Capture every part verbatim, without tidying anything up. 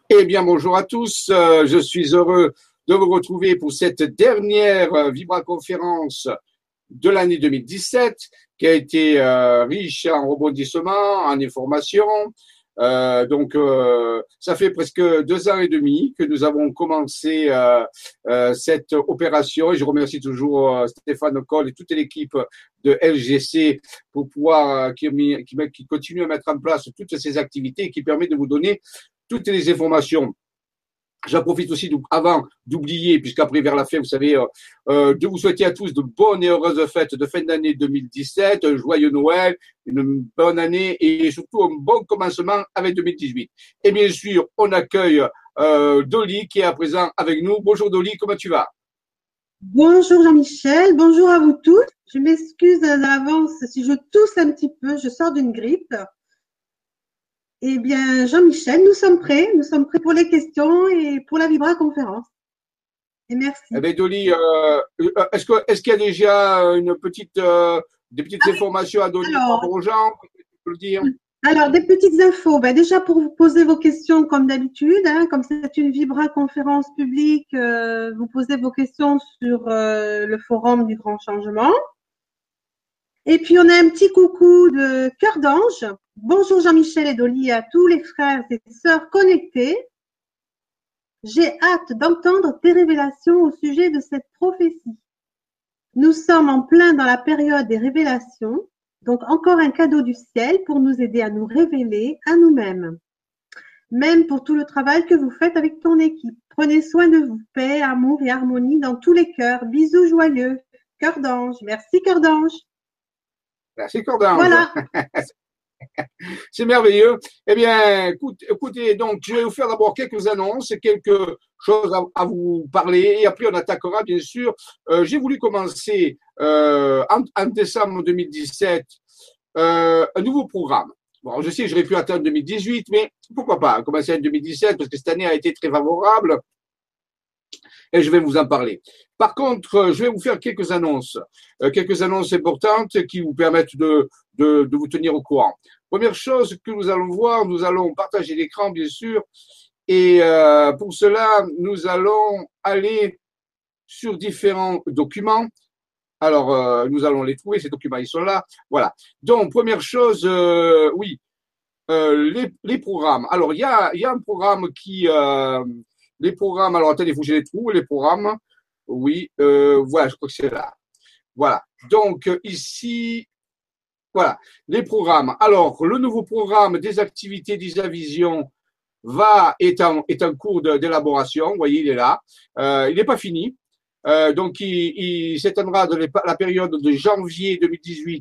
Eh bien, bonjour à tous. Euh, je suis heureux de vous retrouver pour cette dernière euh, Vibra-conférence de l'année deux mille dix-sept, qui a été euh, riche en rebondissements, en informations. Euh, donc, euh, ça fait presque deux ans et demi que nous avons commencé euh, euh, cette opération. Et je remercie toujours euh, Stéphane Coll et toute l'équipe de L G C pour pouvoir euh, qui, qui, qui continue à mettre en place toutes ces activités et qui permet de vous donner toutes les informations. J'en profite aussi avant d'oublier, puisqu'après vers la fin, vous savez, euh, euh, de vous souhaiter à tous de bonnes et heureuses fêtes de fin d'année deux mille dix-sept, un joyeux Noël, une bonne année et surtout un bon commencement avec deux mille dix-huit. Et bien sûr, on accueille euh, Dolly qui est à présent avec nous. Bonjour Dolly, comment tu vas? Bonjour Jean-Michel, bonjour à vous tous. Je m'excuse d'avance si je tousse un petit peu, je sors d'une grippe. Eh bien, Jean-Michel, nous sommes prêts, nous sommes prêts pour les questions et pour la Vibra conférence. Et merci. Eh bien, Dolly, euh, est-ce, que, est-ce qu'il y a déjà une petite, euh, des petites Ah, informations à donner par alors, rapport aux gens? Tu peux le dire? alors, des petites infos. Ben, déjà, pour vous poser vos questions comme d'habitude, hein, comme c'est une Vibra conférence publique, euh, vous posez vos questions sur euh, le forum du Grand Changement. Et puis, on a un petit coucou de Cœur d'Ange. Bonjour Jean-Michel et Dolly, à tous les frères et sœurs connectés. J'ai hâte d'entendre tes révélations au sujet de cette prophétie. Nous sommes en plein dans la période des révélations, donc encore un cadeau du ciel pour nous aider à nous révéler à nous-mêmes. Même pour tout le travail que vous faites avec ton équipe. Prenez soin de vous. Paix, amour et harmonie dans tous les cœurs. Bisous joyeux. Cœur d'Ange. Merci Cœur d'Ange. Merci Cordange. Voilà. C'est merveilleux. Eh bien, écoute, écoutez, donc, je vais vous faire d'abord quelques annonces, quelques choses à, à vous parler, et après on attaquera, bien sûr. Euh, j'ai voulu commencer euh, en, en décembre deux mille dix-sept euh, un nouveau programme. Bon, je sais que j'aurais pu attendre deux mille dix-huit, mais pourquoi pas commencer en deux mille dix-sept, parce que cette année a été très favorable. Et je vais vous en parler. Par contre, je vais vous faire quelques annonces, euh, quelques annonces importantes qui vous permettent de, de, de vous tenir au courant. Première chose que nous allons voir, nous allons partager l'écran, bien sûr, et euh, pour cela, nous allons aller sur différents documents. Alors, euh, nous allons les trouver, ces documents, ils sont là. Voilà. Donc, première chose, euh, oui, euh, les, les programmes. Alors, il y a, il y a un programme qui... Euh, les programmes, alors attendez, il faut que je les trouve, les programmes. Oui, euh, voilà, je crois que c'est là. Voilà. Donc, ici, voilà, les programmes. Alors, le nouveau programme des activités d'Isavision va, est en, est en cours de, d'élaboration. Vous voyez, il est là. Euh, il n'est pas fini. Euh, donc, il, il s'étendra de la période de janvier deux mille dix-huit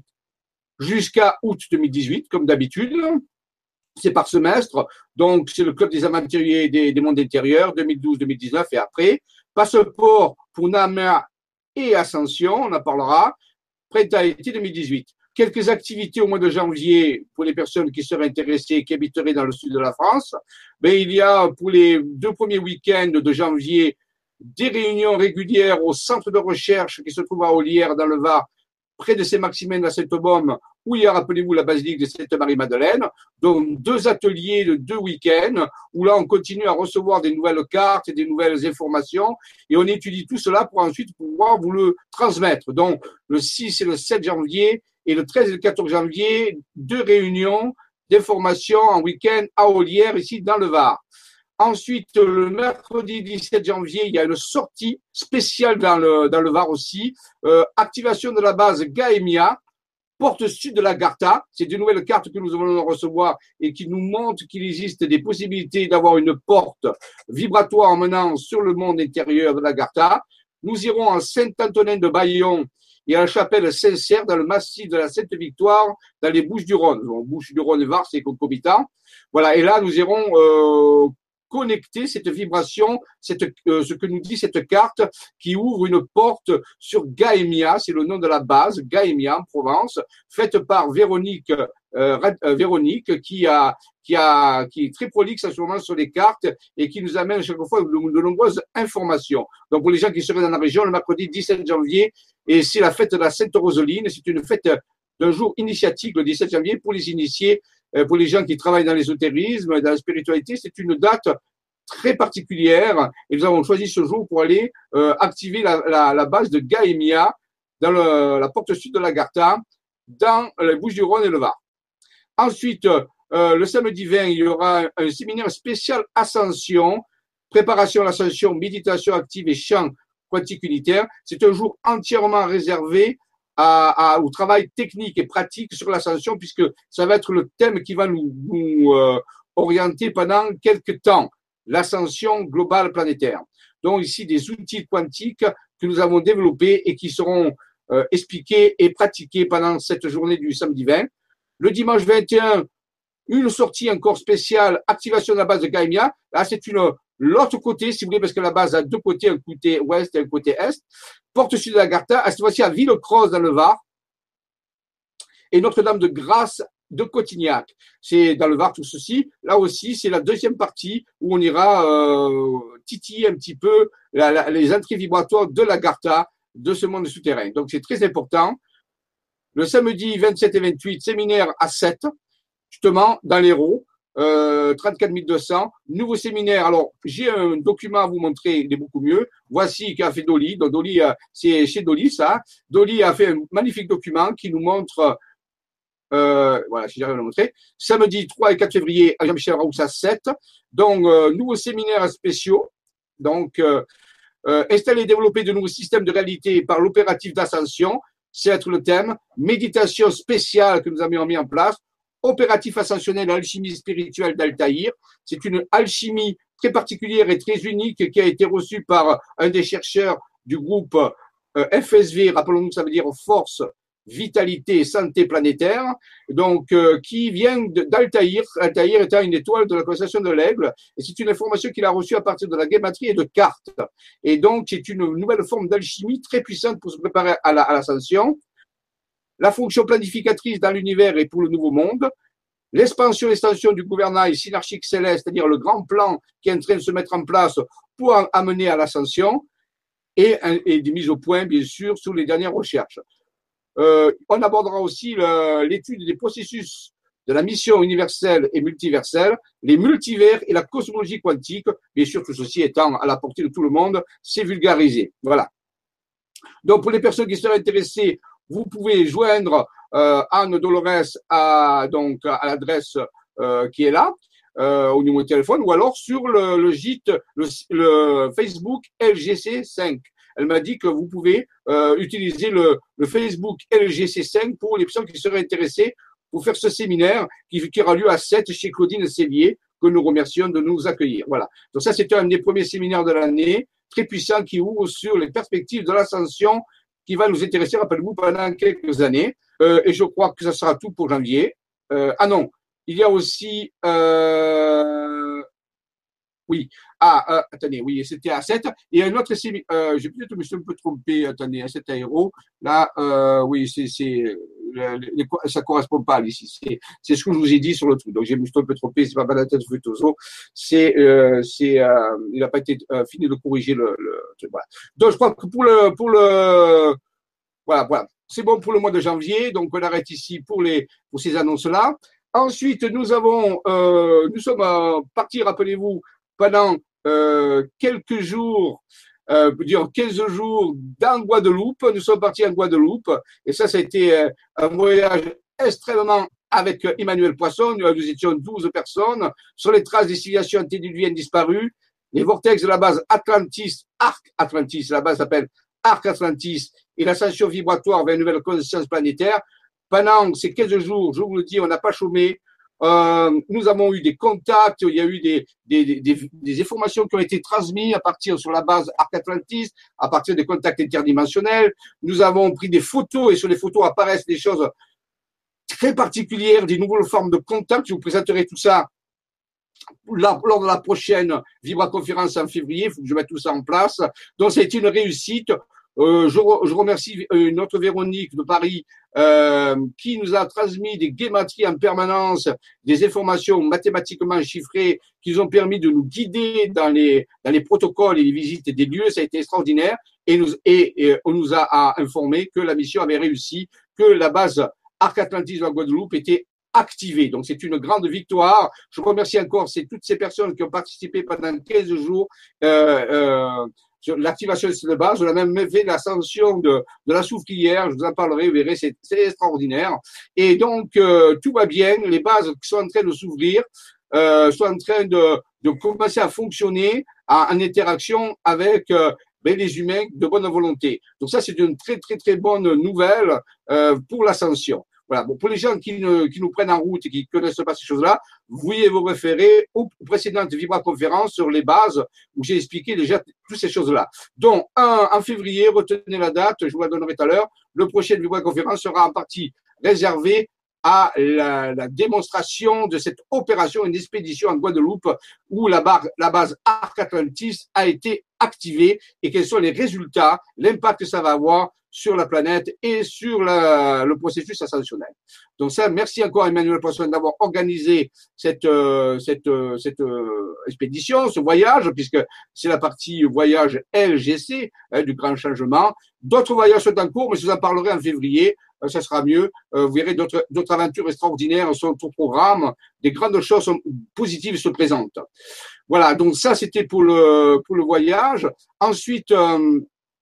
jusqu'à août deux mille dix-huit, comme d'habitude. C'est par semestre, donc c'est le club des aventuriers des, des mondes intérieurs, deux mille douze deux mille dix-neuf et après. Passeport pour Nama et Ascension, on en parlera. Printemps-été deux mille dix-huit. Quelques activités au mois de janvier pour les personnes qui seraient intéressées, qui habiteraient dans le sud de la France. Mais il y a pour les deux premiers week-ends de janvier des réunions régulières au centre de recherche qui se trouve à Ollières dans le Var, près de Saint-Maximin de la Sainte-Baume, où il y a, rappelez-vous, la basilique de Sainte-Marie-Madeleine. Donc, deux ateliers de deux week-ends, où là, on continue à recevoir des nouvelles cartes et des nouvelles informations, et on étudie tout cela pour ensuite pouvoir vous le transmettre. Donc, le six et le sept janvier, et le treize et le quatorze janvier, deux réunions d'information en week-end à Ollières, ici dans le Var. Ensuite, le mercredi dix-sept janvier, il y a une sortie spéciale dans le, dans le Var aussi. Euh, activation de la base Gaemia, porte sud de la Gartha. C'est de nouvelles cartes que nous allons recevoir et qui nous montrent qu'il existe des possibilités d'avoir une porte vibratoire emmenant sur le monde intérieur de la Gartha. Nous irons en Saint-Antonin de Bayon et à la chapelle Saint-Cyr dans le massif de la Sainte-Victoire, dans les Bouches-du-Rhône. Donc, Bouches-du-Rhône et Var, c'est concomitant. Voilà, et là, nous irons euh, connecter cette vibration, cette, euh, ce que nous dit cette carte qui ouvre une porte sur Gaemia, c'est le nom de la base, Gaemia en Provence, faite par Véronique, euh, euh, Véronique qui a, qui a, qui est très prolixe en ce moment sur les cartes et qui nous amène chaque fois de, de nombreuses informations. Donc pour les gens qui seraient dans la région, le mercredi dix-sept janvier, et c'est la fête de la Sainte Roseline, c'est une fête d'un jour initiatique le dix-sept janvier pour les initiés, pour les gens qui travaillent dans l'ésotérisme, dans la spiritualité, c'est une date très particulière et nous avons choisi ce jour pour aller euh, activer la, la, la base de Gaemia dans le, la porte sud de l'Agartha, dans les Bouches-du-Rhône et le Var. Ensuite, euh, le samedi vingt, il y aura un, un séminaire spécial Ascension, préparation à l'ascension, méditation active et chant quantique unitaire. C'est un jour entièrement réservé à, à, au travail technique et pratique sur l'ascension, puisque ça va être le thème qui va nous, nous euh, orienter pendant quelques temps, l'ascension globale planétaire. Donc ici, des outils quantiques que nous avons développés et qui seront euh, expliqués et pratiqués pendant cette journée du samedi vingt. Le dimanche vingt et un, une sortie encore spéciale, activation de la base de Gaïmia. Là, c'est une l'autre côté, si vous voulez, parce que la base a deux côtés, un côté ouest et un côté est. Porte sud de l'Agartha, cette fois-ci à Villecroze dans le Var. Et Notre-Dame de Grâce de Cotignac. C'est dans le Var tout ceci. Là aussi, c'est la deuxième partie où on ira euh, titiller un petit peu la, la, les entrées vibratoires de l'Agartha, de ce monde souterrain. Donc, c'est très important. Le samedi vingt-sept et vingt-huit, séminaire à sept, justement, dans l'Hérault. Euh, trente-quatre mille deux cents, nouveau séminaire. Alors, j'ai un document à vous montrer, il est beaucoup mieux. Voici qu'a fait Dolly. Donc, Dolly, c'est chez Dolly, ça. Dolly a fait un magnifique document qui nous montre, euh, voilà, si j'arrive à le montrer. Samedi trois et quatre février, à Jean-Michel Raoult à sept. Donc, euh, nouveau séminaire spéciaux. Donc, euh, euh, installer et développer de nouveaux systèmes de réalité par l'opératif d'ascension. C'est être le thème. Méditation spéciale que nous avons mis en place. Opératif ascensionnel alchimie spirituelle d'Altaïr. C'est une alchimie très particulière et très unique qui a été reçue par un des chercheurs du groupe euh, F S V, rappelons-nous, ça veut dire Force, Vitalité et Santé Planétaire, donc euh, qui vient d'Altaïr. Altaïr étant une étoile de la constellation de l'Aigle, et c'est une information qu'il a reçue à partir de la guématrie et de cartes. Et donc, c'est une nouvelle forme d'alchimie très puissante pour se préparer à l'ascension. La fonction planificatrice dans l'univers et pour le nouveau monde, l'expansion et l'extension du gouvernail synarchique céleste, c'est-à-dire le grand plan qui est en train de se mettre en place pour amener à l'ascension, et, et des mises au point, bien sûr, sur les dernières recherches. Euh, on abordera aussi l'étude des processus de la mission universelle et multiverselle, les multivers et la cosmologie quantique, bien sûr, tout ceci étant à la portée de tout le monde, c'est vulgarisé. Voilà. Donc, pour les personnes qui seraient intéressées, vous pouvez joindre euh, Anne Dolores à, donc, à l'adresse euh, qui est là, euh, au numéro de téléphone, ou alors sur le, le gîte, le, le Facebook L G C cinq. Elle m'a dit que vous pouvez euh, utiliser le, le Facebook L G C cinq pour les personnes qui seraient intéressées pour faire ce séminaire qui, qui aura lieu à sept chez Claudine Sévier, que nous remercions de nous accueillir. Voilà. Donc ça, c'était un des premiers séminaires de l'année, très puissant, qui ouvre sur les perspectives de l'ascension, qui va nous intéresser, rappelez-vous, pendant quelques années. Euh, et je crois que ça sera tout pour janvier. Euh, ah non, il y a aussi... Euh, oui, ah, euh, attendez, oui, c'était à sept. Il y a un autre séminaire, euh, j'ai peut-être me suis un peu trompé, attendez, à sept aéro. Là, euh, oui, c'est, c'est, ça correspond pas ici. C'est, c'est ce que je vous ai dit sur le truc. Donc, je me suis un peu trompé, c'est pas la tête Frutoso. C'est, euh, c'est, euh, il n'a pas été euh, fini de corriger le, le truc. Voilà. Donc, je crois que pour le, pour le, voilà, voilà. C'est bon pour le mois de janvier. Donc, on arrête ici pour les, pour ces annonces-là. Ensuite, nous avons, euh, nous sommes euh, partis, rappelez-vous, pendant euh, quelques jours, euh, dire quinze jours dans Guadeloupe. Nous sommes partis en Guadeloupe et ça, ça a été euh, un voyage extrêmement avec Emmanuel Poisson. Nous, nous étions douze personnes sur les traces des civilisations antédiluviennes disparues, les vortex de la base Atlantis, Arc Atlantis, la base s'appelle Arc Atlantis, et l'ascension vibratoire vers une nouvelle conscience planétaire. Pendant ces quinze jours, je vous le dis, on n'a pas chômé. Euh, nous avons eu des contacts, il y a eu des, des, des, des informations qui ont été transmises à partir sur la base Arc Atlantis, à partir des contacts interdimensionnels. Nous avons pris des photos et sur les photos apparaissent des choses très particulières, des nouvelles formes de contact. Je vous présenterai tout ça lors de la prochaine Vibra-conférence en février. Il faut que je mette tout ça en place. Donc, ça a été une réussite. Euh, je, je remercie notre Véronique de Paris euh, qui nous a transmis des guématries en permanence, des informations mathématiquement chiffrées qui nous ont permis de nous guider dans les dans les protocoles et les visites des lieux. Ça a été extraordinaire et, nous, et, et on nous a, a informé que la mission avait réussi, que la base Arc Atlantis de la Guadeloupe était activé. Donc, c'est une grande victoire. Je remercie encore c'est toutes ces personnes qui ont participé pendant quinze jours. Euh, euh, L'activation de cette base, on a même fait l'ascension de, de la soufrière, je vous en parlerai, vous verrez, c'est extraordinaire. Et donc, euh, tout va bien, les bases sont en train de s'ouvrir, euh, sont en train de, de commencer à fonctionner en, en interaction avec euh, ben, les humains de bonne volonté. Donc ça, c'est une très, très, très bonne nouvelle euh, pour l'ascension. Voilà. Bon, pour les gens qui, ne, qui nous prennent en route et qui ne connaissent pas ces choses-là, vous vouliez vous référer aux précédentes Vibra-conférences sur les bases où j'ai expliqué déjà toutes ces choses-là. Donc, un, en février, retenez la date, je vous la donnerai tout à l'heure, le prochain Vibra-conférence sera en partie réservé à la, la démonstration de cette opération, une expédition en Guadeloupe où la, barre, la base Arc Atlantis a été activée et quels sont les résultats, l'impact que ça va avoir sur la planète et sur la, le processus ascensionnel. Donc ça, merci encore Emmanuel Poisson d'avoir organisé cette, euh, cette, euh, cette euh, expédition, ce voyage, puisque c'est la partie voyage L G C hein, du grand changement. D'autres voyages sont en cours, mais je vous en parlerai en février, euh, ça sera mieux. Euh, vous verrez, d'autres d'autres aventures extraordinaires sont au programme, des grandes choses sont, positives se présentent. Voilà, donc ça c'était pour le, pour le voyage. Ensuite, euh,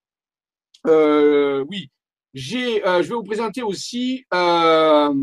Euh, oui, j'ai, euh, je vais vous présenter aussi euh,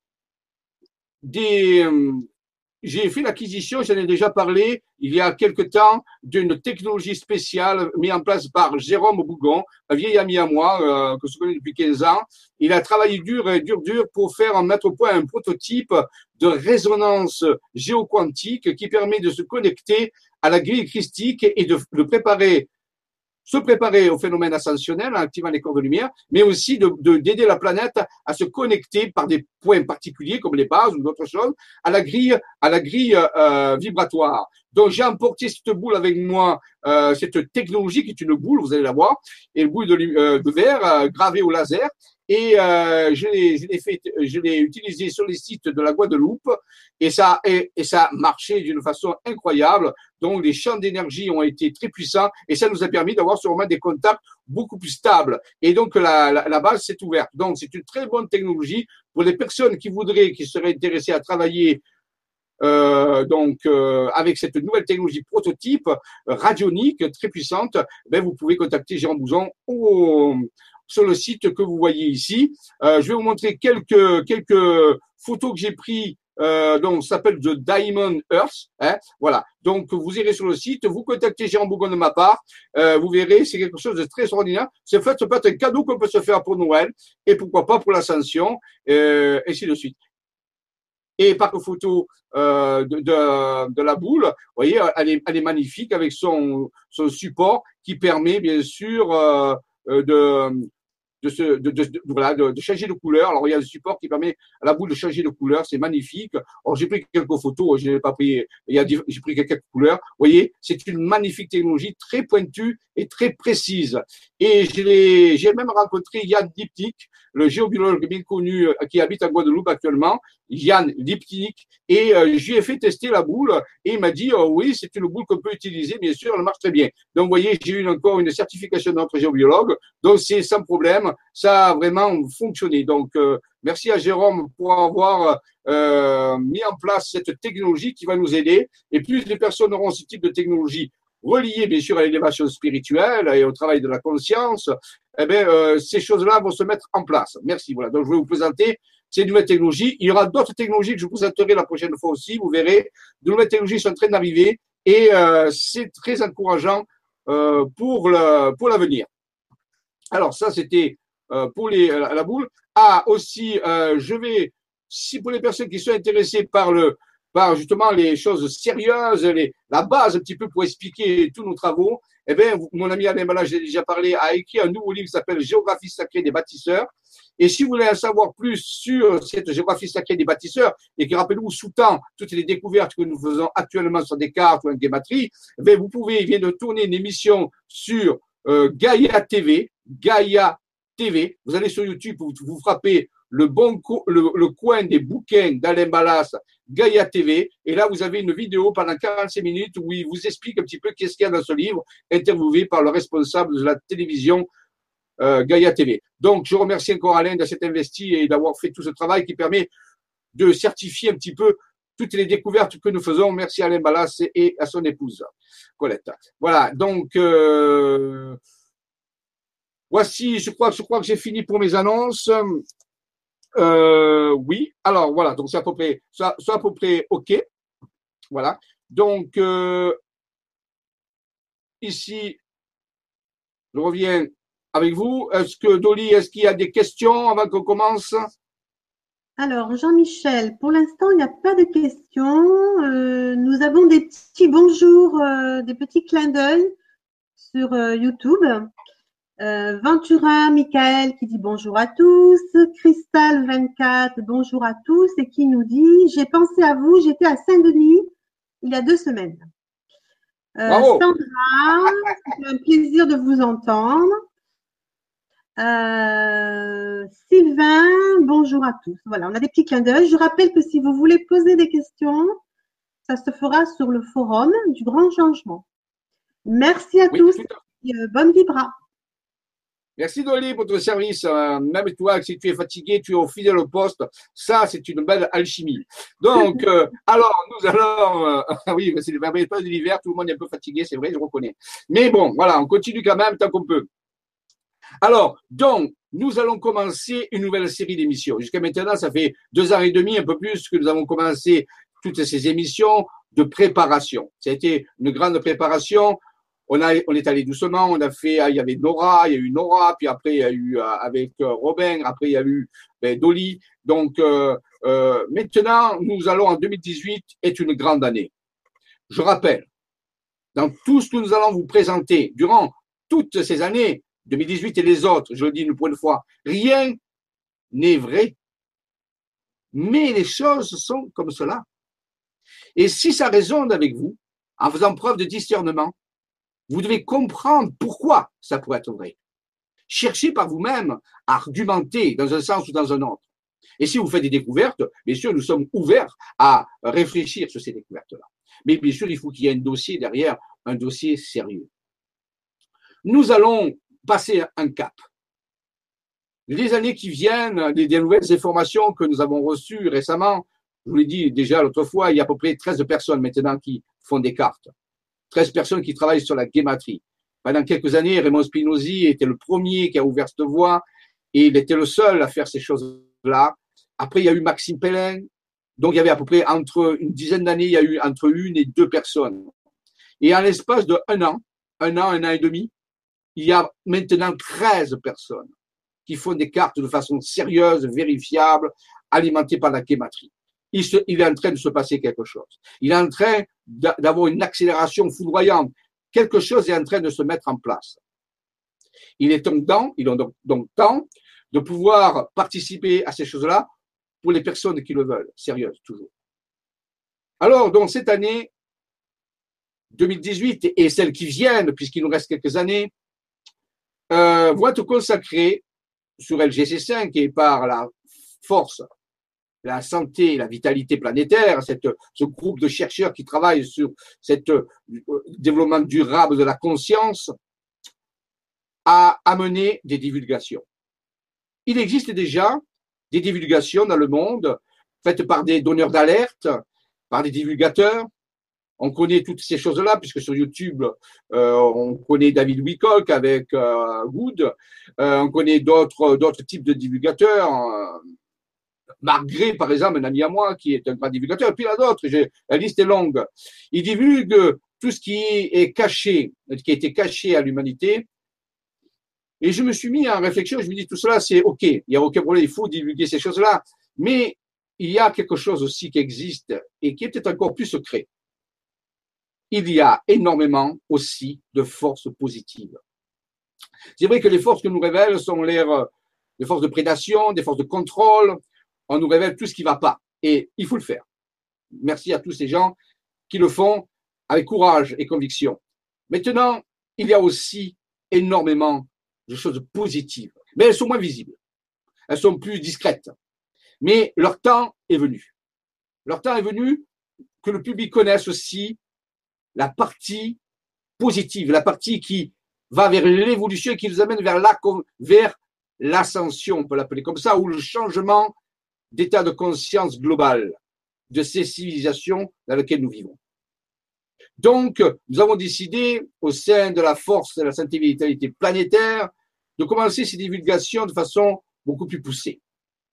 des. Euh, j'ai fait l'acquisition, j'en ai déjà parlé il y a quelque temps, d'une technologie spéciale mise en place par Jérôme Bougon, un vieil ami à moi euh, que je connais depuis quinze ans. Il a travaillé dur et dur dur pour faire mettre au point un prototype de résonance géoquantique qui permet de se connecter à la grille christique et de, de préparer se préparer au phénomène ascensionnel en activant les corps de lumière, mais aussi de, de, d'aider la planète à se connecter par des points particuliers comme les bases ou d'autres choses à la grille, à la grille euh, vibratoire. Donc j'ai emporté cette boule avec moi, euh, cette technologie qui est une boule, vous allez la voir, et une boule de, euh, de verre euh, gravée au laser. Et euh, je l'ai, je l'ai fait, je l'ai utilisé sur les sites de la Guadeloupe et ça, et, et ça a marché d'une façon incroyable. Donc les champs d'énergie ont été très puissants et ça nous a permis d'avoir sûrement des contacts beaucoup plus stables. Et donc la, la, la base s'est ouverte. Donc c'est une très bonne technologie pour les personnes qui voudraient, qui seraient intéressées à travailler. Euh, donc euh, avec cette nouvelle technologie prototype euh, radionique très puissante, ben vous pouvez contacter Jérôme Bougon ou sur le site que vous voyez ici. Euh, je vais vous montrer quelques quelques photos que j'ai prises. Euh, donc, ça s'appelle The Diamond Earth. Hein, voilà. Donc, vous irez sur le site, vous contactez Jérôme Bougon de ma part. Euh, vous verrez, c'est quelque chose de très extraordinaire. C'est fait, ça peut être un cadeau qu'on peut se faire pour Noël et pourquoi pas pour l'ascension, euh, et ainsi de suite. Et par photo euh, de, de, de la boule, vous voyez, elle est, elle est magnifique avec son, son support qui permet bien sûr euh, de de, se, de, de, de, voilà, de, de changer de couleur. Alors, il y a le support qui permet à la boule de changer de couleur. C'est magnifique. Alors, j'ai pris quelques photos. Je n'ai pas pris, il y a, j'ai pris quelques couleurs. Vous voyez, c'est une magnifique technologie très pointue et très précise. Et je l'ai, j'ai même rencontré Yann Lipnik, le géobiologue bien connu qui habite à Guadeloupe actuellement, Yann Lipnik, et euh, je lui ai fait tester la boule et il m'a dit, oh, oui, c'est une boule qu'on peut utiliser, bien sûr, elle marche très bien. Donc, vous voyez, j'ai eu encore une certification de notre géobiologue, donc c'est sans problème, ça a vraiment fonctionné. Donc, euh, merci à Jérôme pour avoir euh, mis en place cette technologie qui va nous aider, et plus les personnes auront ce type de technologie relié bien sûr à l'élévation spirituelle et au travail de la conscience, eh bien, euh, ces choses-là vont se mettre en place. Merci. Voilà. Donc, je vais vous présenter ces nouvelles technologies. Il y aura d'autres technologies que je vous présenterai la prochaine fois aussi. Vous verrez, de nouvelles technologies sont en train d'arriver et euh, c'est très encourageant euh, pour le pour l'avenir. Alors, ça, c'était euh, pour les la, la boule. Ah, aussi, euh, je vais, si pour les personnes qui sont intéressées par le par justement les choses sérieuses, les, la base un petit peu pour expliquer tous nos travaux, eh bien, mon ami Alain Bala, j'ai déjà parlé, a écrit un nouveau livre qui s'appelle Géographie sacrée des bâtisseurs. Et si vous voulez en savoir plus sur cette géographie sacrée des bâtisseurs, et qui, rappelez-vous, sous-tend toutes les découvertes que nous faisons actuellement sur des cartes ou en guématrie, eh bien, vous pouvez, il vient de tourner une émission sur euh, Gaïa T V, Gaïa T V. Vous allez sur YouTube, vous, vous frappez le bon co le, le coin des bouquins d'Alain Ballas, Gaïa T V, et là vous avez une vidéo pendant quarante-cinq minutes où il vous explique un petit peu qu'est-ce qu'il y a dans ce livre, interviewé par le responsable de la télévision euh, Gaïa T V. Donc je remercie encore Alain de s'être investi et d'avoir fait tout ce travail qui permet de certifier un petit peu toutes les découvertes que nous faisons. Merci à Alain Ballas et à son épouse, Colette. Voilà, donc euh, voici, je crois, je crois que j'ai fini pour mes annonces. Euh, oui, alors voilà, donc c'est à peu près, c'est à peu près OK. Voilà, donc euh, ici, je reviens avec vous. Est-ce que Dolly, est-ce qu'il y a des questions avant qu'on commence? Alors, Jean-Michel, pour l'instant, il n'y a pas de questions. Euh, nous avons des petits bonjours, euh, des petits clins d'œil sur euh, YouTube. Euh, Ventura Michael qui dit bonjour à tous. Cristal vingt-quatre, bonjour à tous et qui nous dit j'ai pensé à vous, j'étais à Saint-Denis il y a deux semaines. Euh, Bravo. Sandra, c'est un plaisir de vous entendre. Euh, Sylvain, bonjour à tous. Voilà, on a des petits clins d'œil. Je rappelle que si vous voulez poser des questions, ça se fera sur le forum du Grand Changement. Merci à Oui, tous tout à fait. et euh, bonne vibra. Merci Dolly pour ton service. Euh, même toi, si tu es fatigué, tu es au fidèle au poste. Ça, c'est une belle alchimie. Donc, euh, alors, nous allons… Euh, oui, c'est le période de l'hiver, tout le monde est un peu fatigué, c'est vrai, je reconnais. Mais bon, voilà, on continue quand même tant qu'on peut. Alors, donc, nous allons commencer une nouvelle série d'émissions. Jusqu'à maintenant, ça fait deux ans et demi, un peu plus, que nous avons commencé toutes ces émissions de préparation. Ça a été une grande préparation. On, a, on est allé doucement, on a fait, il y avait Nora, il y a eu Nora, puis après il y a eu euh, avec euh, Robin, après il y a eu ben, Dolly. Donc euh, euh, maintenant, nous allons en deux mille dix-huit, est une grande année. Je rappelle, dans tout ce que nous allons vous présenter durant toutes ces années, deux mille dix-huit et les autres, je le dis une fois une fois, rien n'est vrai, mais les choses sont comme cela. Et si ça résonne avec vous, en faisant preuve de discernement, vous devez comprendre pourquoi ça pourrait être vrai. Cherchez par vous-même à argumenter dans un sens ou dans un autre. Et si vous faites des découvertes, bien sûr, nous sommes ouverts à réfléchir sur ces découvertes-là. Mais bien sûr, il faut qu'il y ait un dossier derrière, un dossier sérieux. Nous allons passer un cap. Les années qui viennent, des nouvelles informations que nous avons reçues récemment, je vous l'ai dit déjà l'autre fois, il y a à peu près treize personnes maintenant qui font des cartes. treize personnes qui travaillent sur la guématrie. Pendant quelques années, Raymond Spinozzi était le premier qui a ouvert cette voie et il était le seul à faire ces choses-là. Après, il y a eu Maxime Pellin. Donc, il y avait à peu près entre une dizaine d'années, il y a eu entre une et deux personnes. Et en l'espace de un an, un an, un an et demi, il y a maintenant treize personnes qui font des cartes de façon sérieuse, vérifiable, alimentées par la guématrie. Il, se, il est en train de se passer quelque chose. Il est en train d'avoir une accélération foudroyante. Quelque chose est en train de se mettre en place. Il est donc temps, il est donc, donc temps de pouvoir participer à ces choses-là pour les personnes qui le veulent, sérieuses toujours. Alors, donc cette année deux mille dix-huit et celles qui viennent, puisqu'il nous reste quelques années, euh, vont être consacrées sur L G C cinq et par la force, la santé et la vitalité planétaire, cette, ce groupe de chercheurs qui travaillent sur cet euh, développement durable de la conscience, à amener des divulgations. Il existe déjà des divulgations dans le monde faites par des donneurs d'alerte, par des divulgateurs. On connaît toutes ces choses-là, puisque sur YouTube, euh, on connaît David Wickolk avec euh, Good, euh, on connaît d'autres d'autres types de divulgateurs. Euh, Marc Gray, par exemple, un ami à moi, qui est un grand divulgateur, et puis il y en a d'autres, la liste est longue. Il divulgue tout ce qui est caché, qui a été caché à l'humanité. Et je me suis mis en réflexion, je me dis, tout cela, c'est OK, il n'y a aucun problème, il faut divulguer ces choses-là, mais il y a quelque chose aussi qui existe et qui est peut-être encore plus secret. Il y a énormément aussi de forces positives. C'est vrai que les forces que nous révèlent sont les, des forces de prédation, des forces de contrôle. On nous révèle tout ce qui ne va pas. Et il faut le faire. Merci à tous ces gens qui le font avec courage et conviction. Maintenant, il y a aussi énormément de choses positives. Mais elles sont moins visibles. Elles sont plus discrètes. Mais leur temps est venu. Leur temps est venu que le public connaisse aussi la partie positive, la partie qui va vers l'évolution et qui nous amène vers la, vers l'ascension, on peut l'appeler comme ça, ou le changement d'état de conscience global de ces civilisations dans lesquelles nous vivons. Donc, nous avons décidé, au sein de la force de la santé et vitalité planétaire, de commencer ces divulgations de façon beaucoup plus poussée.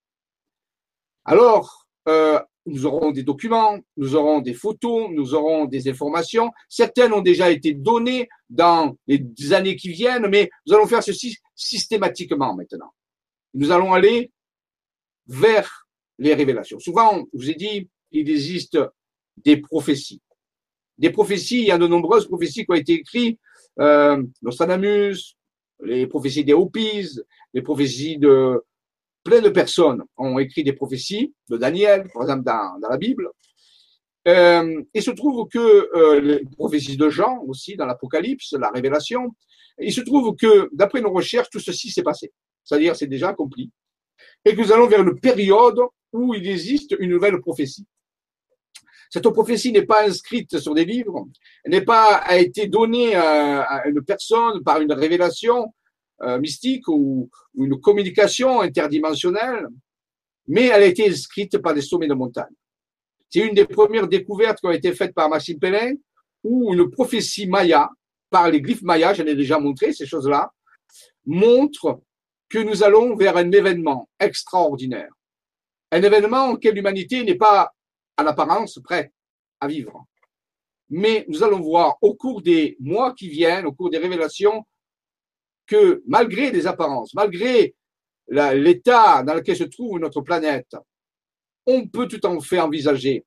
Alors, euh, nous aurons des documents, nous aurons des photos, nous aurons des informations. Certaines ont déjà été données dans les années qui viennent, mais nous allons faire ceci systématiquement maintenant. Nous allons aller vers les révélations. Souvent, je vous ai dit, il existe des prophéties. Des prophéties, il y a de nombreuses prophéties qui ont été écrites, euh, Nostradamus, les prophéties des Hopis, les prophéties de plein de personnes ont écrit des prophéties, de Daniel, par exemple, dans, dans la Bible. Euh, il se trouve que euh, les prophéties de Jean aussi, dans l'Apocalypse, la Révélation, il se trouve que, d'après nos recherches, tout ceci s'est passé. C'est-à-dire, c'est déjà accompli. Et que nous allons vers une période où il existe une nouvelle prophétie. Cette prophétie n'est pas inscrite sur des livres, elle n'est pas a été donnée à, à une personne par une révélation euh, mystique ou, ou une communication interdimensionnelle, mais elle a été inscrite par des sommets de montagne. C'est une des premières découvertes qui ont été faites par Maxime Pellin, où une prophétie maya, par les glyphes mayas, j'en ai déjà montré ces choses-là, montre que nous allons vers un événement extraordinaire. Un événement auquel l'humanité n'est pas à l'apparence prête à vivre. Mais nous allons voir au cours des mois qui viennent, au cours des révélations, que malgré les apparences, malgré la, l'état dans lequel se trouve notre planète, on peut tout en fait envisager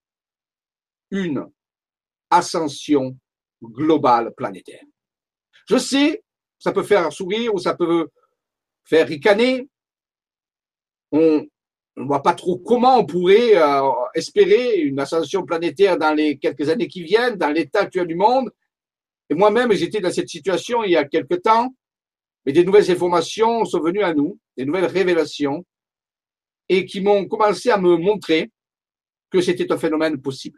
une ascension globale planétaire. Je sais, ça peut faire sourire ou ça peut faire ricaner. On ne voit pas trop comment on pourrait euh, espérer une ascension planétaire dans les quelques années qui viennent, dans l'état actuel du monde. Et moi-même, j'étais dans cette situation il y a quelque temps, mais des nouvelles informations sont venues à nous, des nouvelles révélations, et qui m'ont commencé à me montrer que c'était un phénomène possible.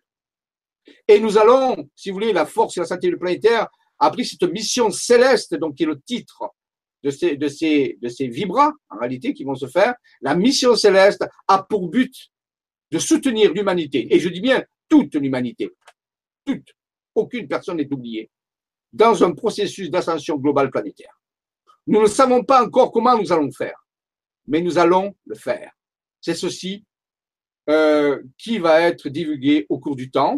Et nous allons, si vous voulez, la force et la santé planétaire a pris cette mission céleste, donc qui est le titre de ces, de ces, de ces vibras, en réalité, qui vont se faire. La mission céleste a pour but de soutenir l'humanité. Et je dis bien toute l'humanité. Toute. Aucune personne n'est oubliée. Dans un processus d'ascension globale planétaire. Nous ne savons pas encore comment nous allons faire. Mais nous allons le faire. C'est ceci euh, qui va être divulgué au cours du temps.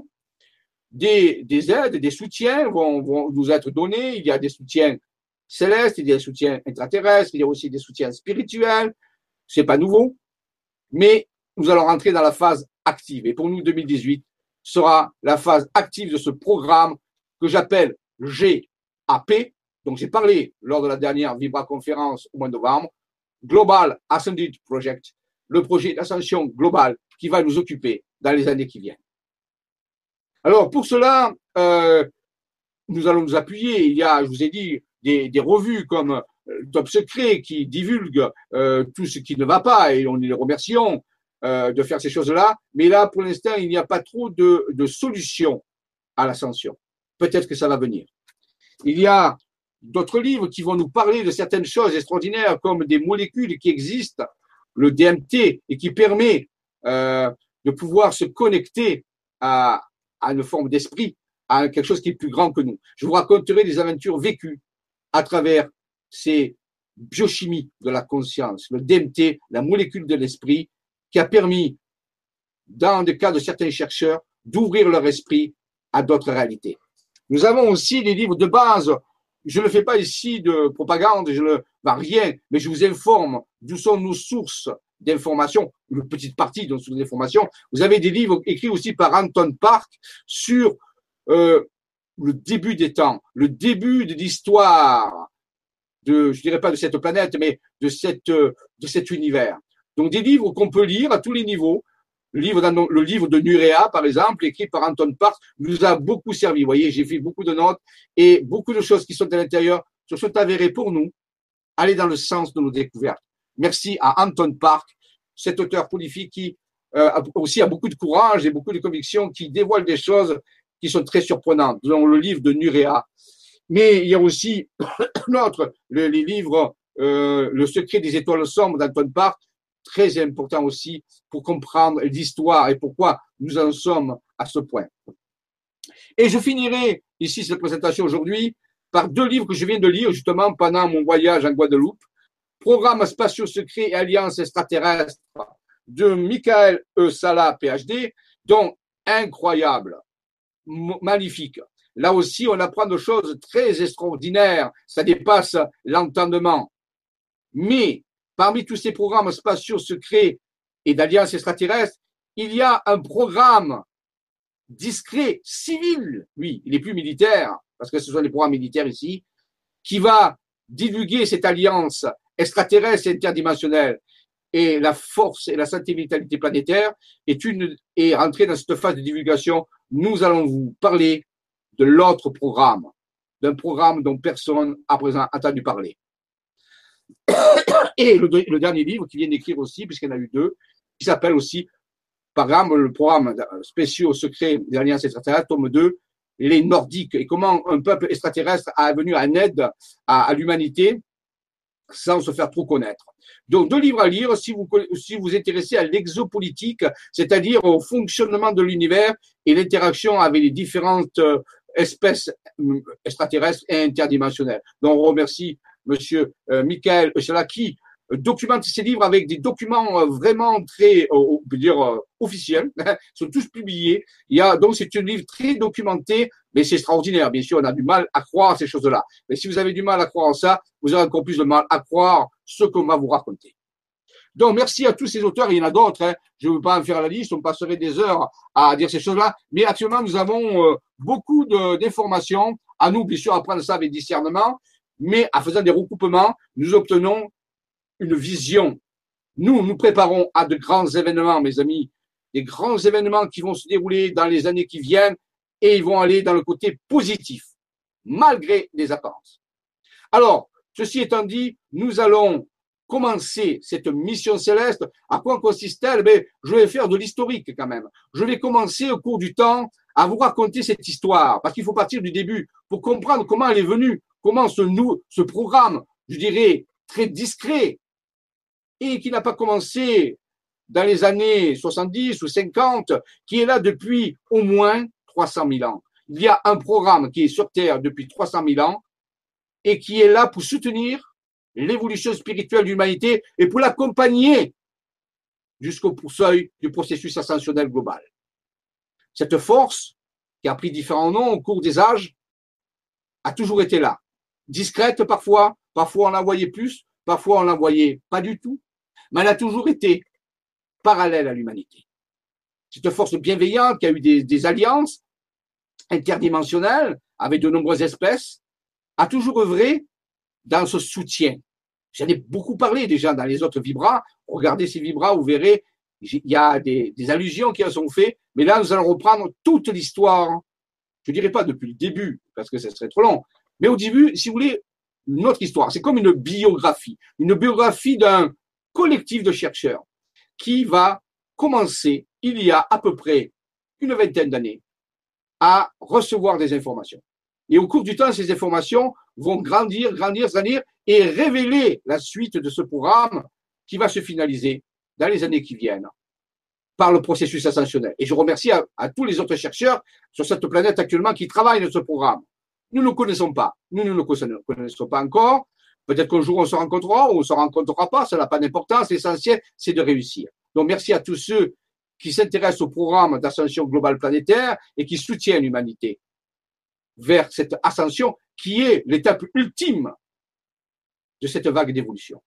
Des, des aides, des soutiens vont, vont nous être donnés. Il y a des soutiens célestes, il y a des soutiens intraterrestres, il y a aussi des soutiens spirituels. C'est pas nouveau, mais nous allons rentrer dans la phase active. Et pour nous, deux mille dix-huit sera la phase active de ce programme que j'appelle G A P. Donc, j'ai parlé lors de la dernière Vibra conférence au mois de novembre, Global Ascended Project, le projet d'ascension globale qui va nous occuper dans les années qui viennent. Alors, pour cela, euh, nous allons nous appuyer. Il y a, je vous ai dit, des, des revues comme euh, Top Secret qui divulguent euh, tout ce qui ne va pas et on les remercions euh, de faire ces choses-là. Mais là, pour l'instant, il n'y a pas trop de, de solutions à l'ascension. Peut-être que ça va venir. Il y a d'autres livres qui vont nous parler de certaines choses extraordinaires comme des molécules qui existent, le D M T, et qui permet euh, de pouvoir se connecter à, à une forme d'esprit, à quelque chose qui est plus grand que nous. Je vous raconterai des aventures vécues à travers ces biochimies de la conscience, le D M T, la molécule de l'esprit, qui a permis, dans le cas de certains chercheurs, d'ouvrir leur esprit à d'autres réalités. Nous avons aussi des livres de base. Je ne fais pas ici de propagande, je ne bah, rien, mais je vous informe d'où sont nos sources d'informations, une petite partie de nos sources d'informations. Vous avez des livres écrits aussi par Anton Park sur euh, le début des temps, le début de l'histoire de, je dirais pas de cette planète, mais de cette, de cet univers. Donc des livres qu'on peut lire à tous les niveaux. Le livre, le livre de Nurea, par exemple, écrit par Anton Park, nous a beaucoup servi. Vous voyez, j'ai fait beaucoup de notes et beaucoup de choses qui sont à l'intérieur se sont avérées pour nous aller dans le sens de nos découvertes. Merci à Anton Park, cet auteur prolifique qui euh, aussi a beaucoup de courage et beaucoup de conviction, qui dévoile des choses qui sont très surprenantes. Nous avons le livre de Nurea. Mais il y a aussi l'autre, le, les livres euh, Le secret des étoiles sombres d'Anton Park, très important aussi pour comprendre l'histoire et pourquoi nous en sommes à ce point. Et je finirai ici cette présentation aujourd'hui par deux livres que je viens de lire justement pendant mon voyage en Guadeloupe. Programme spatiaux secrets et alliances extraterrestres de Michael E. Sala, P H D, donc incroyable, magnifique. Là aussi, on apprend des choses très extraordinaires. Ça dépasse l'entendement. Mais parmi tous ces programmes spatiaux secrets et d'alliances extraterrestres, il y a un programme discret, civil, oui, il est plus militaire, parce que ce sont les programmes militaires ici, qui va divulguer cette alliance extraterrestre et interdimensionnelle. Et la force et la santé et vitalité planétaire est une, est rentrée dans cette phase de divulgation. Nous allons vous parler de l'autre programme, d'un programme dont personne à présent a entendu parler. Et le, le dernier livre qui vient d'écrire aussi, puisqu'il y en a eu deux, qui s'appelle aussi, par exemple, le programme spéciaux secret des alliances extraterrestres, tome deux, les Nordiques, et comment un peuple extraterrestre a venu en aide à, à l'humanité sans se faire trop connaître. Donc, deux livres à lire si vous si vous intéressez à l'exopolitique, c'est-à-dire au fonctionnement de l'univers et l'interaction avec les différentes espèces extraterrestres et interdimensionnelles. Donc, on remercie Monsieur euh, Michael Echala qui documente ces livres avec des documents euh, vraiment très, on peut dire, euh, officiels. Ils sont tous publiés. Il y a, donc, c'est un livre très documenté, mais c'est extraordinaire. Bien sûr, on a du mal à croire ces choses-là. Mais si vous avez du mal à croire en ça, vous aurez encore plus de mal à croire ce qu'on va vous raconter. Donc, merci à tous ces auteurs. Il y en a d'autres. Hein. Je ne veux pas en faire la liste. On passerait des heures à dire ces choses-là. Mais actuellement, nous avons euh, beaucoup de, d'informations. À nous, bien sûr, à prendre ça avec discernement. Mais en faisant des recoupements, nous obtenons une vision. Nous, nous préparons à de grands événements, mes amis. Des grands événements qui vont se dérouler dans les années qui viennent et ils vont aller dans le côté positif, malgré les apparences. Alors, ceci étant dit, nous allons commencer cette mission céleste. À quoi consiste-t-elle? Ben, je vais faire de l'historique quand même. Je vais commencer au cours du temps à vous raconter cette histoire, parce qu'il faut partir du début pour comprendre comment elle est venue, comment ce, nous, ce programme, je dirais, très discret, et qui n'a pas commencé dans les années soixante-dix ou cinquante, qui est là depuis au moins trois cent mille ans. Il y a un programme qui est sur Terre depuis trois cent mille ans et qui est là pour soutenir l'évolution spirituelle de l'humanité et pour l'accompagner jusqu'au seuil du processus ascensionnel global. Cette force, qui a pris différents noms au cours des âges, a toujours été là. Discrète parfois, parfois on la voyait plus, parfois on la voyait pas du tout, mais elle a toujours été parallèle à l'humanité. Cette force bienveillante qui a eu des, des alliances interdimensionnelles avec de nombreuses espèces a toujours œuvré dans ce soutien. J'en ai beaucoup parlé déjà dans les autres vibras. Regardez ces vibras, vous verrez, il y a des, des allusions qui en sont faites, mais là nous allons reprendre toute l'histoire. Je ne dirais pas depuis le début, parce que ce serait trop long, mais au début, si vous voulez, notre histoire. C'est comme une biographie, une biographie d'un collectif de chercheurs qui va commencer, il y a à peu près une vingtaine d'années, à recevoir des informations. Et au cours du temps, ces informations vont grandir, grandir, grandir et révéler la suite de ce programme qui va se finaliser dans les années qui viennent par le processus ascensionnel. Et je remercie à, à tous les autres chercheurs sur cette planète actuellement qui travaillent dans ce programme. Nous ne le connaissons pas. Nous ne le connaissons pas encore. Peut-être qu'un jour on se rencontrera ou on ne se rencontrera pas. Ça n'a pas d'importance. L'essentiel, c'est de réussir. Donc, merci à tous ceux qui s'intéressent au programme d'ascension globale planétaire et qui soutiennent l'humanité vers cette ascension qui est l'étape ultime de cette vague d'évolution.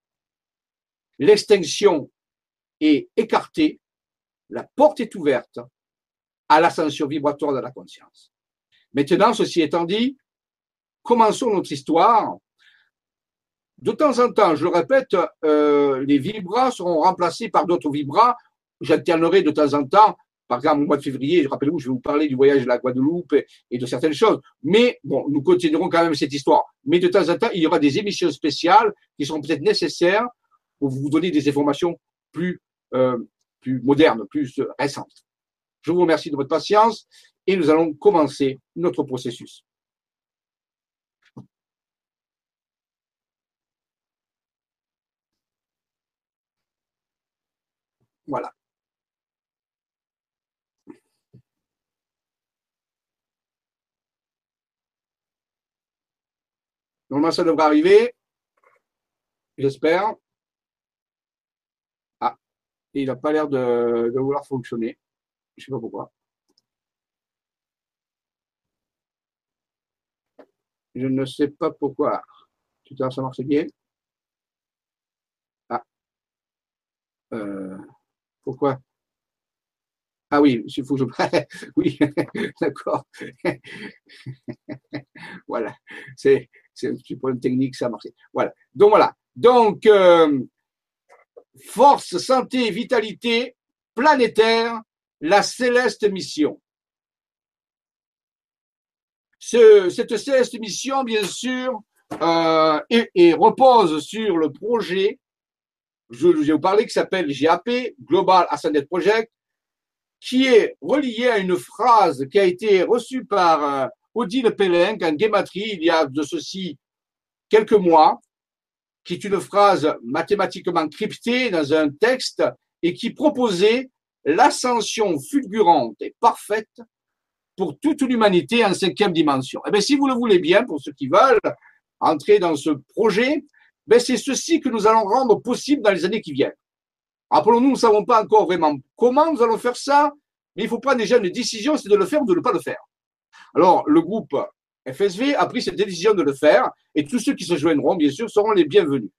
L'extinction est écartée, la porte est ouverte à l'ascension vibratoire de la conscience. Maintenant, ceci étant dit, commençons notre histoire. De temps en temps, je le répète, euh, les vibras seront remplacés par d'autres vibras. J'alternerai de temps en temps. Par exemple, au mois de février, rappelez-vous, je vais vous parler du voyage de la Guadeloupe et, et de certaines choses. Mais bon, nous continuerons quand même cette histoire. Mais de temps en temps, il y aura des émissions spéciales qui seront peut-être nécessaires pour vous donner des informations plus, euh, plus modernes, plus récentes. Je vous remercie de votre patience et nous allons commencer notre processus. Voilà. Normalement, ça devrait arriver. J'espère. Ah, il n'a pas l'air de, de vouloir fonctionner. Je ne sais pas pourquoi. Je ne sais pas pourquoi. Tout à l'heure, ça marchait bien. Ah, euh, pourquoi? Ah oui, il faut que je. Oui, d'accord. Voilà. C'est un petit problème technique, ça a marché. Voilà. Donc voilà. Donc, euh, force, santé, vitalité planétaire, la céleste mission. Ce, cette céleste mission, bien sûr, euh, et, et repose sur le projet, je, je vais vous parler, qui s'appelle G A P, Global Ascended Project, qui est relié à une phrase qui a été reçue par euh, Odile Pellenc en guématrie il y a de ceci quelques mois, qui est une phrase mathématiquement cryptée dans un texte et qui proposait l'ascension fulgurante et parfaite pour toute l'humanité en cinquième dimension. Eh bien, si vous le voulez bien, pour ceux qui veulent entrer dans ce projet, ben c'est ceci que nous allons rendre possible dans les années qui viennent. Rappelons-nous, nous ne savons pas encore vraiment comment nous allons faire ça, mais il faut prendre déjà une décision, c'est de le faire ou de ne pas le faire. Alors, le groupe F S V a pris cette décision de le faire, et tous ceux qui se joindront, bien sûr, seront les bienvenus.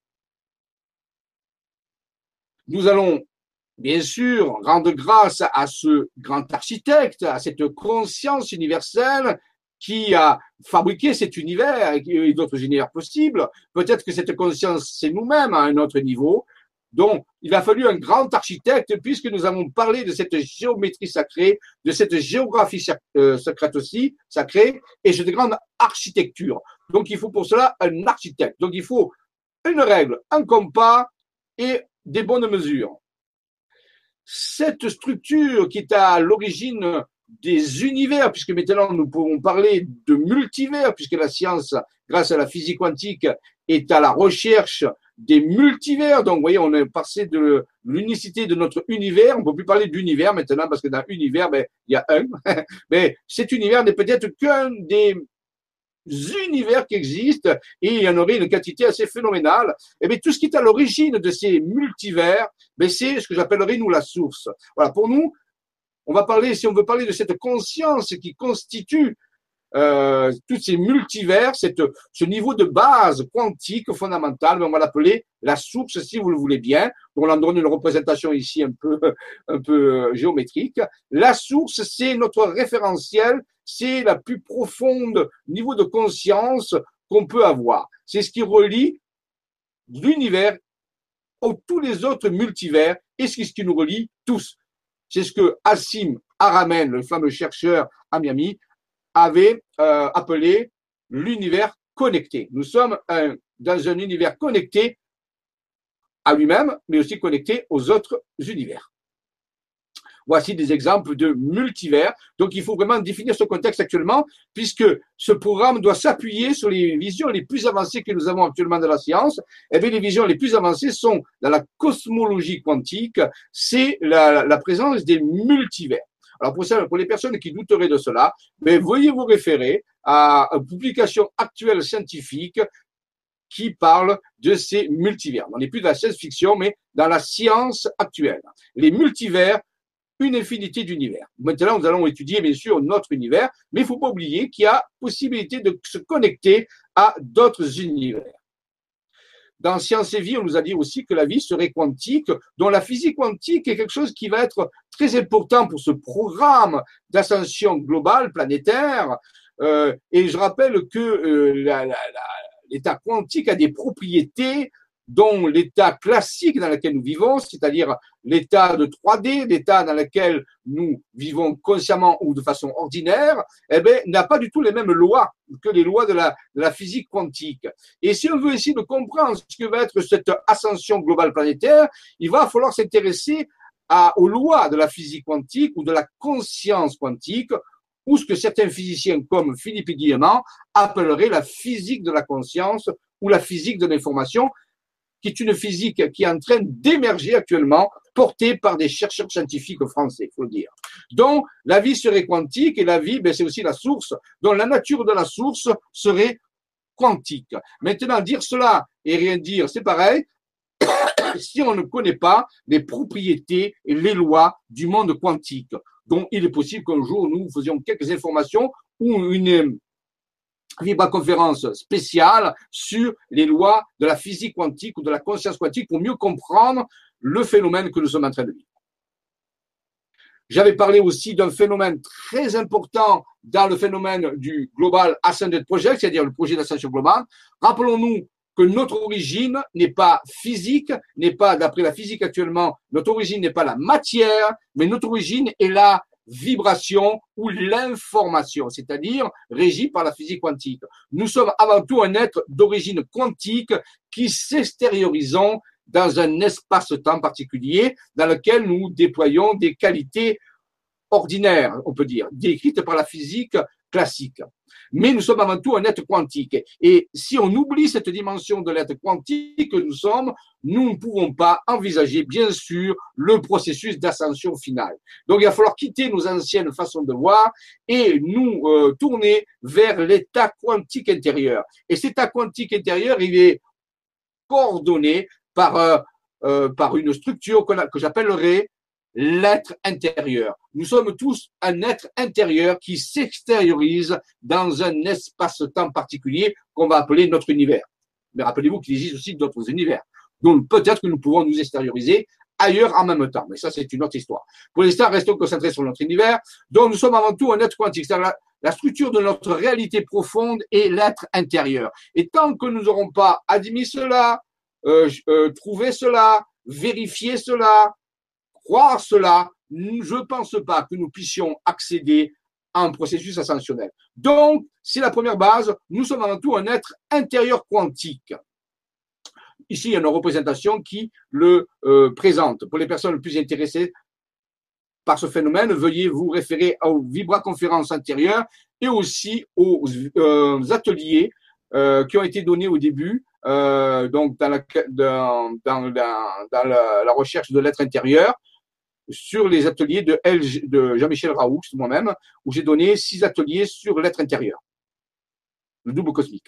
Nous allons, bien sûr, rendre grâce à ce grand architecte, à cette conscience universelle qui a fabriqué cet univers et d'autres univers possibles. Peut-être que cette conscience, c'est nous-mêmes à un autre niveau. Donc, il a fallu un grand architecte puisque nous avons parlé de cette géométrie sacrée, de cette géographie secrète aussi, sacrée, et cette grande architecture. Donc, il faut pour cela un architecte. Donc, il faut une règle, un compas et des bonnes mesures. Cette structure qui est à l'origine des univers, puisque maintenant nous pouvons parler de multivers, puisque la science, grâce à la physique quantique, est à la recherche des multivers. Donc, vous voyez, on est passé de l'unicité de notre univers. On ne peut plus parler d'univers maintenant, parce que dans l'univers, ben, il y a un. Mais cet univers n'est peut-être qu'un des univers qui existent, et il y en aurait une quantité assez phénoménale. Et bien, tout ce qui est à l'origine de ces multivers, ben, c'est ce que j'appellerais, nous, la source. Voilà, pour nous, on va parler, si on veut parler de cette conscience qui constitue euh, tous ces multivers, cette, ce niveau de base quantique fondamentale, on va l'appeler la source, si vous le voulez bien. On en donne une représentation ici un peu, un peu géométrique. La source, c'est notre référentiel, c'est la plus profonde niveau de conscience qu'on peut avoir. C'est ce qui relie l'univers aux tous les autres multivers et c'est ce qui nous relie tous. C'est ce que Hassim Aramen, le fameux chercheur à Miami, avait euh, appelé l'univers connecté. Nous sommes un, dans un univers connecté à lui-même, mais aussi connecté aux autres univers. Voici des exemples de multivers. Donc, il faut vraiment définir ce contexte actuellement, puisque ce programme doit s'appuyer sur les visions les plus avancées que nous avons actuellement de la science. Eh bien, les visions les plus avancées sont dans la cosmologie quantique, c'est la, la présence des multivers. Alors, pour, ça, pour les personnes qui douteraient de cela, mais veuillez vous référer à une publication actuelle scientifique qui parle de ces multivers. On n'est plus dans la science-fiction, mais dans la science actuelle. Les multivers, une infinité d'univers. Maintenant, nous allons étudier, bien sûr, notre univers, mais il ne faut pas oublier qu'il y a possibilité de se connecter à d'autres univers. Dans Science et Vie, on nous a dit aussi que la vie serait quantique, dont la physique quantique est quelque chose qui va être très important pour ce programme d'ascension globale, planétaire. Euh, et je rappelle que euh, la, la, la, l'état quantique a des propriétés dont l'état classique dans lequel nous vivons, c'est-à-dire l'état de trois D, l'état dans lequel nous vivons consciemment ou de façon ordinaire, eh bien, n'a pas du tout les mêmes lois que les lois de la, de la physique quantique. Et si on veut essayer de comprendre ce que va être cette ascension globale planétaire, il va falloir s'intéresser à, aux lois de la physique quantique ou de la conscience quantique, ou ce que certains physiciens comme Philippe Guillemant appelleraient la physique de la conscience ou la physique de l'information, qui est une physique qui est en train d'émerger actuellement, portée par des chercheurs scientifiques français, il faut le dire. Donc, la vie serait quantique et la vie, ben, c'est aussi la source. Donc, la nature de la source serait quantique. Maintenant, dire cela et rien dire, c'est pareil. Si on ne connaît pas les propriétés et les lois du monde quantique. Donc, il est possible qu'un jour, nous faisions quelques informations ou une vibra-conférence spéciale sur les lois de la physique quantique ou de la conscience quantique pour mieux comprendre le phénomène que nous sommes en train de vivre. J'avais parlé aussi d'un phénomène très important dans le phénomène du Global Ascended Project, c'est-à-dire le projet d'ascension globale. Rappelons-nous que notre origine n'est pas physique, n'est pas, d'après la physique actuellement, notre origine n'est pas la matière, mais notre origine est la vibration ou l'information, c'est-à-dire régie par la physique quantique. Nous sommes avant tout un être d'origine quantique qui s'extériorisons dans un espace-temps particulier dans lequel nous déployons des qualités ordinaires, on peut dire, décrites par la physique classique. Mais nous sommes avant tout un être quantique. Et si on oublie cette dimension de l'être quantique que nous sommes, nous ne pouvons pas envisager, bien sûr, le processus d'ascension finale. Donc, il va falloir quitter nos anciennes façons de voir et nous euh, tourner vers l'état quantique intérieur. Et cet état quantique intérieur, il est coordonné par, euh, euh, par une structure qu'on a, que j'appellerais l'être intérieur. Nous sommes tous un être intérieur qui s'extériorise dans un espace-temps particulier qu'on va appeler notre univers. Mais rappelez-vous qu'il existe aussi d'autres univers. Donc peut-être que nous pouvons nous extérioriser ailleurs en même temps. Mais ça, c'est une autre histoire. Pour l'instant, restons concentrés sur notre univers. Donc nous sommes avant tout un être quantique. C'est-à-dire la, la structure de notre réalité profonde est l'être intérieur. Et tant que nous n'aurons pas admis cela, euh, euh, trouvé cela, vérifié cela, croire cela, je ne pense pas que nous puissions accéder à un processus ascensionnel. Donc, c'est la première base. Nous sommes avant tout un être intérieur quantique. Ici, il y a une représentation qui le euh, présente. Pour les personnes les plus intéressées par ce phénomène, veuillez vous référer aux vibra-conférences antérieures et aussi aux euh, ateliers euh, qui ont été donnés au début, euh, donc dans la, dans, dans la, dans la, la recherche de l'être intérieur, sur les ateliers de, L G, de Jean-Michel Raoult, moi-même, où j'ai donné six ateliers sur l'être intérieur, le double cosmique.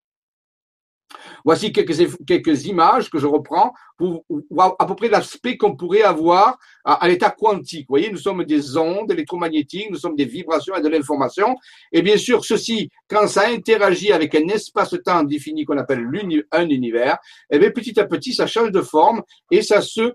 Voici quelques, quelques images que je reprends pour voir à peu près l'aspect qu'on pourrait avoir à, à l'état quantique. Vous voyez, nous sommes des ondes électromagnétiques, nous sommes des vibrations et de l'information. Et bien sûr, ceci, quand ça interagit avec un espace-temps défini qu'on appelle un univers, et bien petit à petit, ça change de forme et ça se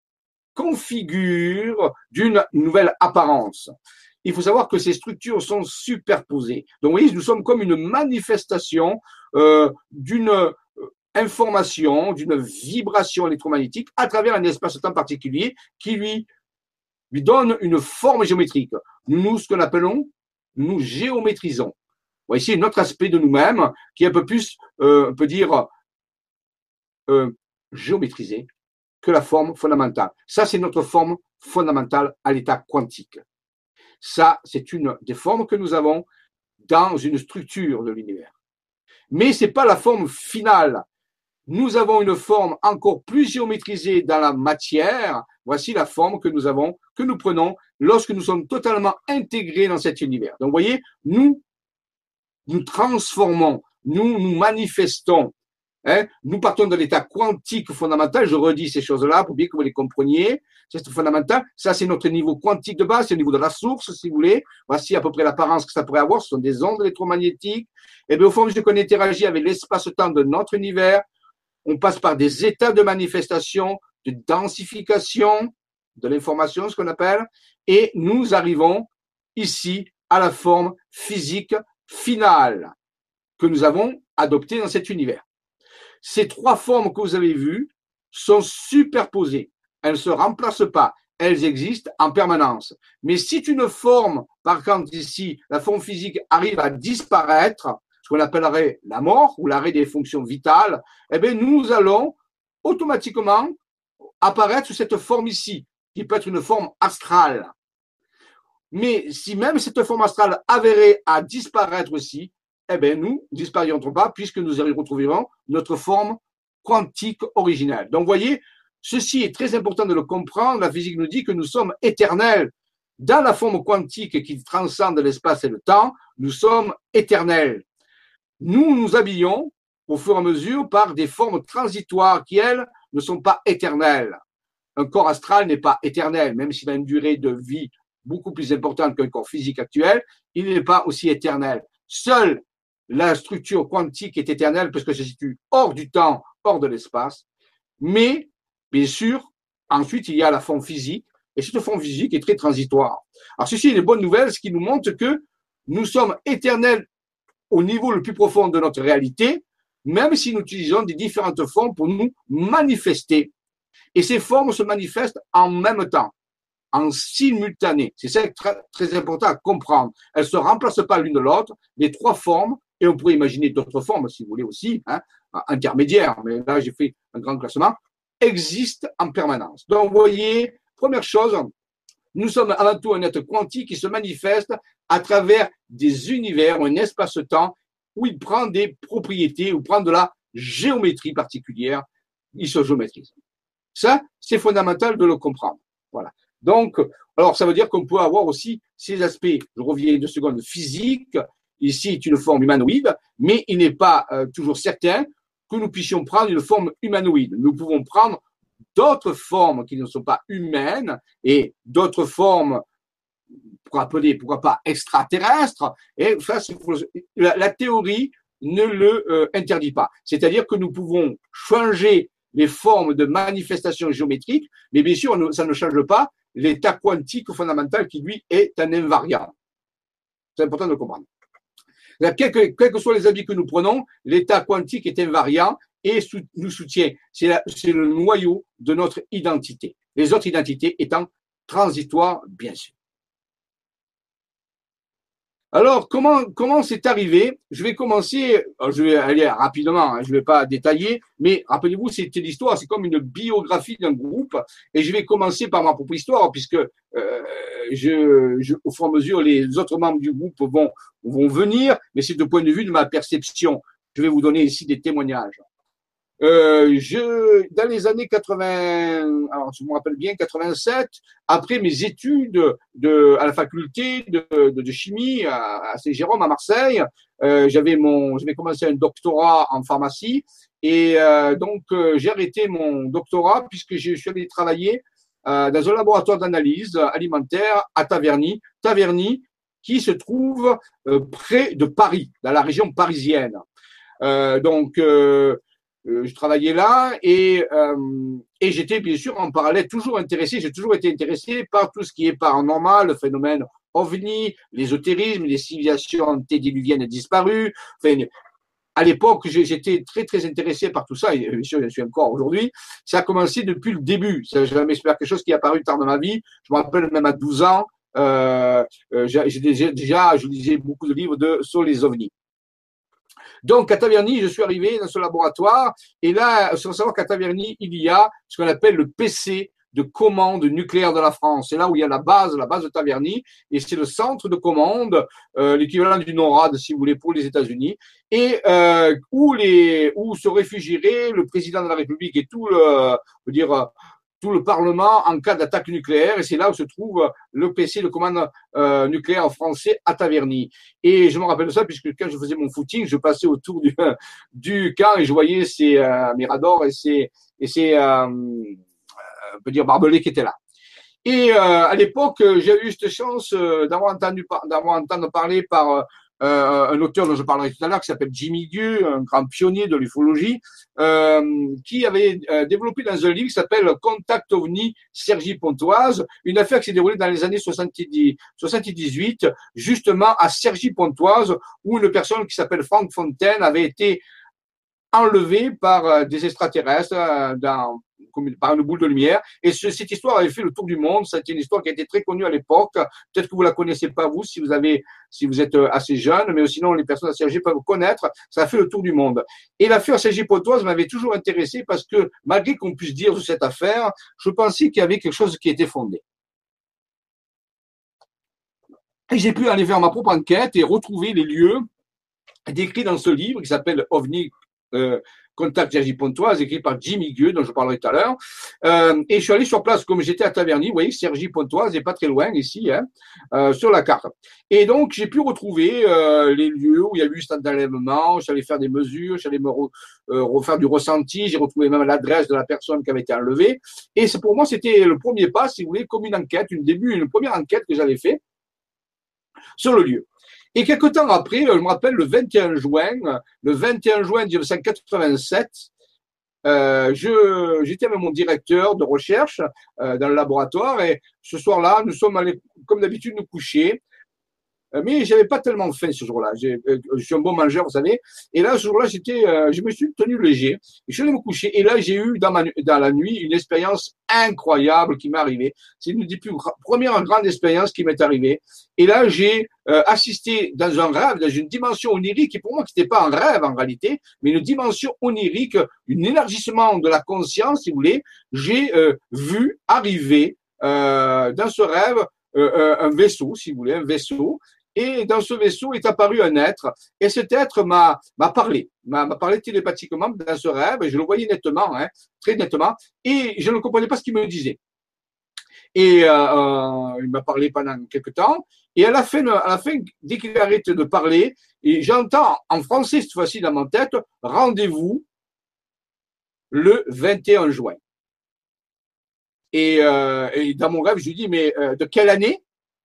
configure d'une nouvelle apparence. Il faut savoir que ces structures sont superposées. Donc, vous voyez, nous sommes comme une manifestation euh, d'une information, d'une vibration électromagnétique à travers un espace-temps particulier qui lui, lui donne une forme géométrique. Nous, ce que nous appelons, nous géométrisons. Vous voyez ici un autre aspect de nous-mêmes qui est un peu plus, euh, on peut dire, euh, géométrisé que la forme fondamentale. Ça, c'est notre forme fondamentale à l'état quantique. Ça, c'est une des formes que nous avons dans une structure de l'univers. Mais c'est pas la forme finale. Nous avons une forme encore plus géométrisée dans la matière. Voici la forme que nous avons, que nous prenons lorsque nous sommes totalement intégrés dans cet univers. Donc, vous voyez, nous, nous transformons, nous nous manifestons. Hein, nous partons de l'état quantique fondamental, je redis ces choses-là pour bien que vous les compreniez, c'est fondamental, ça c'est notre niveau quantique de base, c'est le niveau de la source si vous voulez, voici à peu près l'apparence que ça pourrait avoir, ce sont des ondes électromagnétiques, et bien au fond, qu'on interagit avec l'espace-temps de notre univers, on passe par des états de manifestation, de densification de l'information, ce qu'on appelle, et nous arrivons ici à la forme physique finale que nous avons adoptée dans cet univers. Ces trois formes que vous avez vues sont superposées. Elles ne se remplacent pas. Elles existent en permanence. Mais si une forme, par exemple ici, la forme physique arrive à disparaître, ce qu'on appellerait la mort ou l'arrêt des fonctions vitales, eh bien, nous allons automatiquement apparaître sous cette forme ici, qui peut être une forme astrale. Mais si même cette forme astrale avérée à disparaître aussi, eh bien, nous ne disparaîtrons pas puisque nous y retrouverons notre forme quantique originelle. Donc, vous voyez, ceci est très important de le comprendre. La physique nous dit que nous sommes éternels. Dans la forme quantique qui transcende l'espace et le temps, nous sommes éternels. Nous nous habillons au fur et à mesure par des formes transitoires qui, elles, ne sont pas éternelles. Un corps astral n'est pas éternel, même s'il a une durée de vie beaucoup plus importante qu'un corps physique actuel, il n'est pas aussi éternel. Seule la structure quantique est éternelle parce que ça se situe hors du temps, hors de l'espace. Mais, bien sûr, ensuite, il y a la forme physique, et cette forme physique est très transitoire. Alors, ceci est une bonne nouvelle, ce qui nous montre que nous sommes éternels au niveau le plus profond de notre réalité, même si nous utilisons des différentes formes pour nous manifester. Et ces formes se manifestent en même temps, en simultané. C'est ça très, très important à comprendre. Elles ne se remplacent pas l'une de l'autre, les trois formes, et on pourrait imaginer d'autres formes, si vous voulez aussi, hein, intermédiaires, mais là j'ai fait un grand classement, existent en permanence. Donc vous voyez, première chose, nous sommes avant tout un être quantique qui se manifeste à travers des univers, un espace-temps, où il prend des propriétés, ou prend de la géométrie particulière, il se géométrise. Ça, c'est fondamental de le comprendre. Voilà. Donc, alors ça veut dire qu'on peut avoir aussi ces aspects, je reviens deux secondes, physiques, ici est une forme humanoïde, mais il n'est pas euh, toujours certain que nous puissions prendre une forme humanoïde. Nous pouvons prendre d'autres formes qui ne sont pas humaines et d'autres formes, pour appeler, pourquoi pas, extraterrestres, et ça, la, la théorie ne le euh, interdit pas. C'est-à-dire que nous pouvons changer les formes de manifestation géométrique, mais bien sûr, ça ne change pas l'état quantique fondamental qui, lui, est un invariant. C'est important de le comprendre. Quels que, quels que soient les avis que nous prenons, l'état quantique est invariant et sou, nous soutient. C'est le noyau de notre identité. Les autres identités étant transitoires, bien sûr. Alors, comment comment c'est arrivé? Je vais commencer, je vais aller rapidement, hein, je ne vais pas détailler, mais rappelez-vous, c'était l'histoire, c'est comme une biographie d'un groupe, et je vais commencer par ma propre histoire, puisque euh, je, je, au fur et à mesure, les autres membres du groupe vont vont venir, mais c'est du point de vue de ma perception. Je vais vous donner ici des témoignages. Euh, je, dans les années quatre-vingts, alors je me rappelle bien, quatre-vingt-sept, après mes études de, à la faculté de, de, de chimie à, à Saint-Jérôme à Marseille, euh, j'avais mon, j'avais commencé un doctorat en pharmacie et euh, donc euh, j'ai arrêté mon doctorat puisque je suis allé travailler euh, dans un laboratoire d'analyse alimentaire à Taverny, Taverny qui se trouve euh, près de Paris, dans la région parisienne. Euh, donc euh, Euh, je travaillais là et, euh, et j'étais bien sûr en parallèle toujours intéressé, j'ai toujours été intéressé par tout ce qui est paranormal, le phénomène ovni, l'ésotérisme, les civilisations antédiluviennes disparues. Enfin, à l'époque, j'étais très très intéressé par tout ça et bien sûr je suis encore aujourd'hui. Ça a commencé depuis le début, ça n'a jamais fait quelque chose qui est apparu tard dans ma vie. Je me rappelle même à douze ans, euh, j'ai déjà, déjà, je lisais beaucoup de livres de, sur les ovnis. Donc, à Taverny, je suis arrivé dans ce laboratoire et là, il faut savoir qu'à Taverny, il y a ce qu'on appelle le P C de commande nucléaire de la France. C'est là où il y a la base, la base de Taverny et c'est le centre de commande, euh, l'équivalent du NORAD, si vous voulez, pour les États-Unis et euh, où, les, où se réfugierait le président de la République et tout le, je veux dire, tout le Parlement en cas d'attaque nucléaire, et c'est là où se trouve le P C de commande euh, nucléaire français à Taverny. Et je me rappelle de ça, puisque quand je faisais mon footing, je passais autour du, du camp et je voyais ces euh, miradors et ces, et ces euh, on peut dire, barbelés qui étaient là. Et euh, à l'époque, j'ai eu cette chance d'avoir entendu, d'avoir entendu parler par euh, un auteur dont je parlerai tout à l'heure, qui s'appelle Jimmy Gu, un grand pionnier de l'ufologie, euh, qui avait euh, développé dans un livre qui s'appelle Contact OVNI Cergy Pontoise, une affaire qui s'est déroulée dans les années soixante-dix, soixante-dix-huit, justement à Cergy Pontoise, où une personne qui s'appelle Frank Fontaine avait été enlevée par des extraterrestres dans par une boule de lumière. Et ce, cette histoire avait fait le tour du monde. C'était une histoire qui a été très connue à l'époque. Peut-être que vous la connaissez pas, vous, si vous avez, si vous êtes assez jeune, mais sinon, les personnes assez âgées peuvent connaître. Ça a fait le tour du monde. Et l'affaire Cergy-Pontoise m'avait toujours intéressé parce que, malgré qu'on puisse dire de cette affaire, je pensais qu'il y avait quelque chose qui était fondé. Et j'ai pu aller faire ma propre enquête et retrouver les lieux décrits dans ce livre qui s'appelle OVNI, euh, Contact Cergy Pontoise, écrit par Jimmy Gueux, dont je parlerai tout à l'heure. Euh, et je suis allé sur place, comme j'étais à Taverny, vous voyez, Cergy Pontoise n'est pas très loin ici, hein, euh, sur la carte. Et donc, j'ai pu retrouver euh, les lieux où il y a eu cet enlèvement, je suis allé faire des mesures, je suis allé me re, euh, refaire du ressenti, j'ai retrouvé même l'adresse de la personne qui avait été enlevée. Et c'est pour moi, c'était le premier pas, si vous voulez, comme une enquête, une début, une première enquête que j'avais fait sur le lieu. Et quelques temps après, je me rappelle le vingt et un juin, le vingt et un juin mille neuf cent quatre-vingt-sept, euh, je, j'étais avec mon directeur de recherche euh, dans le laboratoire et ce soir-là, nous sommes allés, comme d'habitude, nous coucher. Mais j'avais pas tellement faim ce jour-là. J'ai, euh, je suis un bon mangeur, vous savez. Et là, ce jour-là, j'étais, euh, je me suis tenu léger. Je suis allé me coucher. Et là, j'ai eu dans, ma, dans la nuit une expérience incroyable qui m'est arrivée. C'est une des plus premières grandes expériences qui m'est arrivée. Et là, j'ai euh, assisté dans un rêve, dans une dimension onirique, et pour moi, qui n'était pas un rêve en réalité, mais une dimension onirique, un élargissement de la conscience, si vous voulez. J'ai euh, vu arriver euh, dans ce rêve euh, un vaisseau, si vous voulez, un vaisseau. Et dans ce vaisseau est apparu un être, et cet être m'a, m'a parlé, m'a, m'a parlé télépathiquement dans ce rêve, et je le voyais nettement, hein, très nettement, et je ne comprenais pas ce qu'il me disait. Et euh, euh, il m'a parlé pendant quelques temps, et à la fin, à la fin, dès qu'il arrête de parler, et j'entends en français cette fois-ci dans ma tête, rendez-vous le vingt et un juin. Et, euh, et dans mon rêve, je lui dis, mais euh, de quelle année?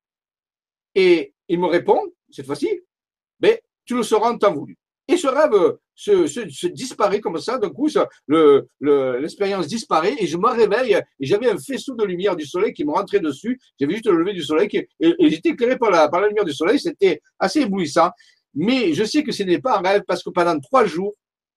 Et il me répond, cette fois-ci, ben, tu le sauras en temps voulu. Et ce rêve se, se, se disparaît comme ça, d'un coup, ça, le, le, l'expérience disparaît et je me réveille et j'avais un faisceau de lumière du soleil qui me rentrait dessus. J'avais juste le lever du soleil qui, et, et j'étais éclairé par la, par la lumière du soleil. C'était assez éblouissant. Mais je sais que ce n'est pas un rêve parce que pendant trois jours,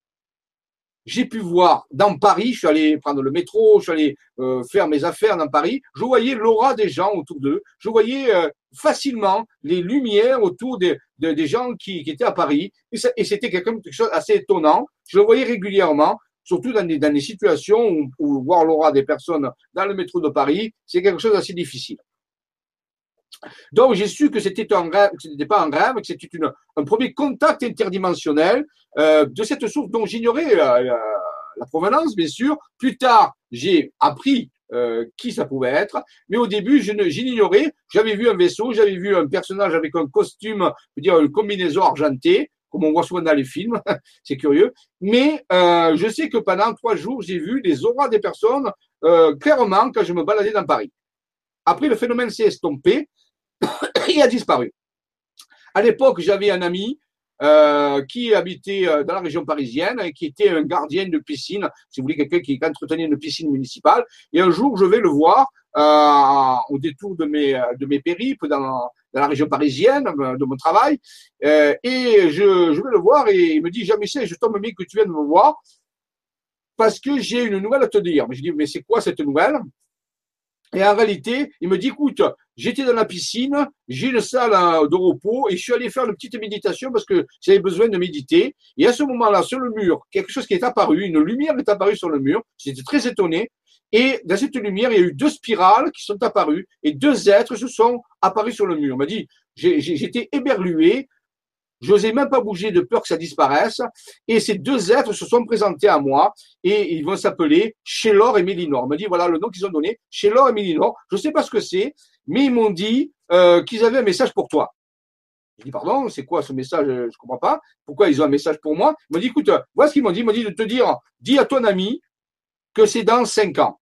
j'ai pu voir dans Paris, je suis allé prendre le métro, je suis allé euh, faire mes affaires dans Paris, je voyais l'aura des gens autour d'eux, je voyais euh, facilement les lumières autour des, de, des gens qui, qui étaient à Paris, et, ça, et c'était quelque chose assez étonnant, je le voyais régulièrement, surtout dans des, dans des situations où, où voir l'aura des personnes dans le métro de Paris, c'est quelque chose d'assez difficile. Donc, j'ai su que c'était un rêve, que ce n'était pas un rêve, que c'était une, un premier contact interdimensionnel euh, de cette source dont j'ignorais euh, la provenance, bien sûr. Plus tard, j'ai appris euh, qui ça pouvait être, mais au début, je ne, j'ignorais. J'avais vu un vaisseau, j'avais vu un personnage avec un costume, je veux dire une combinaison argentée, comme on voit souvent dans les films. C'est curieux. Mais euh, je sais que pendant trois jours, j'ai vu les auras des personnes euh, clairement quand je me baladais dans Paris. Après, le phénomène s'est estompé. Il a disparu. À l'époque, j'avais un ami euh, qui habitait dans la région parisienne et qui était un gardien de piscine, si vous voulez, quelqu'un qui entretenait une piscine municipale. Et un jour, je vais le voir euh, au détour de mes, de mes périples dans, dans la région parisienne, de mon travail. Euh, et je, je vais le voir et il me dit, Jean-Michel, je tombe bien que tu viennes me voir parce que j'ai une nouvelle à te dire. Mais je dis, mais c'est quoi cette nouvelle? Et en réalité, il me dit, écoute, j'étais dans la piscine, j'ai une salle de repos et je suis allé faire une petite méditation parce que j'avais besoin de méditer. Et à ce moment-là, sur le mur, quelque chose qui est apparu, une lumière est apparue sur le mur. J'étais très étonné. Et dans cette lumière, il y a eu deux spirales qui sont apparues et deux êtres se sont apparus sur le mur. Il m'a dit, j'ai, j'ai, j'étais éberlué. J'osais même pas bouger de peur que ça disparaisse. Et ces deux êtres se sont présentés à moi et ils vont s'appeler Shélor et Mélinor. On me dit, voilà le nom qu'ils ont donné, Shélor et Mélinor. Je sais pas ce que c'est, mais ils m'ont dit euh, qu'ils avaient un message pour toi. Je dis, pardon, c'est quoi ce message? Je comprends pas. Pourquoi ils ont un message pour moi? Ils m'ont dit, écoute, voilà ce qu'ils m'ont dit. Ils m'ont dit de te dire, dis à ton ami que c'est dans cinq ans.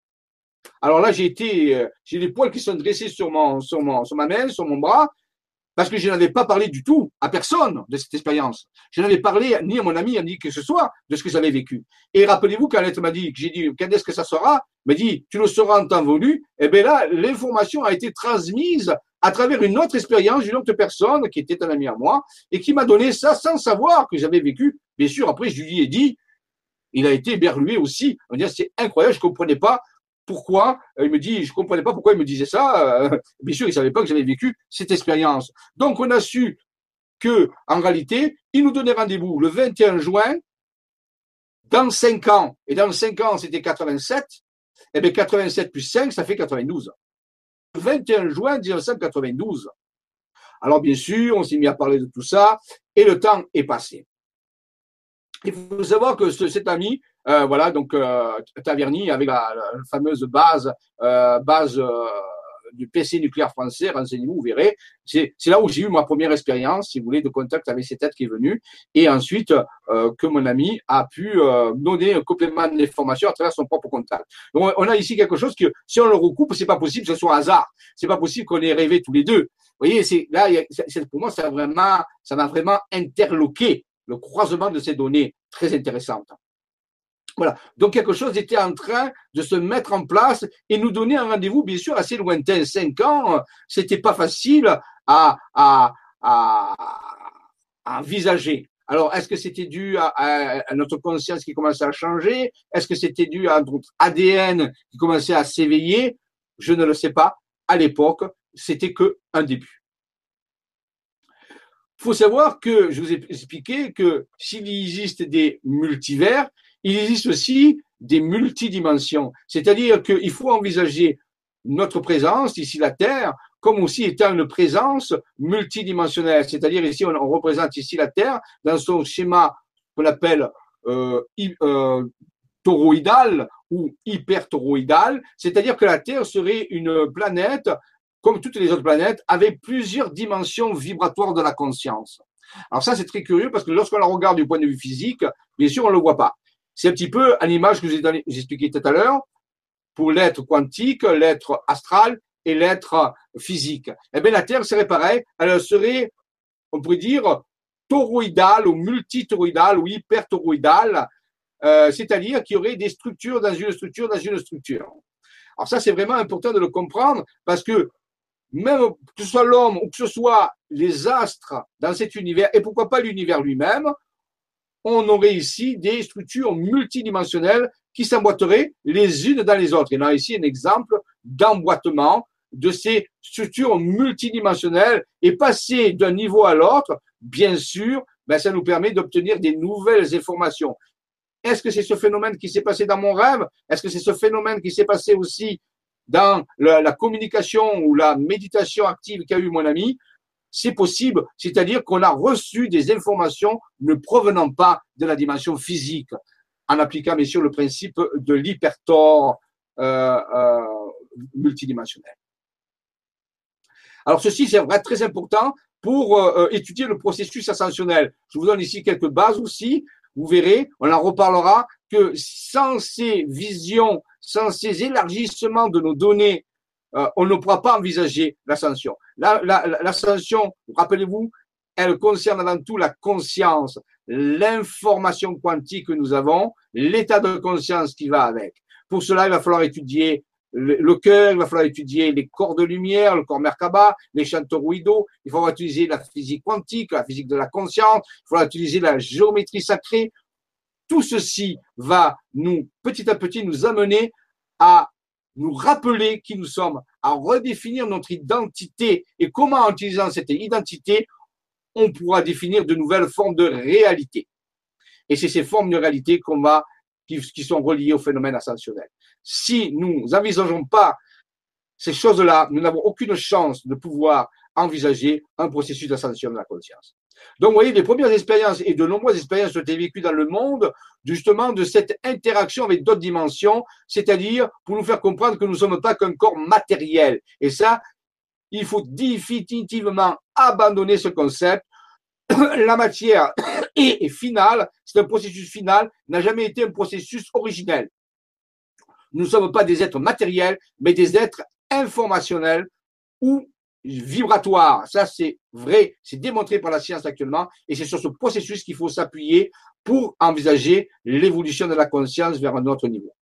Alors là, j'ai été, euh, j'ai les poils qui sont dressés sur mon, sur mon, sur ma main, sur mon bras. Parce que je n'avais pas parlé du tout à personne de cette expérience. Je n'avais parlé ni à mon ami, ni que ce soit de ce que j'avais vécu. Et rappelez-vous, quand Annette m'a dit, que j'ai dit, quand est-ce que ça sera? Elle m'a dit, tu le sauras en temps voulu. Et bien là, l'information a été transmise à travers une autre expérience d'une autre personne qui était un ami à moi et qui m'a donné ça sans savoir que j'avais vécu. Bien sûr, après, je lui ai dit, il a été éberlué aussi. On dit, c'est incroyable, je comprenais pas. Pourquoi? Il me dit, je comprenais pas pourquoi il me disait ça. Bien sûr, il savait pas que j'avais vécu cette expérience. Donc, on a su que, en réalité, il nous donnait rendez-vous le vingt et un juin, dans cinq ans. Et dans cinq ans, c'était quatre-vingt-sept. Et bien, quatre-vingt-sept plus cinq, ça fait quatre-vingt-douze. Le vingt et un juin mille neuf cent quatre-vingt-douze. Alors, bien sûr, on s'est mis à parler de tout ça et le temps est passé. il faut savoir que ce, cet ami, euh, voilà, donc euh, Taverny, avec la, la fameuse base, euh, base euh, du P C nucléaire français, renseignez-vous, vous verrez. C'est, c'est là où j'ai eu ma première expérience, si vous voulez, de contact avec cet être qui est venu. Et ensuite, euh, que mon ami a pu euh, donner un complément d'information à travers son propre contact. Donc, on a ici quelque chose que, si on le recoupe, c'est pas possible que ce soit un hasard. C'est pas possible qu'on ait rêvé tous les deux. Vous voyez, c'est, là, c'est, pour moi, ça a vraiment, ça m'a vraiment interloqué, le croisement de ces données très intéressantes. Voilà. Donc, quelque chose était en train de se mettre en place et nous donner un rendez-vous, bien sûr, assez lointain. Cinq ans, c'était pas facile à, à, à, à envisager. Alors, est-ce que c'était dû à, à, à notre conscience qui commençait à changer? Est-ce que c'était dû à notre A D N qui commençait à s'éveiller? Je ne le sais pas. À l'époque, c'était que un début. Il faut savoir que, je vous ai expliqué que s'il existe des multivers, il existe aussi des multidimensions. C'est-à-dire qu'il faut envisager notre présence, ici la Terre, comme aussi étant une présence multidimensionnelle. C'est-à-dire ici, on, on représente ici la Terre dans son schéma qu'on appelle euh, euh, toroïdal ou hypertoroïdal. C'est-à-dire que la Terre serait une planète comme toutes les autres planètes, avec plusieurs dimensions vibratoires de la conscience. Alors ça, c'est très curieux parce que lorsqu'on la regarde du point de vue physique, bien sûr, on ne le voit pas. C'est un petit peu à l'image que je vous ai expliqué tout à l'heure pour l'être quantique, l'être astral et l'être physique. Eh bien, la Terre serait pareil, elle serait, on pourrait dire, toroïdale ou multitoroïdale ou hypertoroïdale, euh, c'est-à-dire qu'il y aurait des structures dans une structure dans une structure. Alors ça, c'est vraiment important de le comprendre parce que même que ce soit l'homme ou que ce soit les astres dans cet univers, et pourquoi pas l'univers lui-même, on aurait ici des structures multidimensionnelles qui s'emboîteraient les unes dans les autres. Et on a ici un exemple d'emboîtement de ces structures multidimensionnelles et passer d'un niveau à l'autre, bien sûr, ben ça nous permet d'obtenir des nouvelles informations. Est-ce que c'est ce phénomène qui s'est passé dans mon rêve? Est-ce que c'est ce phénomène qui s'est passé aussi dans la, la communication ou la méditation active qu'a eu mon ami? C'est possible, c'est-à-dire qu'on a reçu des informations ne provenant pas de la dimension physique, en appliquant bien sûr le principe de l'hypertor euh, euh, multidimensionnel. Alors ceci, c'est vrai très important pour euh, étudier le processus ascensionnel. Je vous donne ici quelques bases aussi. Vous verrez, on en reparlera, que sans ces visions, sans ces élargissements de nos données, euh, on ne pourra pas envisager l'ascension. La, la, l'ascension, rappelez-vous, elle concerne avant tout la conscience, l'information quantique que nous avons, l'état de conscience qui va avec. Pour cela, il va falloir étudier le, le cœur, il va falloir étudier les corps de lumière, le corps Merkaba, les champs toroïdaux, il faudra utiliser la physique quantique, la physique de la conscience, il faudra utiliser la géométrie sacrée. Tout ceci va nous, petit à petit, nous amener à nous rappeler qui nous sommes, à redéfinir notre identité et comment, en utilisant cette identité, on pourra définir de nouvelles formes de réalité. Et c'est ces formes de réalité qu'on va, qui, qui sont reliées au phénomène ascensionnel. Si nous n'envisageons pas ces choses-là, nous n'avons aucune chance de pouvoir envisager un processus d'ascension de la conscience. Donc, vous voyez, les premières expériences et de nombreuses expériences ont été vécues dans le monde, justement, de cette interaction avec d'autres dimensions, c'est-à-dire pour nous faire comprendre que nous ne sommes pas qu'un corps matériel. Et ça, il faut définitivement abandonner ce concept. La matière est finale, c'est un processus final, n'a jamais été un processus originel. Nous ne sommes pas des êtres matériels, mais des êtres informationnels ou vibratoires. Ça, c'est vrai, c'est démontré par la science actuellement, et c'est sur ce processus qu'il faut s'appuyer pour envisager l'évolution de la conscience vers un autre niveau.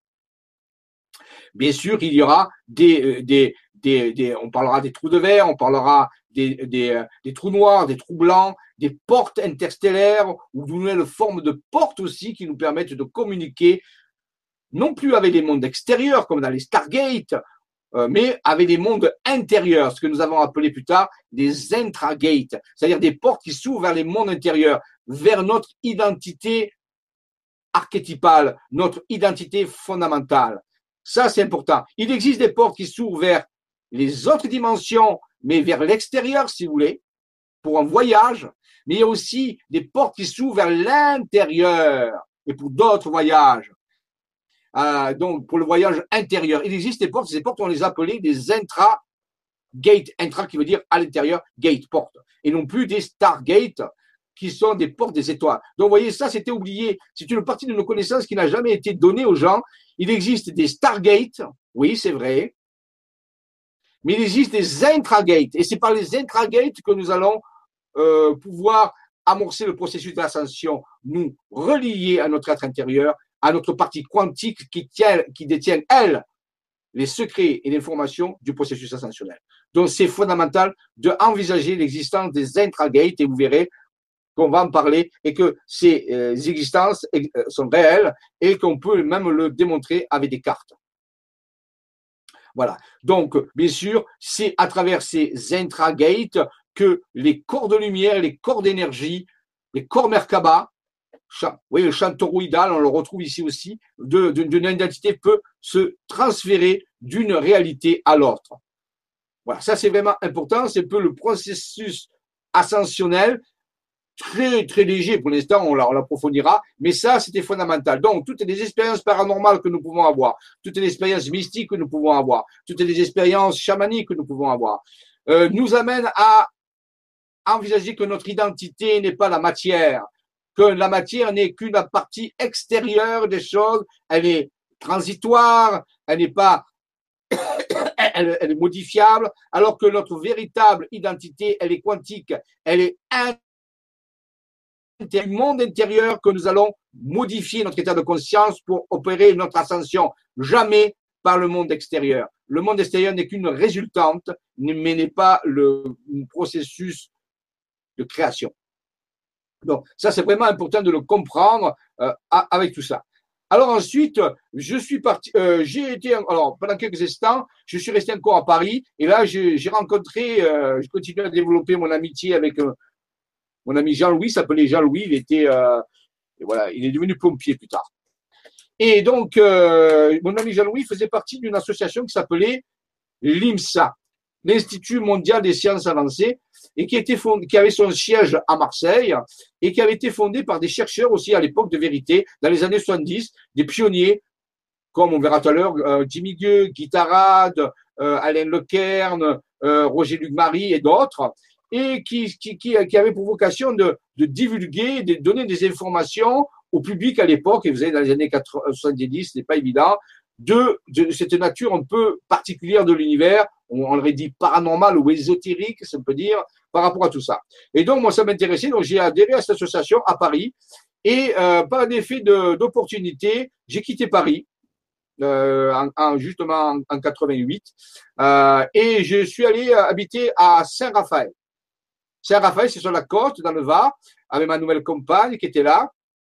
Bien sûr, il y aura des, des, des, des on parlera des trous de verre, on parlera des, des, des trous noirs, des trous blancs, des portes interstellaires ou de nouvelles formes de portes aussi qui nous permettent de communiquer non plus avec les mondes extérieurs comme dans les Stargate, euh, mais avec des mondes intérieurs, ce que nous avons appelé plus tard des intragates, c'est-à-dire des portes qui s'ouvrent vers les mondes intérieurs, vers notre identité archétypale, notre identité fondamentale. Ça, c'est important. Il existe des portes qui s'ouvrent vers les autres dimensions, mais vers l'extérieur, si vous voulez, pour un voyage. Mais il y a aussi des portes qui s'ouvrent vers l'intérieur et pour d'autres voyages. Euh, donc, pour le voyage intérieur, il existe des portes. Ces portes, on les appelait des intra-gates. Intra qui veut dire à l'intérieur, gate, porte. Et non plus des stargates qui sont des portes des étoiles. Donc, vous voyez, ça, c'était oublié. C'est une partie de nos connaissances qui n'a jamais été donnée aux gens. Il existe des stargates. Oui, c'est vrai. Mais il existe des intragates. Et c'est par les intragates que nous allons euh, pouvoir amorcer le processus de l'ascension, nous relier à notre être intérieur, à notre partie quantique qui, tient, qui détient, elle, les secrets et l'information du processus ascensionnel. Donc, c'est fondamental d'envisager l'existence des intragates et vous verrez qu'on va en parler et que ces euh, existences sont réelles et qu'on peut même le démontrer avec des cartes. Voilà. Donc, bien sûr, c'est à travers ces intragates que les corps de lumière, les corps d'énergie, les corps Merkaba, oui, le champ toroïdal, on le retrouve ici aussi, d'une identité peut se transférer d'une réalité à l'autre. Voilà, ça c'est vraiment important, c'est un peu le processus ascensionnel, très très léger pour l'instant, on l'approfondira, mais ça c'était fondamental. Donc, toutes les expériences paranormales que nous pouvons avoir, toutes les expériences mystiques que nous pouvons avoir, toutes les expériences chamaniques que nous pouvons avoir, euh, nous amènent à envisager que notre identité n'est pas la matière, que la matière n'est qu'une partie extérieure des choses, elle est transitoire, elle n'est pas, elle, elle est modifiable, alors que notre véritable identité, elle est quantique, elle est du monde intérieur que nous allons modifier notre état de conscience pour opérer notre ascension, jamais par le monde extérieur. Le monde extérieur n'est qu'une résultante, mais n'est pas le processus de création. Donc, ça, c'est vraiment important de le comprendre euh, avec tout ça. Alors ensuite, je suis parti, euh, j'ai été, alors pendant quelques instants, je suis resté encore à Paris et là, j'ai rencontré, euh, je continue à développer mon amitié avec euh, mon ami Jean-Louis, s'appelait Jean-Louis, il était, euh, et voilà, il est devenu pompier plus tard. Et donc, euh, mon ami Jean-Louis faisait partie d'une association qui s'appelait l'IMSA, l'Institut mondial des sciences avancées, et qui, était fondé, qui avait son siège à Marseille, et qui avait été fondé par des chercheurs aussi à l'époque de vérité, dans les années soixante-dix, des pionniers, comme on verra tout à l'heure, euh, Jimmy Gueux, Guy Tarade, euh, Alain Lecaerne, euh, Roger Luc-Marie et d'autres, et qui, qui, qui, qui avait pour vocation de, de divulguer, de donner des informations au public à l'époque, et vous savez, dans les années soixante-dix, ce n'est pas évident, de, de cette nature un peu particulière de l'univers, on, on aurait dit paranormal ou ésotérique, ça peut dire, par rapport à tout ça. Et donc, moi, ça m'intéressait, donc j'ai adhéré à cette association à Paris, et euh, par un effet d'opportunité, j'ai quitté Paris, euh, en, en, justement en, en quatre-vingt-huit, euh, et je suis allé habiter à Saint-Raphaël. Saint-Raphaël, c'est sur la côte, dans le Var, avec ma nouvelle compagne qui était là.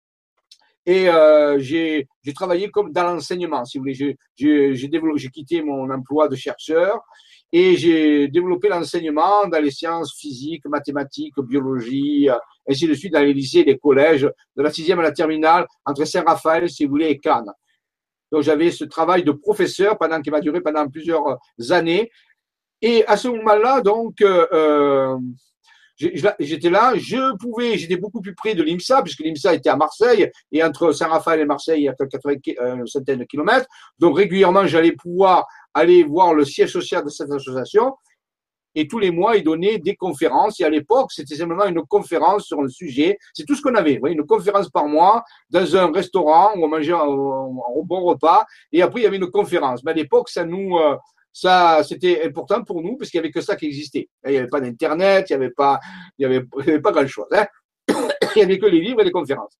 Et euh, j'ai travaillé comme dans l'enseignement, si vous voulez. J'ai quitté mon emploi de chercheur et j'ai développé l'enseignement dans les sciences physiques, mathématiques, biologie, ainsi de suite, dans les lycées et les collèges, de la sixième à la terminale, entre Saint-Raphaël, si vous voulez, et Cannes. Donc j'avais ce travail de professeur pendant qui m'a duré pendant plusieurs années. Et à ce moment-là, donc, euh, j'étais là, je pouvais, j'étais beaucoup plus près de l'IMSA, puisque l'IMSA était à Marseille, et entre Saint-Raphaël et Marseille, il y a quatre-vingts, euh, une centaine de kilomètres. Donc, régulièrement, j'allais pouvoir aller voir le siège social de cette association, et tous les mois, ils donnaient des conférences. Et à l'époque, c'était simplement une conférence sur le sujet. C'est tout ce qu'on avait. Vous voyez, une conférence par mois dans un restaurant où on mangeait un, un bon repas. Et après, il y avait une conférence. Mais à l'époque, ça nous, euh, ça, c'était important pour nous parce qu'il y avait que ça qui existait. Il n'y avait pas d'internet, il n'y avait pas, il y avait, il y avait pas grand chose. Hein. Il n'y avait que les livres et les conférences.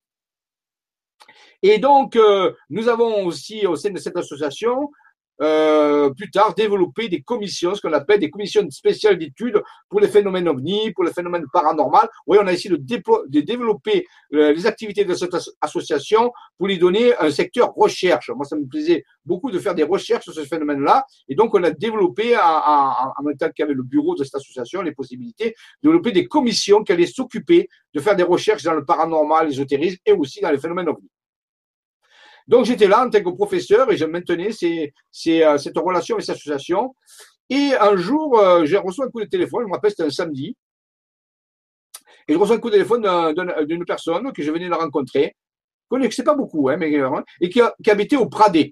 Et donc, euh, nous avons aussi au sein de cette association, euh, plus tard, développé des commissions, ce qu'on appelle des commissions spéciales d'études pour les phénomènes ovnis, pour les phénomènes paranormaux. Oui, on a essayé de, de développer euh, les activités de cette as association pour lui donner un secteur recherche. Moi, ça me plaisait beaucoup de faire des recherches sur ce phénomène-là. Et donc, on a développé, en, en, en même temps qu'il y avait le bureau de cette association, les possibilités, de développer des commissions qui allaient s'occuper de faire des recherches dans le paranormal, l'ésotérisme et aussi dans les phénomènes ovnis. Donc, j'étais là en tant que professeur et je maintenais ces, ces, euh, cette relation avec cette association. Et un jour, euh, j'ai reçu un coup de téléphone, je me rappelle, c'était un samedi. Et je reçois un coup de téléphone d'une personne que je venais de rencontrer, qu'on ne connaissait pas beaucoup, hein, mais, et qui, a, qui habitait au Pradé.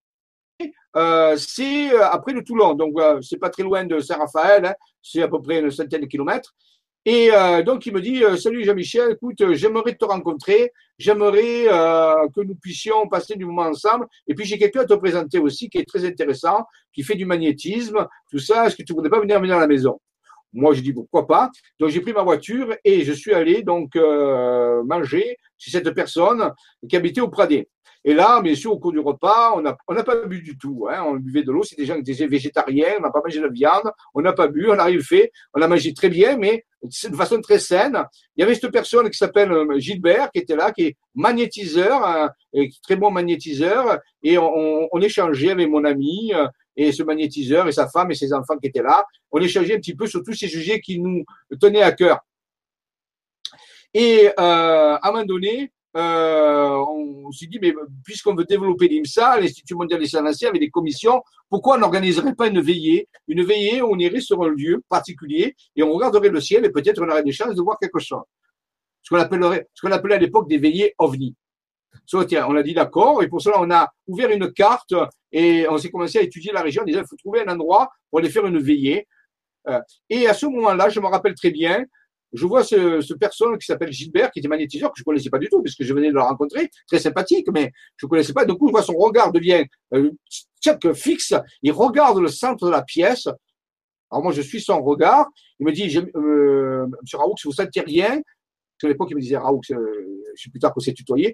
Euh, c'est après de Toulon, donc euh, c'est pas très loin de Saint-Raphaël, hein, c'est à peu près une centaine de kilomètres. Et euh, donc il me dit euh, salut Jean-Michel, écoute, euh, j'aimerais te rencontrer, j'aimerais euh, que nous puissions passer du moment ensemble. Et puis j'ai quelqu'un à te présenter aussi qui est très intéressant, qui fait du magnétisme, tout ça. Est-ce que tu voudrais pas venir venir à la maison? Moi, je dis pourquoi pas. Donc, j'ai pris ma voiture et je suis allé donc euh, manger chez cette personne qui habitait au Pradé. Et là, bien sûr, au cours du repas, on n'a on n'a pas bu du tout. Hein. On buvait de l'eau. C'est des gens qui étaient végétariens. On n'a pas mangé de viande. On n'a pas bu. On n'a rien fait. On a mangé très bien, mais de façon très saine. Il y avait cette personne qui s'appelle Gilbert qui était là, qui est magnétiseur, hein, et très bon magnétiseur. Et on, on échangeait avec mon ami et ce magnétiseur et sa femme et ses enfants qui étaient là. On échangeait un petit peu sur tous ces sujets qui nous tenaient à cœur. Et euh, à un moment donné, euh, on s'est dit, mais puisqu'on veut développer l'IMSA, l'Institut mondial des sciences avec des commissions, pourquoi on n'organiserait pas une veillée, une veillée où on irait sur un lieu particulier et on regarderait le ciel et peut-être on aurait des chances de voir quelque chose. Ce qu'on appellerait, ce qu'on appelait à l'époque des veillées ovnis. So, tiens, on a dit d'accord, et pour cela, on a ouvert une carte et on s'est commencé à étudier la région. On disait, il faut trouver un endroit pour aller faire une veillée. Et à ce moment-là, je me rappelle très bien, je vois ce, ce personne qui s'appelle Gilbert, qui était magnétiseur, que je ne connaissais pas du tout, puisque je venais de le rencontrer, très sympathique, mais je ne connaissais pas. Du coup, je vois son regard devient euh, fixe, il regarde le centre de la pièce. Alors moi, je suis son regard. Il me dit, euh, Monsieur Raoult, si vous ne sentez rien, parce qu'à l'époque, il me disait Raoult, euh, je sais plus tard qu'on s'est tutoyé,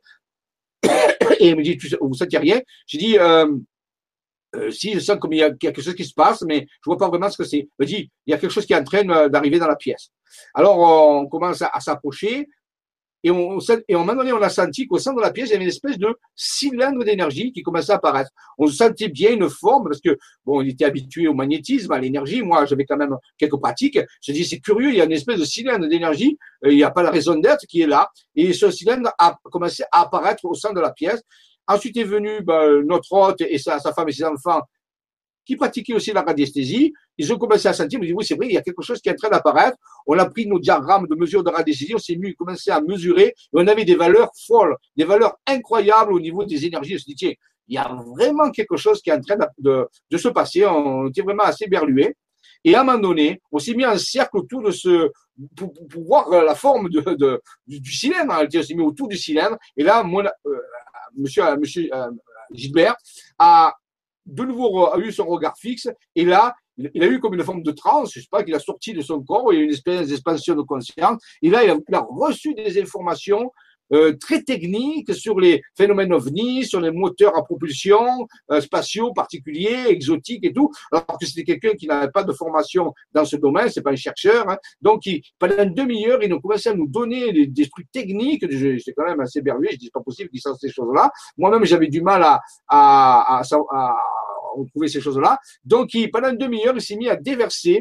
et il me dit, vous ne sentez rien? J'ai dit, euh, euh, si, je sens qu'il y a quelque chose qui se passe, mais je vois pas vraiment ce que c'est. Il me dit, il y a quelque chose qui est en train d'arriver dans la pièce. Alors, on commence à, à s'approcher, et, on, et à un moment donné, on a senti qu'au centre de la pièce, il y avait une espèce de cylindre d'énergie qui commençait à apparaître. On sentait bien une forme, parce que, bon, on était habitué au magnétisme, à l'énergie. Moi, j'avais quand même quelques pratiques. Je dis, c'est curieux, il y a une espèce de cylindre d'énergie, euh, il n'y a pas la raison d'être qui est là, et ce cylindre a commencé à apparaître au centre de la pièce. Ensuite est venu ben, notre hôte et sa, sa femme et ses enfants qui pratiquaient aussi la radiesthésie. Ils ont commencé à sentir, ils me disent, oui, c'est vrai, il y a quelque chose qui est en train d'apparaître. On a pris nos diagrammes de mesure de radiesthésie, on s'est mis, commencé à mesurer, et on avait des valeurs folles, des valeurs incroyables au niveau des énergies. On se dit, tiens, il y a vraiment quelque chose qui est en train de, de, de se passer. On était vraiment assez berlués. Et à un moment donné, on s'est mis en cercle autour de ce, pour, pour voir la forme de, de, du, du cylindre. On s'est mis autour du cylindre. Et là, mon, euh, monsieur, monsieur euh, Gilbert a de nouveau a eu son regard fixe. Et là, il a eu comme une forme de transe. Je sais pas, qu'il a sorti de son corps. Il y a eu une espèce d'expansion de conscience. Et là, il a, il a reçu des informations Euh, très technique sur les phénomènes ovnis, sur les moteurs à propulsion euh, spatiaux particuliers, exotiques et tout, alors que c'était quelqu'un qui n'avait pas de formation dans ce domaine, c'est pas un chercheur, hein. Donc il, pendant une demi-heure, il nous commençait à nous donner des, des trucs techniques. J'étais quand même assez berlué, je dis c'est pas possible qu'il sache ces choses-là. Moi-même, j'avais du mal à, à, à, à, à retrouver ces choses-là. Donc il, pendant une demi-heure, il s'est mis à déverser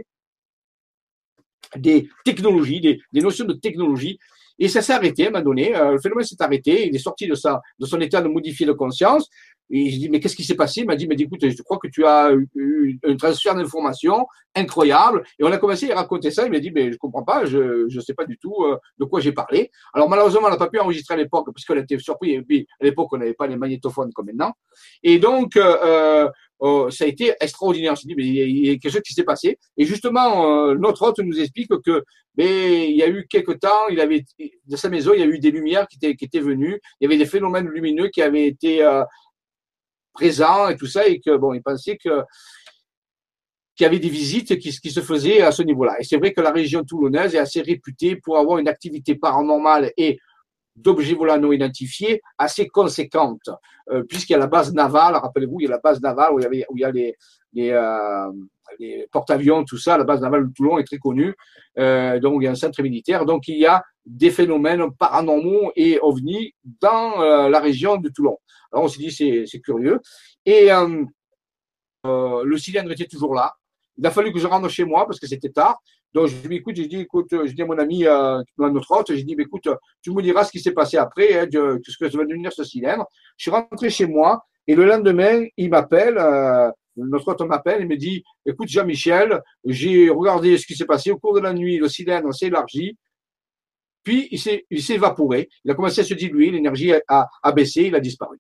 des technologies, des, des notions de technologie. Et ça s'est arrêté à un moment donné, euh, le phénomène s'est arrêté, il est sorti de, sa, de son état de modifié de conscience, et je dis, mais qu'est-ce qui s'est passé? Il m'a dit, mais écoute, je crois que tu as eu un transfert d'informations incroyable, et on a commencé à raconter ça, il m'a dit, mais je comprends pas, je ne sais pas du tout euh, de quoi j'ai parlé. Alors malheureusement, on n'a pas pu enregistrer à l'époque, parce qu'on était surpris, et puis à l'époque, on n'avait pas les magnétophones comme maintenant, et donc, euh, euh, ça a été extraordinaire. Je me suis dit, mais il y a quelque chose qui s'est passé. Et justement, euh, notre hôte nous explique que, mais il y a eu quelque temps, il avait, de sa maison, il y a eu des lumières qui étaient, qui étaient venues. Il y avait des phénomènes lumineux qui avaient été euh, présents et tout ça, et que, bon, il pensait que, qu'il y avait des visites qui, qui se faisaient à ce niveau-là. Et c'est vrai que la région toulonnaise est assez réputée pour avoir une activité paranormale et d'objets volants non identifiés assez conséquente, euh, puisqu'il y a la base navale, rappelez-vous, il y a la base navale où il y, avait, où il y a les, les, euh, les porte-avions, tout ça, la base navale de Toulon est très connue, euh, donc il y a un centre militaire, donc il y a des phénomènes paranormaux et ovnis dans euh, la région de Toulon. Alors on s'est dit, c'est, c'est curieux, et euh, euh, le cylindre était toujours là. Il a fallu que je rentre chez moi parce que c'était tard. Donc, je lui dis, écoute, j'ai dit, écoute, j'ai dit à mon ami, euh, notre hôte, j'ai dit, écoute, tu me diras ce qui s'est passé après, hein, de, ce que ça va devenir ce cylindre. Je suis rentré chez moi et le lendemain, il m'appelle, euh, notre hôte m'appelle, il me dit, écoute, Jean-Michel, j'ai regardé ce qui s'est passé au cours de la nuit, le cylindre s'est élargi puis il s'est, il s'est évaporé, il a commencé à se diluer, l'énergie a, a, a baissé, il a disparu.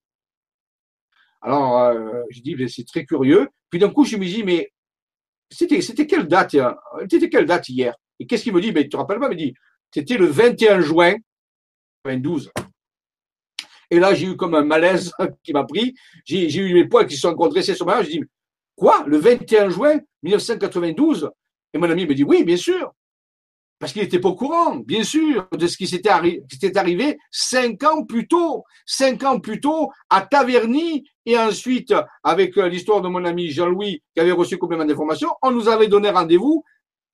Alors, euh, je dis, c'est très curieux. Puis d'un coup, je me dis, mais c'était, c'était quelle date, hein? C'était quelle date hier? Et qu'est-ce qu'il me dit? Mais tu te rappelles pas? Il me dit, c'était le vingt et un juin quatre-vingt-douze. Et là, j'ai eu comme un malaise qui m'a pris. J'ai, j'ai eu mes poils qui se sont redressés sur ma main. J'ai dit, quoi? Le vingt et un juin mille neuf cent quatre-vingt-douze? Et mon ami me dit, oui, bien sûr. Parce qu'il n'était pas au courant, bien sûr, de ce qui s'était, arri- qui s'était arrivé cinq ans plus tôt. Cinq ans plus tôt, à Taverny, et ensuite, avec l'histoire de mon ami Jean-Louis, qui avait reçu complètement d'informations, on nous avait donné rendez-vous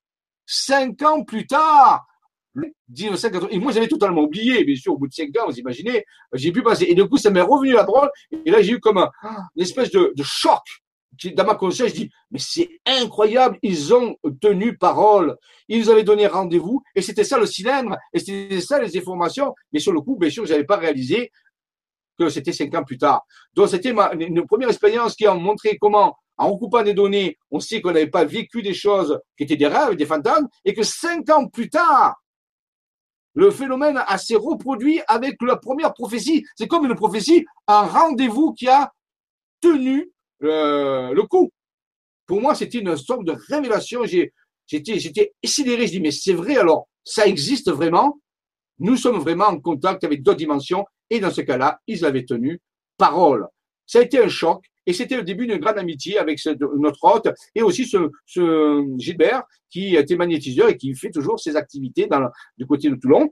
cinq ans plus tard. mille neuf cent quatre-vingts. Et moi, j'avais totalement oublié, bien sûr, au bout de cinq ans, vous imaginez, j'ai pu passer. Et du coup, ça m'est revenu à drôle. Et là, j'ai eu comme un, une espèce de, de choc. Dans ma conscience, je dis, mais c'est incroyable, ils ont tenu parole. Ils nous avaient donné rendez-vous. Et c'était ça le cylindre. Et c'était ça les informations. Mais sur le coup, bien sûr, je n'avais pas réalisé que c'était cinq ans plus tard. Donc, c'était ma, une première expérience qui a montré comment, en recoupant des données, on sait qu'on n'avait pas vécu des choses qui étaient des rêves, des fantasmes, et que cinq ans plus tard, le phénomène a s'est reproduit avec la première prophétie. C'est comme une prophétie, un rendez-vous qui a tenu le, le coup. Pour moi, c'était une sorte de révélation. J'ai, j'étais, j'étais sidéré. Je dis, mais c'est vrai alors, ça existe vraiment. Nous sommes vraiment en contact avec d'autres dimensions. Et dans ce cas-là, ils avaient tenu parole. Ça a été un choc. Et c'était le début d'une grande amitié avec ce, notre hôte et aussi ce, ce Gilbert qui était magnétiseur et qui fait toujours ses activités dans le, du côté de Toulon,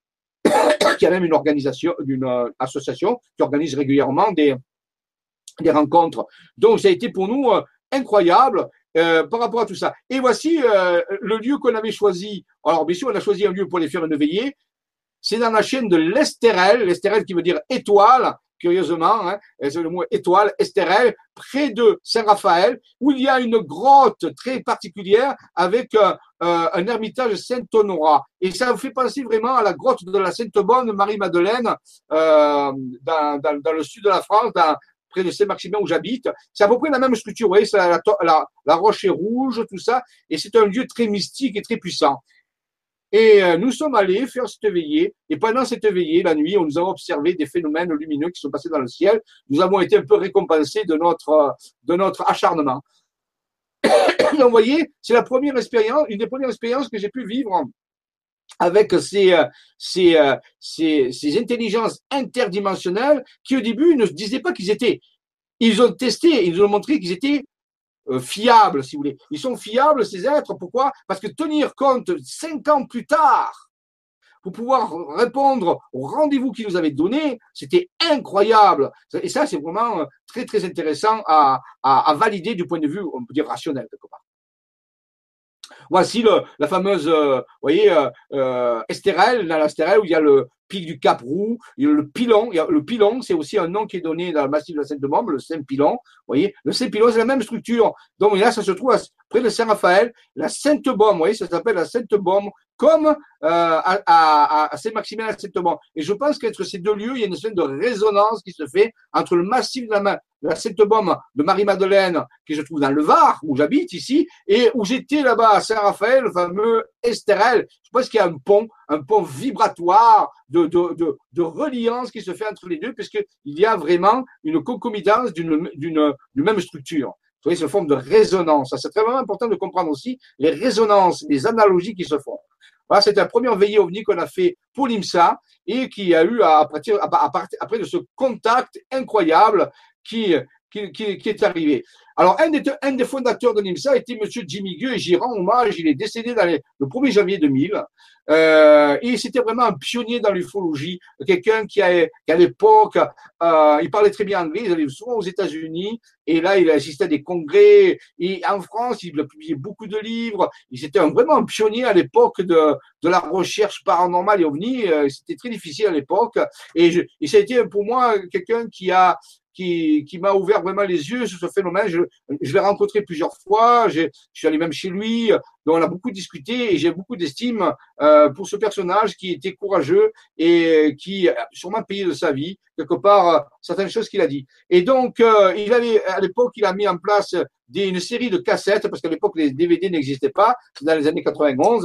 qui a même une organisation, une euh, association qui organise régulièrement des, des rencontres. Donc, ça a été pour nous euh, incroyable euh, par rapport à tout ça. Et voici euh, le lieu qu'on avait choisi. Alors, bien sûr, on a choisi un lieu pour les faire une veillée. C'est dans la chaîne de l'Estérel, l'Estérel qui veut dire étoile, curieusement, hein, c'est le mot étoile, Estérel, près de Saint-Raphaël, où il y a une grotte très particulière avec euh, euh, un ermitage Saint-Honorat. Et ça me fait penser vraiment à la grotte de la Sainte-Bonne Marie-Madeleine, euh, dans, dans, dans le sud de la France, dans, près de Saint-Maximin où j'habite. C'est à peu près la même structure, vous voyez, c'est la, la, la roche est rouge, tout ça, et c'est un lieu très mystique et très puissant. Et euh, nous sommes allés faire cette veillée. Et pendant cette veillée, la nuit, on nous a observé des phénomènes lumineux qui sont passés dans le ciel. Nous avons été un peu récompensés de notre, de notre acharnement. Donc, vous voyez, c'est la première expérience, une des premières expériences que j'ai pu vivre avec ces, ces, ces, ces intelligences interdimensionnelles qui, au début, ne se disaient pas qu'ils étaient. Ils ont testé, ils nous ont montré qu'ils étaient Euh, fiables, si vous voulez. Ils sont fiables, ces êtres. Pourquoi? Parce que tenir compte cinq ans plus tard, pour pouvoir répondre au rendez-vous qu'ils nous avaient donné, c'était incroyable. Et ça, c'est vraiment très, très intéressant à, à, à valider du point de vue, on peut dire, rationnel, quelque part. Voici le, la fameuse, euh, vous voyez, euh, euh, Estérel, dans l'Estérel, où il y a le pic du Cap Roux, il y a le pilon. Il y a, le pilon, c'est aussi un nom qui est donné dans le massif de la Sainte-Bombe, le Saint-Pilon. Vous voyez, le Saint-Pilon, c'est la même structure. Donc là, ça se trouve à, près de Saint-Raphaël. La Sainte-Bombe, vous voyez, ça s'appelle la Sainte-Bombe, comme euh, à, à, à Saint-Maximin et la Sainte-Bombe. Et je pense qu'entre ces deux lieux, il y a une espèce de résonance qui se fait entre le massif de la, de la Sainte-Bombe de Marie-Madeleine, que je trouve dans le Var, où j'habite ici, et où j'étais là-bas à Saint-Raphaël, le fameux Estérel. Je pense qu'il y a un pont, un pont vibratoire de, de, de, de reliance qui se fait entre les deux, puisqu'il y a vraiment une concomitance d'une, d'une, d'une même structure. Vous voyez, c'est une forme de résonance. C'est très vraiment important de comprendre aussi les résonances, les analogies qui se font. Voilà, c'était la première veillée ovni qu'on a fait pour l'IMSA et qui a eu à partir, à, à, à, après de ce contact incroyable qui, qui, qui, qui est arrivé. Alors, un des, un des fondateurs de l'IMSA était monsieur Jimmy Gueux et j'y rends hommage. Il est décédé dans les, le premier janvier deux mille. Euh, et c'était vraiment un pionnier dans l'ufologie. Quelqu'un qui, a, qui à l'époque, euh, il parlait très bien anglais. Il allait souvent aux États-Unis. Et là, il assistait à des congrès. Et en France, il a publié beaucoup de livres. Il était un, vraiment un pionnier à l'époque de, de la recherche paranormale et ovni. C'était très difficile à l'époque. Et, je, et ça a été pour moi quelqu'un qui a qui, qui m'a ouvert vraiment les yeux sur ce phénomène. Je, je l'ai rencontré plusieurs fois, je suis allé même chez lui, donc on a beaucoup discuté et j'ai beaucoup d'estime euh, pour ce personnage qui était courageux et qui a sûrement payé de sa vie, quelque part, euh, certaines choses qu'il a dit. Et donc, euh, il avait, à l'époque, il a mis en place des, une série de cassettes, parce qu'à l'époque, les D V D n'existaient pas, c'est dans les années quatre-vingt-onze,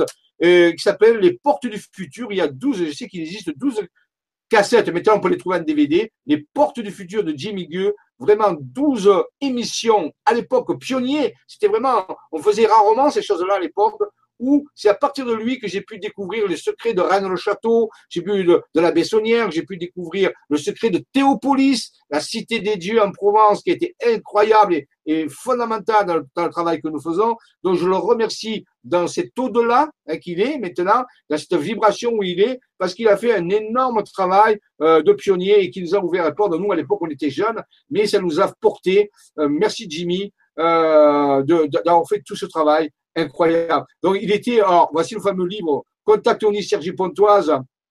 euh, qui s'appelle Les Portes du Futur. Il y a douze, je sais qu'il existe douze cassettes, maintenant on peut les trouver en D V D, Les Portes du Futur de Jimmy Gueux, vraiment douze émissions à l'époque pionnier, c'était vraiment, on faisait rarement ces choses-là à l'époque, où c'est à partir de lui que j'ai pu découvrir les secrets de Rennes-le-Château, j'ai pu de, de la Bessonnière, j'ai pu découvrir le secret de Théopolis, la cité des dieux en Provence, qui était incroyable et, et fondamental dans le, dans le travail que nous faisons. Donc je le remercie dans cet au-delà hein, qu'il est maintenant, dans cette vibration où il est, parce qu'il a fait un énorme travail euh, de pionnier et qui nous a ouvert les portes. Nous, à l'époque, on était jeunes, mais ça nous a porté. Euh, merci Jimmy euh, de, de, d'avoir fait tout ce travail incroyable. Donc, il était, alors, voici le fameux livre Contact Tony Sergi Pontoise,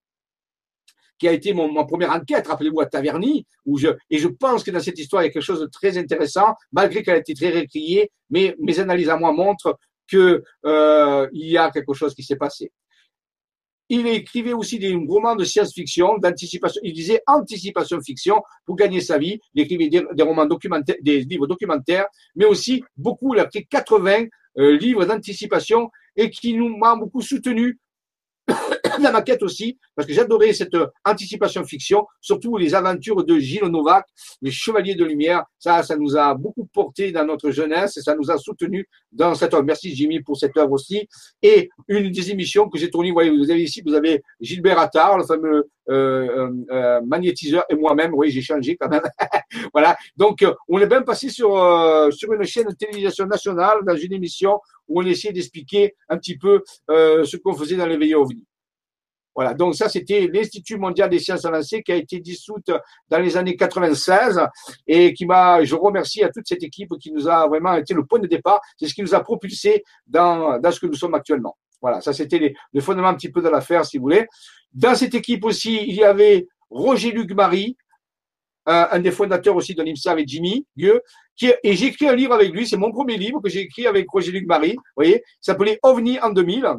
qui a été mon, ma première enquête, rappelez-vous, à Taverny, où je, et je pense que dans cette histoire, il y a quelque chose de très intéressant, malgré qu'elle a été très récriée, mais mes analyses à moi montrent que, euh, il y a quelque chose qui s'est passé. Il écrivait aussi des romans de science-fiction, d'anticipation. Il disait anticipation fiction pour gagner sa vie. Il écrivait des, des romans documentaires, des livres documentaires, mais aussi beaucoup, il a écrit quatre-vingts euh, livres d'anticipation et qui nous m'a beaucoup soutenu. La maquette aussi, parce que j'adorais cette anticipation fiction, surtout les aventures de Gilles Novak, les Chevaliers de Lumière. Ça, ça nous a beaucoup porté dans notre jeunesse et ça nous a soutenu dans cette œuvre. Merci Jimmy pour cette œuvre aussi. Et une des émissions que j'ai tournées, vous voyez, vous avez ici, vous avez Gilbert Attard, le fameux euh, euh, magnétiseur, et moi-même, oui, j'ai changé quand même. Voilà. Donc, on est bien passé sur euh, sur une chaîne de télévision nationale dans une émission où on essayait d'expliquer un petit peu euh, ce qu'on faisait dans les veillées ovnis. Voilà, donc ça c'était l'Institut mondial des sciences avancées qui a été dissoute dans les années quatre-vingt-seize et qui m'a, je remercie à toute cette équipe qui nous a vraiment été le point de départ, c'est ce qui nous a propulsé dans, dans ce que nous sommes actuellement. Voilà, ça c'était les, le fondement un petit peu de l'affaire si vous voulez. Dans cette équipe aussi, il y avait Roger-Luc Marie, euh, un des fondateurs aussi de l'IMSA avec Jimmy Gueux, qui, et j'ai écrit un livre avec lui, c'est mon premier livre que j'ai écrit avec Roger-Luc Marie, vous voyez, il s'appelait OVNI en deux mille.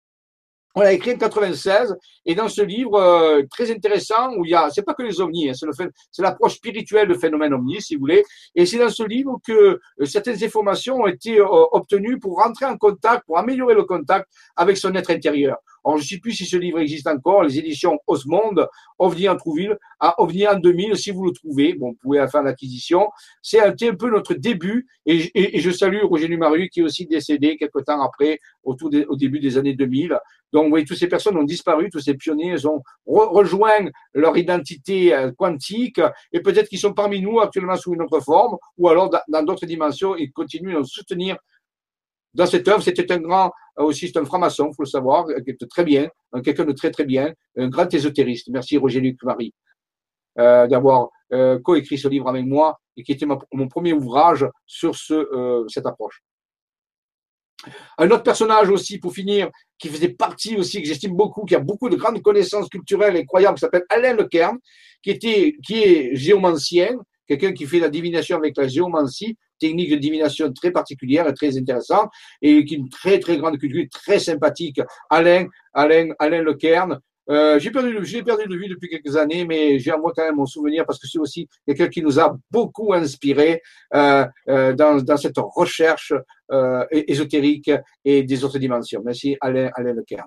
On l'a écrit en quatre-vingt-seize, et dans ce livre euh, très intéressant où il y a, c'est pas que les ovnis, hein, c'est, le fait, c'est l'approche spirituelle du phénomène ovni, si vous voulez, et c'est dans ce livre que euh, certaines informations ont été euh, obtenues pour rentrer en contact, pour améliorer le contact avec son être intérieur. Alors, je ne sais plus si ce livre existe encore, les éditions Osmonde, OVNI en Trouville, à OVNI en deux mille, si vous le trouvez, bon, vous pouvez faire l'acquisition. C'est un, un peu notre début, et, et, et je salue Roger Lumaru qui est aussi décédé quelque temps après, autour des, au début des années deux mille. Donc, vous voyez, toutes ces personnes ont disparu, tous ces pionniers ont re- rejoint leur identité quantique, et peut-être qu'ils sont parmi nous actuellement sous une autre forme, ou alors dans d'autres dimensions, ils continuent à nous soutenir dans cette œuvre. C'était un grand, aussi, c'est un franc-maçon, il faut le savoir, très bien, quelqu'un de très très bien, un grand ésotériste. Merci Roger-Luc Marie euh, d'avoir euh, coécrit ce livre avec moi et qui était ma, mon premier ouvrage sur ce, euh, cette approche. Un autre personnage aussi, pour finir, qui faisait partie aussi, que j'estime beaucoup, qui a beaucoup de grandes connaissances culturelles incroyables, qui s'appelle Alain Lecairn, qui était, qui est géomancien, quelqu'un qui fait la divination avec la géomancie, technique de divination très particulière et très intéressante, et qui a une très très grande culture, très sympathique. Alain, Alain, Alain Lecairn. Euh, j'ai perdu, je l'ai perdu de vue depuis quelques années, mais j'ai en moi quand même mon souvenir parce que c'est aussi quelqu'un qui nous a beaucoup inspiré euh, euh, dans, dans cette recherche euh, ésotérique et des autres dimensions. Merci Alain, Alain Lecairn.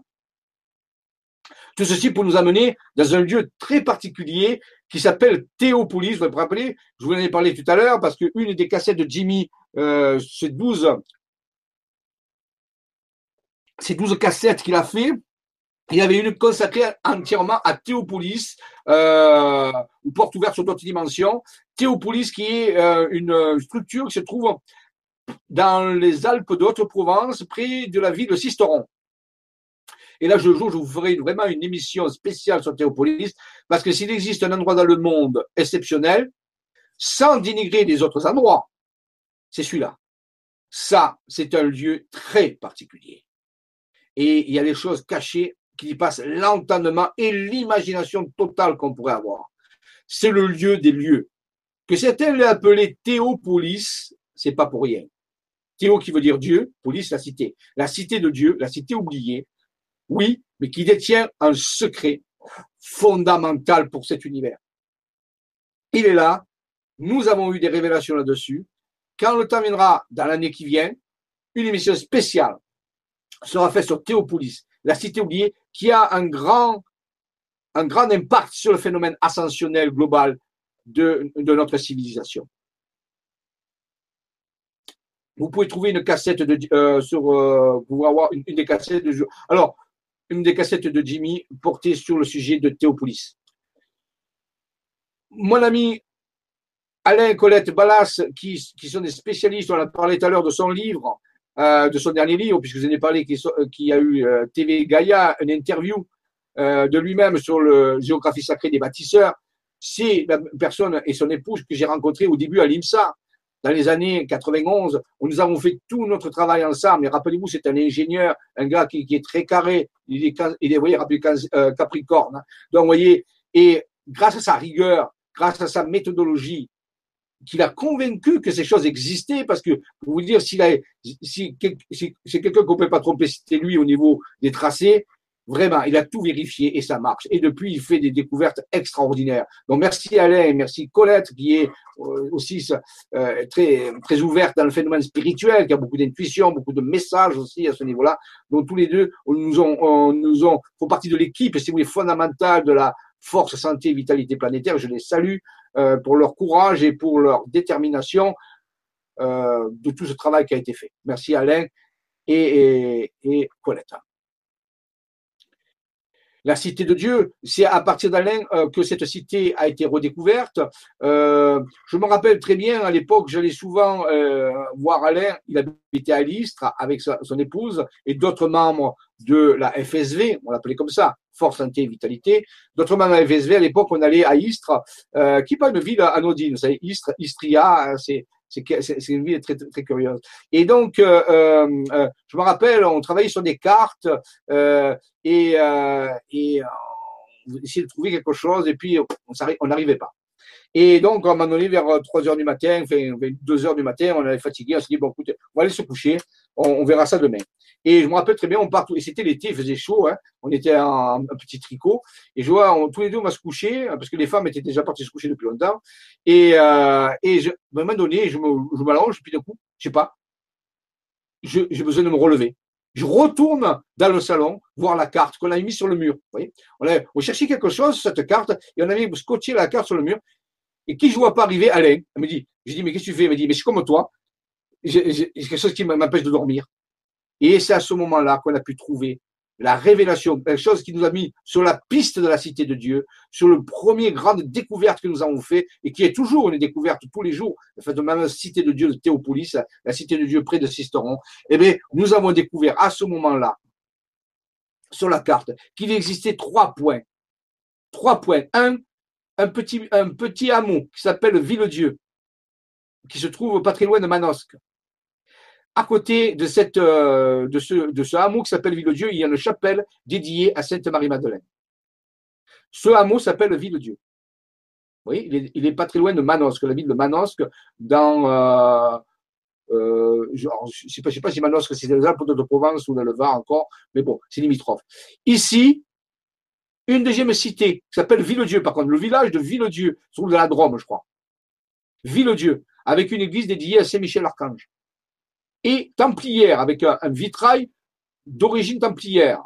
Tout ceci pour nous amener dans un lieu très particulier qui s'appelle Théopolis. Vous vous rappelez, je vous en ai parlé tout à l'heure parce qu'une des cassettes de Jimmy, euh, ces douze, ces douze cassettes qu'il a fait, il y avait une consacrée entièrement à Théopolis, euh, une porte ouverte sur d'autres dimensions. Théopolis qui est euh, une structure qui se trouve dans les Alpes de Haute-Provence, près de la ville de Sisteron. Et là, je, je vous ferai vraiment une émission spéciale sur Théopolis, parce que s'il existe un endroit dans le monde exceptionnel, sans dénigrer les autres endroits, c'est celui-là. Ça, c'est un lieu très particulier. Et il y a des choses cachées qui y passent l'entendement et l'imagination totale qu'on pourrait avoir. C'est le lieu des lieux. Que certains l'aient appelé Théopolis, c'est pas pour rien. Théo qui veut dire Dieu, Polis, la cité. La cité de Dieu, la cité oubliée, oui, mais qui détient un secret fondamental pour cet univers. Il est là, nous avons eu des révélations là-dessus. Quand le temps viendra, dans l'année qui vient, une émission spéciale sera faite sur Théopolis. la cité oubliée, qui a un grand, un grand impact sur le phénomène ascensionnel global de, de notre civilisation. Vous pouvez trouver une cassette de, euh, sur, euh, vous pouvez avoir une, une des cassettes de, alors, une des cassettes de Jimmy portée sur le sujet de Théopolis. Mon ami Alain et Colette Ballas, qui, qui sont des spécialistes, on a parlé tout à l'heure de son livre, euh, de son dernier livre, puisque vous en avez parlé, qui, qui a eu euh, T V Gaïa, une interview euh, de lui-même sur le géographie sacrée des bâtisseurs. C'est la personne et son épouse que j'ai rencontré au début à l'IMSA, dans les années quatre-vingt-onze, où nous avons fait tout notre travail ensemble. Et rappelez-vous, c'est un ingénieur, un gars qui, qui est très carré, il est, il est vous voyez, euh, Capricorne. Hein. Donc, vous voyez, et grâce à sa rigueur, grâce à sa méthodologie, qu'il a convaincu que ces choses existaient, parce que, pour vous dire, s'il a, si, si c'est quelqu'un qu'on ne peut pas tromper, c'était lui au niveau des tracés, vraiment, il a tout vérifié et ça marche. Et depuis, il fait des découvertes extraordinaires. Donc, merci Alain et merci Colette, qui est aussi euh, très, très ouverte dans le phénomène spirituel, qui a beaucoup d'intuition, beaucoup de messages aussi à ce niveau-là. Donc, tous les deux, on nous ont, on nous ont, font partie de l'équipe, si vous voulez, fondamentale de la force, santé et vitalité planétaire. Je les salue euh, pour leur courage et pour leur détermination euh, de tout ce travail qui a été fait. Merci Alain et, et, et Colette. La cité de Dieu, c'est à partir d'Alain euh, que cette cité a été redécouverte. Euh, je me rappelle très bien, à l'époque, j'allais souvent euh, voir Alain, il habitait à Istres avec sa, son épouse et d'autres membres de la F S V, on l'appelait comme ça, Force, Santé et Vitalité. D'autres membres de la F S V, à l'époque, on allait à Istres, euh, qui n'est pas une ville anodine, vous savez, Istres, Istria, c'est c'est une ville très, très, très curieuse. Et donc, euh, euh, je me rappelle, on travaillait sur des cartes euh, et, euh, et on essayait de trouver quelque chose et puis on n'arrivait pas. Et donc, à un moment donné, vers trois heures du matin, enfin, deux heures du matin, on avait fatigué, on s'est dit, bon, écoutez, on va aller se coucher, on, on verra ça demain. Et je me rappelle très bien, on part, et c'était l'été, il faisait chaud, hein, on était en un petit tricot, et je vois, on, tous les deux, on va se coucher, parce que les femmes étaient déjà parties se coucher depuis longtemps, et, euh, et je, à un moment donné, je m'allonge, puis d'un coup, je sais pas, j'ai besoin de me relever. Je retourne dans le salon, voir la carte qu'on avait mise sur le mur. Vous voyez, on, avait, on cherchait quelque chose, cette carte, et on avait scotché la carte sur le mur. Et qui je vois pas arriver, Alain, elle me dit, j'ai dit, mais qu'est-ce que tu fais? Elle me dit, mais je suis comme toi, j'ai quelque chose qui m'empêche de dormir. Et c'est à ce moment-là qu'on a pu trouver la révélation, quelque chose qui nous a mis sur la piste de la cité de Dieu, sur le premier grande découverte que nous avons fait, et qui est toujours une découverte tous les jours, en fait, de même cité de Dieu de Théopolis, la cité de Dieu près de Sisteron. Eh bien, nous avons découvert à ce moment-là, sur la carte, qu'il existait trois points. Trois points. Un, un petit, un petit hameau qui s'appelle Villedieu, qui se trouve pas très loin de Manosque. À côté de, cette, de, ce, de ce hameau qui s'appelle Villedieu, il y a une chapelle dédiée à Sainte Marie-Madeleine. Ce hameau s'appelle Villedieu. Vous voyez, il est, il est pas très loin de Manosque, la ville de Manosque, dans, euh, euh, je ne sais, sais pas si Manosque c'est les Alpes de Provence ou dans le Var encore, mais bon, c'est limitrophe. Ici, une deuxième cité qui s'appelle Villedieu, par contre, le village de Villedieu, se trouve dans la Drôme, je crois. Villedieu, avec une église dédiée à Saint-Michel-Archange. Et templière, avec un, un vitrail d'origine templière.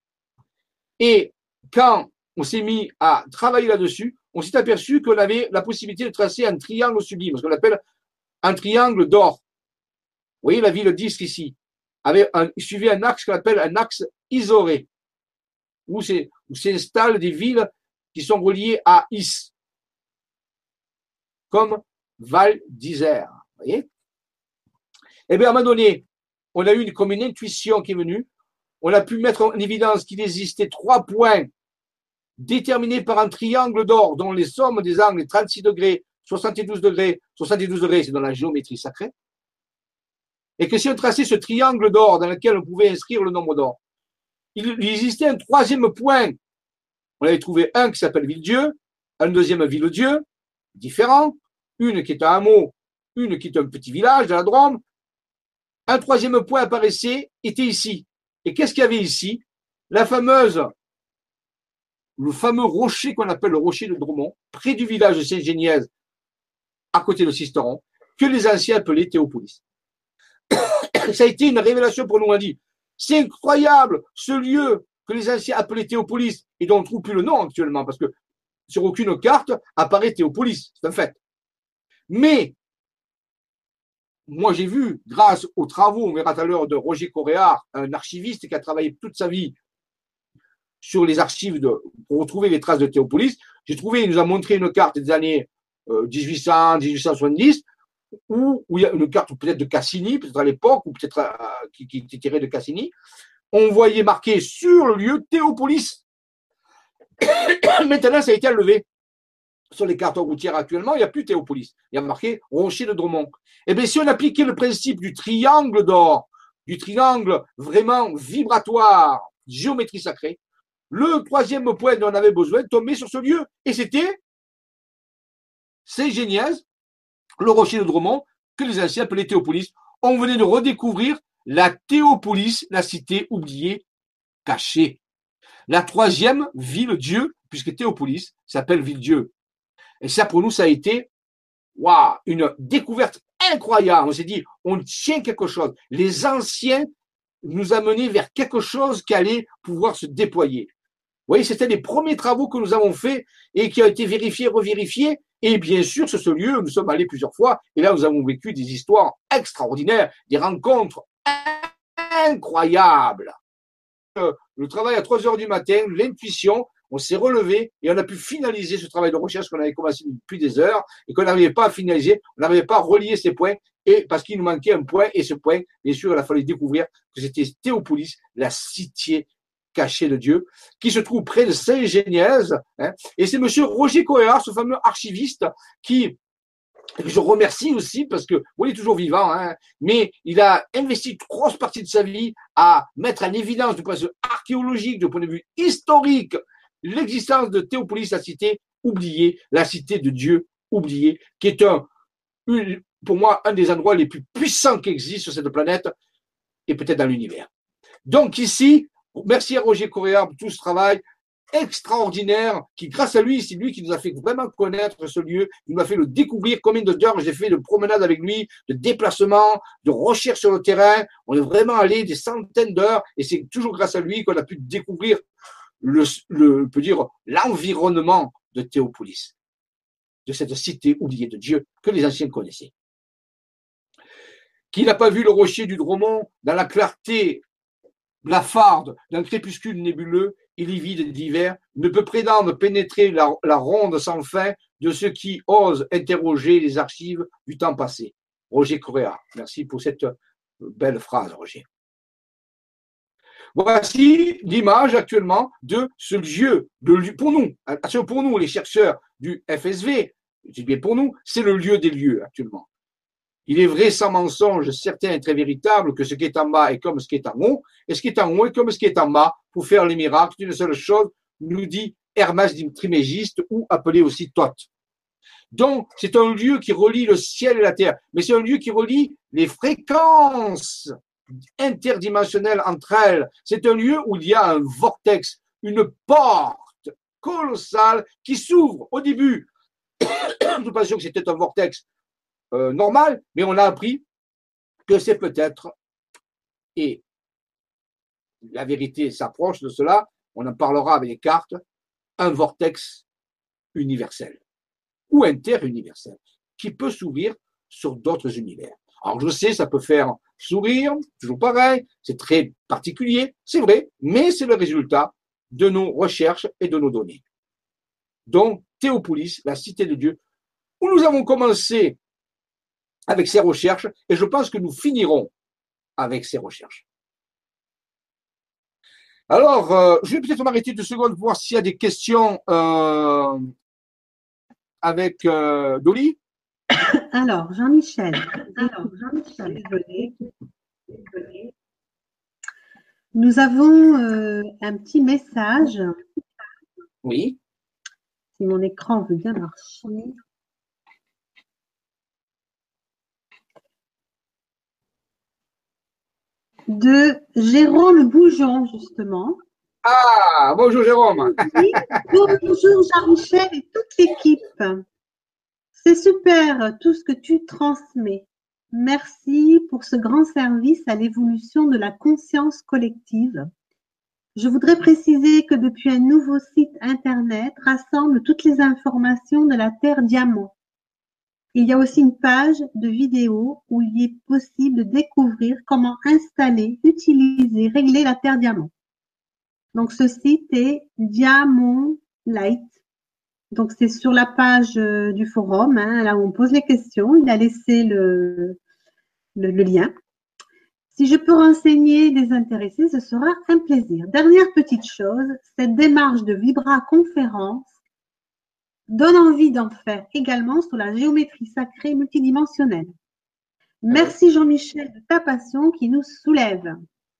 Et quand on s'est mis à travailler là-dessus, on s'est aperçu qu'on avait la possibilité de tracer un triangle sublime, ce qu'on appelle un triangle d'or. Vous voyez la ville d'Istres ici, avait un, il suivait un axe qu'on appelle un axe isoré, où s'installent des villes qui sont reliées à Is, comme Val d'Isère. Vous voyez? Eh bien, à un moment donné, on a eu une, comme une intuition qui est venue, on a pu mettre en évidence qu'il existait trois points déterminés par un triangle d'or dont les sommes des angles est trente-six degrés, soixante-douze degrés, soixante-douze degrés, c'est dans la géométrie sacrée. Et que si on traçait ce triangle d'or dans lequel on pouvait inscrire le nombre d'or, il existait un troisième point. On avait trouvé un qui s'appelle Villedieu, un deuxième Villedieu, différent, une qui est un hameau, une qui est un petit village de la Drôme. Un troisième point apparaissait, était ici. Et qu'est-ce qu'il y avait ici? La fameuse, le fameux rocher qu'on appelle le rocher de Dromont, près du village de Saint-Génièse, à côté de Sisteron, que les anciens appelaient Théopolis. Ça a été une révélation pour nous, on a dit, C'est incroyable, ce lieu que les anciens appelaient Théopolis, et dont on ne trouve plus le nom actuellement, parce que sur aucune carte apparaît Théopolis, c'est un fait. Mais, moi j'ai vu, grâce aux travaux, on verra tout à l'heure, de Roger Coréard, un archiviste qui a travaillé toute sa vie sur les archives de, pour retrouver les traces de Théopolis, j'ai trouvé, il nous a montré une carte des années euh, dix-huit cents, dix-huit cent soixante-dix, où, où il y a une carte peut-être de Cassini, peut-être à l'époque, ou peut-être euh, qui, qui était tirée de Cassini. On voyait marqué sur le lieu Théopolis. Maintenant, ça a été enlevé. Sur les cartes routières actuellement, il n'y a plus Théopolis. Il y a marqué Rocher de Dromont. Eh bien, si on appliquait le principe du triangle d'or, du triangle vraiment vibratoire, géométrie sacrée, le troisième point dont on avait besoin tombait sur ce lieu. Et c'était Saint-Géniez, le Rocher de Dromont, que les anciens appelaient Théopolis. On venait de redécouvrir la Théopolis, la cité oubliée, cachée. La troisième ville-dieu, puisque Théopolis s'appelle ville-dieu. Et ça, pour nous, ça a été waouh, une découverte incroyable. On s'est dit, on tient quelque chose. Les anciens nous amenaient vers quelque chose qui allait pouvoir se déployer. Vous voyez, c'était les premiers travaux que nous avons faits et qui ont été vérifiés, revérifiés. Et bien sûr, sur ce lieu, nous sommes allés plusieurs fois. Et là, nous avons vécu des histoires extraordinaires, des rencontres incroyables. Le travail à trois heures du matin, l'intuition, on s'est relevé et on a pu finaliser ce travail de recherche qu'on avait commencé depuis des heures et qu'on n'arrivait pas à finaliser, on n'arrivait pas à relier ces points et parce qu'il nous manquait un point et ce point, bien sûr, il a fallu découvrir que c'était Théopolis, la cité cachée de Dieu, qui se trouve près de Saint-Géniez. Hein, et c'est monsieur Roger Coréard, ce fameux archiviste qui, que je remercie aussi parce que, bon, il est toujours vivant, hein, mais il a investi une grosse partie de sa vie à mettre en évidence du point de vue archéologique, du point de vue historique, l'existence de Théopolis, la cité oubliée, la cité de Dieu oubliée, qui est un, une, pour moi, un des endroits les plus puissants qui existent sur cette planète et peut-être dans l'univers. Donc ici, merci à Roger Coréard pour tout ce travail extraordinaire qui, grâce à lui, c'est lui qui nous a fait vraiment connaître ce lieu. Il m'a fait le découvrir. Combien d'heures j'ai fait de promenades avec lui, de déplacements, de recherches sur le terrain. On est vraiment allé des centaines d'heures et c'est toujours grâce à lui qu'on a pu découvrir le, le, on peut dire, l'environnement de Théopolis, de cette cité oubliée de Dieu que les anciens connaissaient. Qui n'a pas vu le rocher du Dromont dans la clarté blafarde d'un crépuscule nébuleux et livide d'hiver, ne peut prétendre pénétrer la, la ronde sans fin de ceux qui osent interroger les archives du temps passé. Roger Coréard. Merci pour cette belle phrase, Roger. Voici l'image actuellement de ce lieu, de, pour nous, pour nous, les chercheurs du F S V, je dis bien pour nous, c'est le lieu des lieux actuellement. Il est vrai sans mensonge, certain et très véritable que ce qui est en bas est comme ce qui est en haut, et ce qui est en haut est comme ce qui est en bas. Pour faire les miracles, c'est une seule chose, nous dit Hermès Trismégiste, ou appelé aussi Thoth. Donc, c'est un lieu qui relie le ciel et la terre, mais c'est un lieu qui relie les fréquences interdimensionnelles entre elles. C'est un lieu où il y a un vortex, une porte colossale qui s'ouvre au début. Nous pensions que c'était un vortex Euh, normal, mais on a appris que c'est peut-être, et la vérité s'approche de cela, on en parlera avec les cartes, un vortex universel ou interuniversel qui peut s'ouvrir sur d'autres univers. Alors je sais, ça peut faire sourire, toujours pareil, c'est très particulier, c'est vrai, mais c'est le résultat de nos recherches et de nos données. Donc, Théopolis, la cité de Dieu, où nous avons commencé avec ces recherches, et je pense que nous finirons avec ces recherches. Alors, euh, je vais peut-être m'arrêter deux secondes pour voir s'il y a des questions euh, avec euh, Dolly. Alors, Jean-Michel. Alors, Jean-Michel, désolé. Désolé. Nous avons euh, un petit message. Oui. Si mon écran veut bien marcher. De Jérôme Boujon, justement. Ah, bonjour Jérôme. Oui, bonjour Jean-Michel et toute l'équipe. C'est super tout ce que tu transmets. Merci pour ce grand service à l'évolution de la conscience collective. Je voudrais préciser que depuis un nouveau site internet rassemble toutes les informations de la Terre Diamant. Il y a aussi une page de vidéo où il est possible de découvrir comment installer, utiliser, régler la Terre Diamant. Donc ce site est Diamond Light. Donc c'est sur la page euh, du forum, hein, là où on pose les questions. Il a laissé le, le, le lien. Si je peux renseigner des intéressés, ce sera un plaisir. Dernière petite chose, cette démarche de Vibra Conférence donne envie d'en faire également sur la géométrie sacrée multidimensionnelle. Merci Jean-Michel de ta passion qui nous soulève.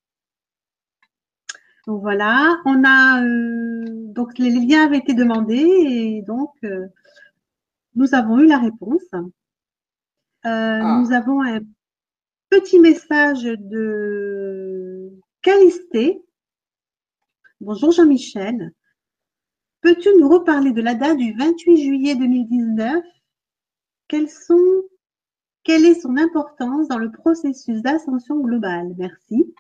Donc voilà, on a euh, donc les liens avaient été demandés et donc euh, nous avons eu la réponse. Euh, ah. Nous avons un petit message de Calisté. Bonjour Jean-Michel. Peux-tu nous reparler de la date du vingt-huit juillet deux mille dix-neuf? Quelles sont, quelle est son importance dans le processus d'ascension globale? Merci.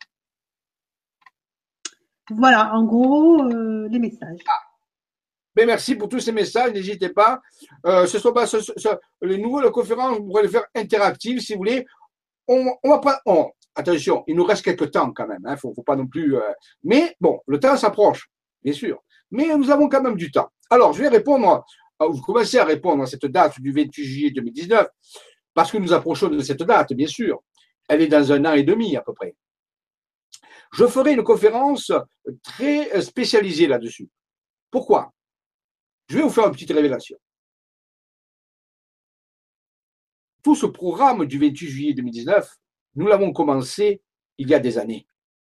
Voilà, en gros, euh, les messages. Ah. Mais merci pour tous ces messages, n'hésitez pas. Euh, ce sont pas ce, ce, les nouvelles conférences, vous pourrez les faire interactives si vous voulez. On, on va pas. On, attention, il nous reste quelques temps quand même. Hein, faut, faut pas non plus. Euh, mais bon, le temps s'approche, bien sûr. Mais nous avons quand même du temps. Alors, je vais répondre. Vous commencez à répondre à cette date du vingt-huit juillet deux mille dix-neuf, parce que nous approchons de cette date, bien sûr. Elle est dans un an et demi à peu près. Je ferai une conférence très spécialisée là-dessus. Pourquoi? Je vais vous faire une petite révélation. Tout ce programme du vingt-huit juillet deux mille dix-neuf, nous l'avons commencé il y a des années.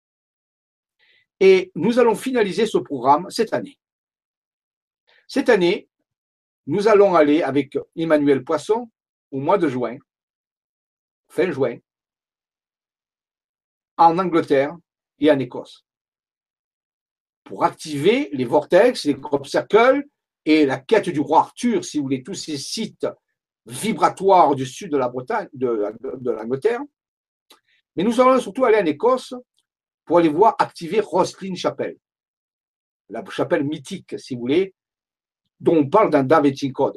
Et nous allons finaliser ce programme cette année. Cette année, nous allons aller avec Emmanuel Poisson au mois de juin, fin juin, en Angleterre et en Écosse, pour activer les vortex, les crop circles et la quête du roi Arthur, si vous voulez, tous ces sites vibratoires du sud de la Bretagne, de, de, de l'Angleterre. Mais nous allons surtout aller en Écosse pour aller voir activer Rosslyn Chapel, la chapelle mythique, si vous voulez, dont on parle dans Da Vinci Code.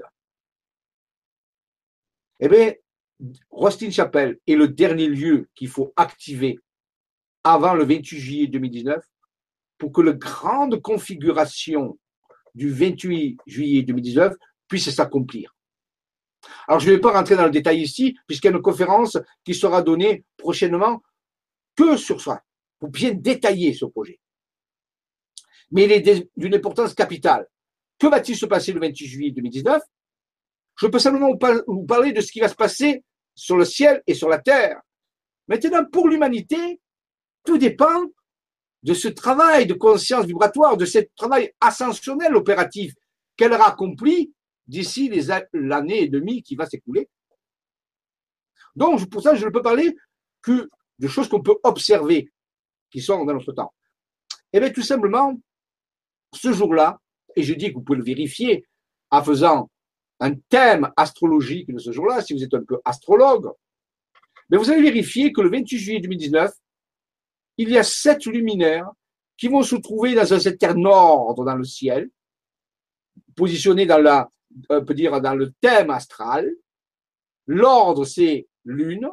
Eh bien, Rosslyn Chapel est le dernier lieu qu'il faut activer avant le vingt-huit juillet deux mille dix-neuf pour que la grande configuration du vingt-huit juillet deux mille dix-neuf puisse s'accomplir. Alors, je ne vais pas rentrer dans le détail ici, puisqu'il y a une conférence qui sera donnée prochainement que sur ça, pour bien détailler ce projet. Mais il est d'une importance capitale. Que va-t-il se passer le vingt-huit juillet deux mille dix-neuf? Je peux simplement vous parler de ce qui va se passer sur le ciel et sur la terre. Maintenant, pour l'humanité, tout dépend de ce travail de conscience vibratoire, de ce travail ascensionnel opératif qu'elle aura accompli d'ici l'année et demie qui va s'écouler. Donc, pour ça, je ne peux parler que de choses qu'on peut observer, qui sont dans notre temps. Eh bien, tout simplement, ce jour-là, et je dis que vous pouvez le vérifier en faisant un thème astrologique de ce jour-là, si vous êtes un peu astrologue, mais vous allez vérifier que le vingt-huit juillet deux mille dix-neuf, il y a sept luminaires qui vont se trouver dans un certain ordre dans le ciel, positionnés dans la, on peut dire, dans le thème astral. L'ordre, c'est Lune.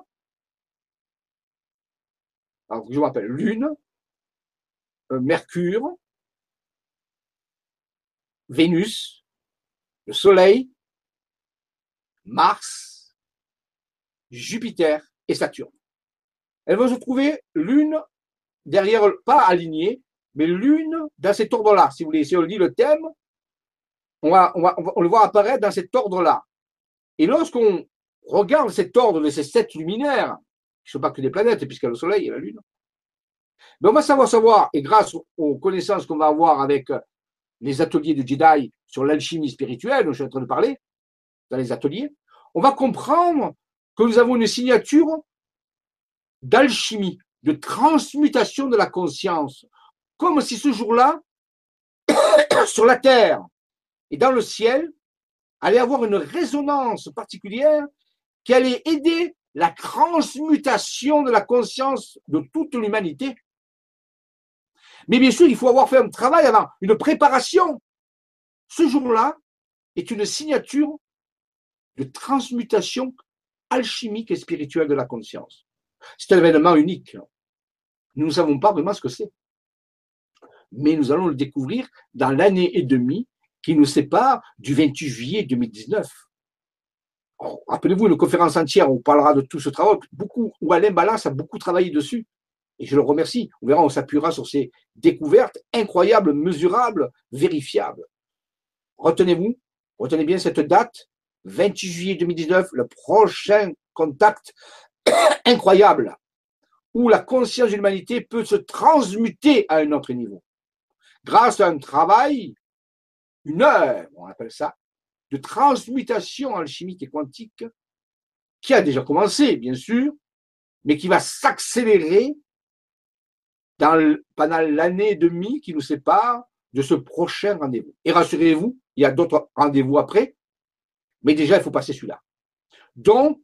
Alors, je m'appelle Lune, Mercure, Vénus, le Soleil, Mars, Jupiter et Saturne. Elles vont se trouver l'une derrière, pas alignées, mais l'une dans cet ordre-là. Si vous voulez, si on lit le thème, on va, on va, on va on le voit apparaître dans cet ordre-là. Et lorsqu'on regarde cet ordre de ces sept luminaires, qui ne sont pas que des planètes, puisqu'il y a le Soleil et la Lune, mais on va savoir savoir, et grâce aux connaissances qu'on va avoir avec les ateliers de Jedi sur l'alchimie spirituelle, dont je suis en train de parler, dans les ateliers, on va comprendre que nous avons une signature d'alchimie, de transmutation de la conscience, comme si ce jour-là, sur la Terre et dans le ciel, allait avoir une résonance particulière qui allait aider la transmutation de la conscience de toute l'humanité. Mais bien sûr, il faut avoir fait un travail avant, une préparation. Ce jour-là est une signature de transmutation alchimique et spirituelle de la conscience. C'est un événement unique. Nous ne savons pas vraiment ce que c'est. Mais nous allons le découvrir dans l'année et demie qui nous sépare du vingt-huit juillet deux mille dix-neuf. Rappelez-vous, une conférence entière, on parlera de tout ce travail, beaucoup, où Alain Ballas a beaucoup travaillé dessus. Et je le remercie. On verra, on s'appuiera sur ces découvertes incroyables, mesurables, vérifiables. Retenez-vous, retenez bien cette date, vingt-huit juillet deux mille dix-neuf, le prochain contact incroyable, où la conscience de l'humanité peut se transmuter à un autre niveau. Grâce à un travail, une œuvre, on appelle ça, de transmutation alchimique et quantique, qui a déjà commencé, bien sûr, mais qui va s'accélérer dans le, pendant l'année et demie qui nous sépare de ce prochain rendez-vous. Et rassurez-vous, il y a d'autres rendez-vous après, mais déjà, il faut passer celui-là. Donc,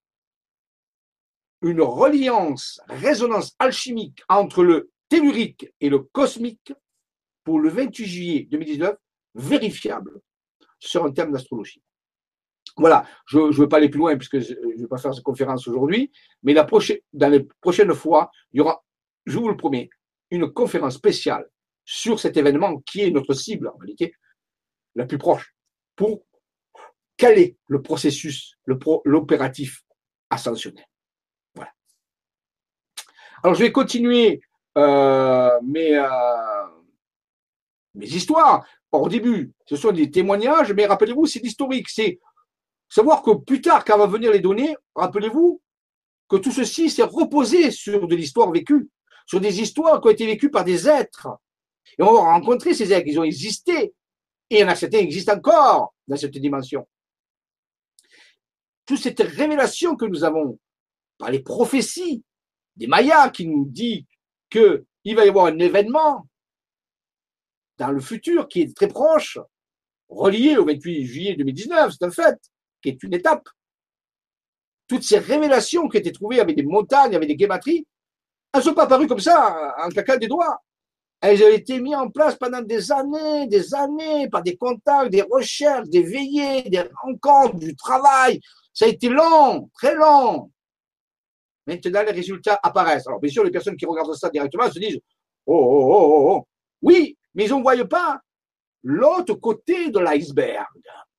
une reliance, résonance alchimique entre le tellurique et le cosmique pour le vingt-huit juillet deux mille dix-neuf, vérifiable sur un thème d'astrologie. Voilà, je ne veux pas aller plus loin puisque je ne vais pas faire cette conférence aujourd'hui, mais la prochaine, dans les prochaines fois, il y aura, je vous le promets, une conférence spéciale sur cet événement qui est notre cible, en réalité, la plus proche, pour caler le processus, le pro, l'opératif ascensionnel. Voilà. Alors, je vais continuer euh, mes, euh, mes histoires. Au début, ce sont des témoignages, mais rappelez-vous, c'est l'historique. C'est savoir que plus tard, quand va venir les données, rappelez-vous que tout ceci s'est reposé sur de l'histoire vécue, sur des histoires qui ont été vécues par des êtres. Et on va rencontrer ces êtres, ils ont existé. Et il y en a certains qui existent encore dans cette dimension. Toute cette révélation que nous avons par les prophéties des Mayas qui nous dit qu'il va y avoir un événement dans le futur qui est très proche, relié au vingt-huit juillet deux mille dix-neuf, c'est un fait, qui est une étape. Toutes ces révélations qui étaient trouvées avec des montagnes, avec des guématries, elles ne sont pas apparues comme ça, en claquant des doigts. Elles ont été mises en place pendant des années, des années, par des contacts, des recherches, des veillées, des rencontres, du travail. Ça a été long, très long. Maintenant, les résultats apparaissent. Alors, bien sûr, les personnes qui regardent ça directement se disent « Oh, oh, oh, oh, oh. » Oui, mais ils ne voient pas l'autre côté de l'iceberg.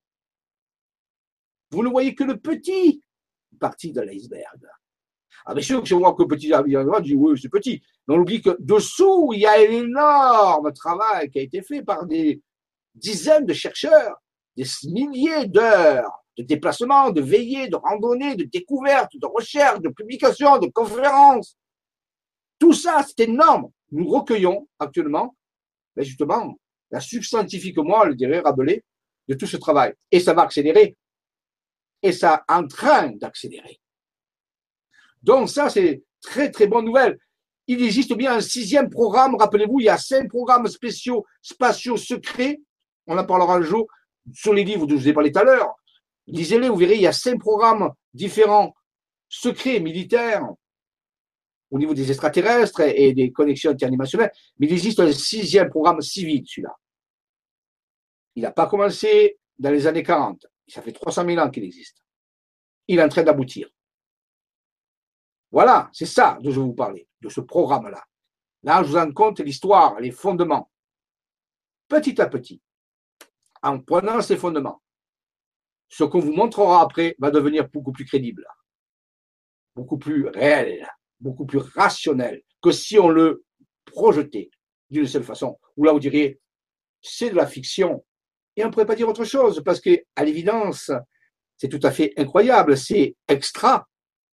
Vous ne voyez que le petit partie de l'iceberg. Ah, bien sûr que je vois que le petit l'iceberg, je dis oui, c'est petit. Mais on oublie que dessous, il y a un énorme travail qui a été fait par des dizaines de chercheurs, des milliers d'heures de déplacement, de veillées, de randonnées, de découvertes, de recherches, de publications, de conférences. Tout ça, c'est énorme. Nous recueillons actuellement, ben justement, la substantifique moi, le dirait Rabelais, de tout ce travail. Et ça va accélérer. Et ça est en train d'accélérer. Donc ça, c'est très, très bonne nouvelle. Il existe bien un sixième programme. Rappelez-vous, il y a cinq programmes spéciaux, spatiaux, secrets. On en parlera un jour sur les livres dont je vous ai parlé tout à l'heure. Lisez-les, vous verrez, il y a cinq programmes différents, secrets, militaires, au niveau des extraterrestres et des connexions interdimensionnelles. Mais il existe un sixième programme civil, celui-là. Il n'a pas commencé dans les années quarante. Ça fait trois cent mille ans qu'il existe. Il est en train d'aboutir. Voilà, c'est ça dont je vais vous parler, de ce programme-là. Là, je vous en compte l'histoire, les fondements. Petit à petit, en prenant ces fondements, ce qu'on vous montrera après va devenir beaucoup plus crédible, beaucoup plus réel, beaucoup plus rationnel que si on le projetait d'une seule façon. Ou là, vous diriez, c'est de la fiction. Et on ne pourrait pas dire autre chose, parce que, à l'évidence, c'est tout à fait incroyable, c'est extraordinaire.